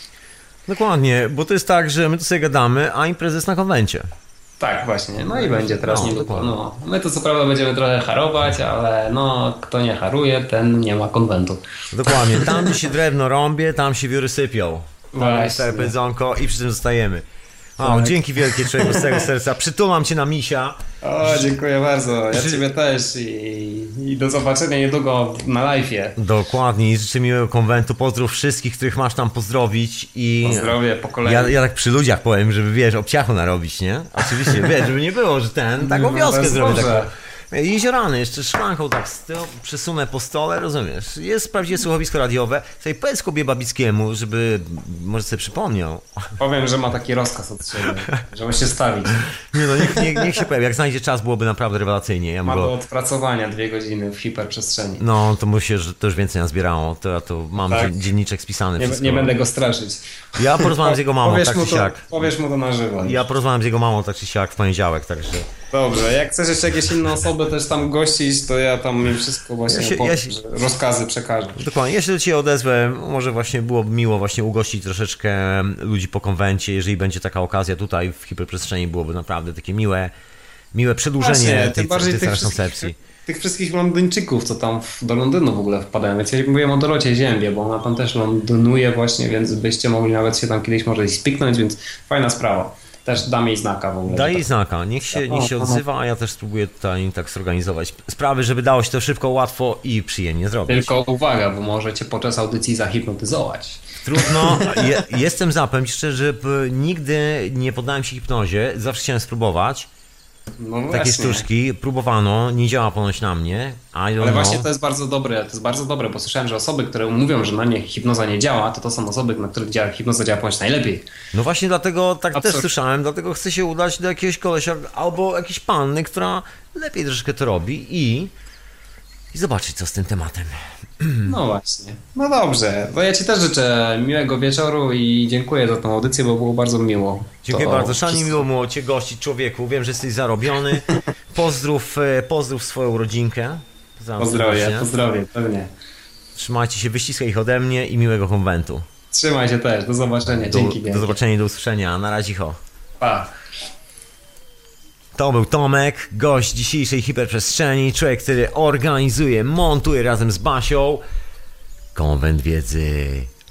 Dokładnie, bo to jest tak, że my tu sobie gadamy, a impreza jest na konwencie. Tak, właśnie. No i będzie teraz no, niedługo. No, my to co prawda będziemy trochę harować, ale no, kto nie haruje, ten nie ma konwentu. Dokładnie. Tam, gdzie się drewno rąbie, tam się wióry sypią. Tam jest całe pędzonko i przy tym zostajemy. O, tak. Dzięki wielkie, człowieku, z całego serca. Przytulam cię na misia. O, dziękuję bardzo. Ja ciebie też i, i do zobaczenia niedługo na live'ie. Dokładnie i życzę miłego konwentu. Pozdrów wszystkich, których masz tam pozdrowić. I pozdrowie po kolei. Ja, ja tak przy ludziach powiem, żeby wiesz, obciachu narobić, nie? Oczywiście, wiesz, żeby nie było, że ten, taką no, wioskę zrobię. Taką. Jeziorany, jeszcze szklanką tak z tyłu przesunę po stole, rozumiesz? Jest prawdziwe słuchowisko radiowe. Sobie powiedz Kubie Babickiemu, żeby może sobie przypomniał. Powiem, że ma taki rozkaz od ciebie, żeby się stawić. Nie no, niech, niech, niech się pojawi. Jak znajdzie czas, byłoby naprawdę rewelacyjnie. Ja ma go... do odpracowania dwie godziny w hiperprzestrzeni. No, to myślę, że to już więcej nazbierało. To ja to mam tak. dzienniczek spisany. Nie, nie będę go straszyć. Ja porozmawiam z jego mamą, powiesz tak czy to, siak. Powiesz mu to na żywo. Ja porozmawiam z jego mamą, tak czy siak, w poniedziałek, także... Dobrze, jak chcesz jeszcze jakieś inne osoby też tam gościć, to ja tam im wszystko właśnie ja się, powiem, ja się... rozkazy przekażę. Dokładnie, ja się do ciebie odezwę, może właśnie byłoby miło właśnie ugościć troszeczkę ludzi po konwencie, jeżeli będzie taka okazja tutaj w hiperprzestrzeni, byłoby naprawdę takie miłe, miłe przedłużenie właśnie, tej, bardziej tej, tej tych koncepcji. Tych wszystkich Londyńczyków, co tam do Londynu w ogóle wpadają, więc ja mówiłem o Dorocie Ziębie, bo ona tam też lądynuje właśnie, więc byście mogli nawet się tam kiedyś może spiknąć, więc fajna sprawa. Też dam jej znaka w ogóle. Daj jej tak. znaka, niech się, niech się odzywa, a ja też spróbuję tutaj tak zorganizować sprawy, żeby dało się to szybko, łatwo i przyjemnie zrobić. Tylko uwaga, bo możecie podczas audycji zahipnotyzować. Trudno, je, jestem za, powiem ci szczerze, że nigdy nie poddałem się hipnozie, zawsze chciałem spróbować. No takie sztuczki, próbowano, nie działa ponoć na mnie. Ale know. Właśnie to jest bardzo dobre, to jest bardzo dobre, bo słyszałem, że osoby, które mówią, że na nie hipnoza nie działa, to to są osoby, na których działa, hipnoza działa ponoć najlepiej. No właśnie dlatego tak Absurd. też słyszałem, dlatego chcę się udać do jakiegoś kolesia albo jakiejś panny, która lepiej troszeczkę to robi i, i zobaczyć, co z tym tematem. No właśnie. No dobrze, to ja ci też życzę miłego wieczoru i dziękuję za tą audycję, bo było bardzo miło. Dziękuję to bardzo. Szani, wszystko. miło było cię gościć, człowieku. Wiem, że jesteś zarobiony. Pozdrów, pozdrów swoją rodzinkę. Pozdrowie, pozdrowie, pewnie. Trzymajcie się, wyściskaj ich ode mnie i miłego konwentu. Trzymaj się też, do zobaczenia. Dzięki. Do, do zobaczenia i do usłyszenia. Na razie, ho. Pa. To był Tomek, gość dzisiejszej hiperprzestrzeni, człowiek, który organizuje, montuje razem z Basią konwent wiedzy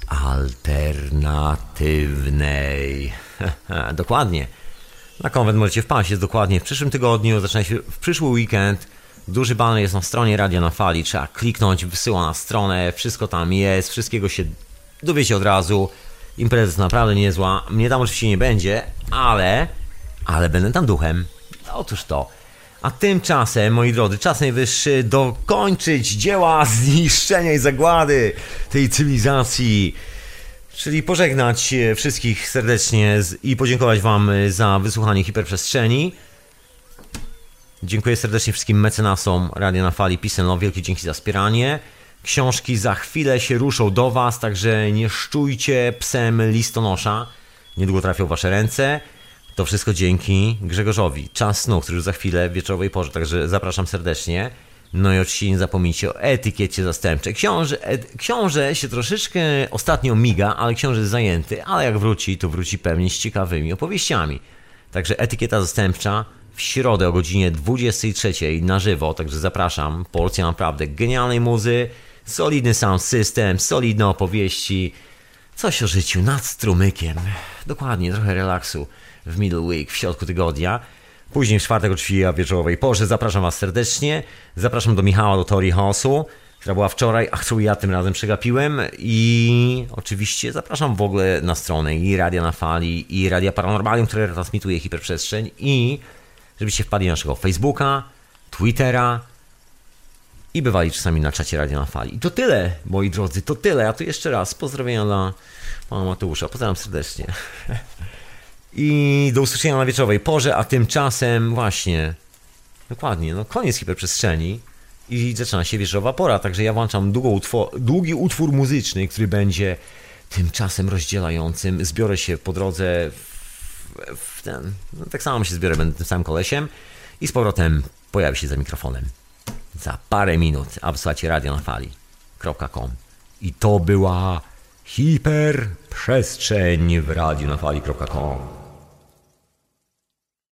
alternatywnej. Dokładnie. Na konwent możecie wpaść, jest dokładnie w przyszłym tygodniu, zaczyna się w przyszły weekend. Duży banner jest na stronie Radia na Fali, trzeba kliknąć, wysyła na stronę, wszystko tam jest, wszystkiego się dowiecie od razu. Impreza jest naprawdę niezła, mnie tam oczywiście nie będzie, ale, ale będę tam duchem. Otóż to. A tymczasem, moi drodzy, czas najwyższy dokończyć dzieła zniszczenia i zagłady tej cywilizacji. Czyli pożegnać wszystkich serdecznie i podziękować wam za wysłuchanie hiperprzestrzeni. Dziękuję serdecznie wszystkim mecenasom Radia na Fali, Peace and Love, wielkie dzięki za wspieranie. Książki za chwilę się ruszą do was, także nie szczujcie psem listonosza. Niedługo trafią w wasze ręce. To wszystko dzięki Grzegorzowi. Czas snu, który już za chwilę w wieczorowej porze, także zapraszam serdecznie. No i oczywiście nie zapomnijcie o etykiecie zastępczej. Książę, et, książę się troszeczkę ostatnio miga, ale książę jest zajęty, ale jak wróci, to wróci pewnie z ciekawymi opowieściami. Także etykieta zastępcza w środę o godzinie dwudziestej trzeciej na żywo, także zapraszam. Porcja naprawdę genialnej muzy, solidny sound system, solidne opowieści, coś o życiu nad strumykiem. Dokładnie, trochę relaksu w middle week, w środku tygodnia. Później w czwartek oczywiście w wieczorowej porze. Zapraszam was serdecznie. Zapraszam do Michała, do Teorii Chaosu, która była wczoraj, a którą ja tym razem przegapiłem. I oczywiście zapraszam w ogóle na stronę i Radia na Fali, i Radia Paranormalium, które transmituje hiperprzestrzeń, i żebyście wpadli na naszego Facebooka, Twittera i bywali czasami na czacie Radio na Fali. I to tyle, moi drodzy, to tyle. A tu jeszcze raz pozdrowienia dla pana Mateusza. Pozdrawiam serdecznie. I do usłyszenia na wieczorowej porze, a tymczasem właśnie, dokładnie, no koniec hiperprzestrzeni i zaczyna się wieczorowa pora, także ja włączam utwór, długi utwór muzyczny, który będzie tymczasem rozdzielającym. Zbiorę się po drodze w, w ten, no tak samo się zbiorę, będę tym samym kolesiem i z powrotem pojawię się za mikrofonem za parę minut, a wysłuchacie radio na fali kropka com. I to była hiperprzestrzeń w radiu na fali kropka com.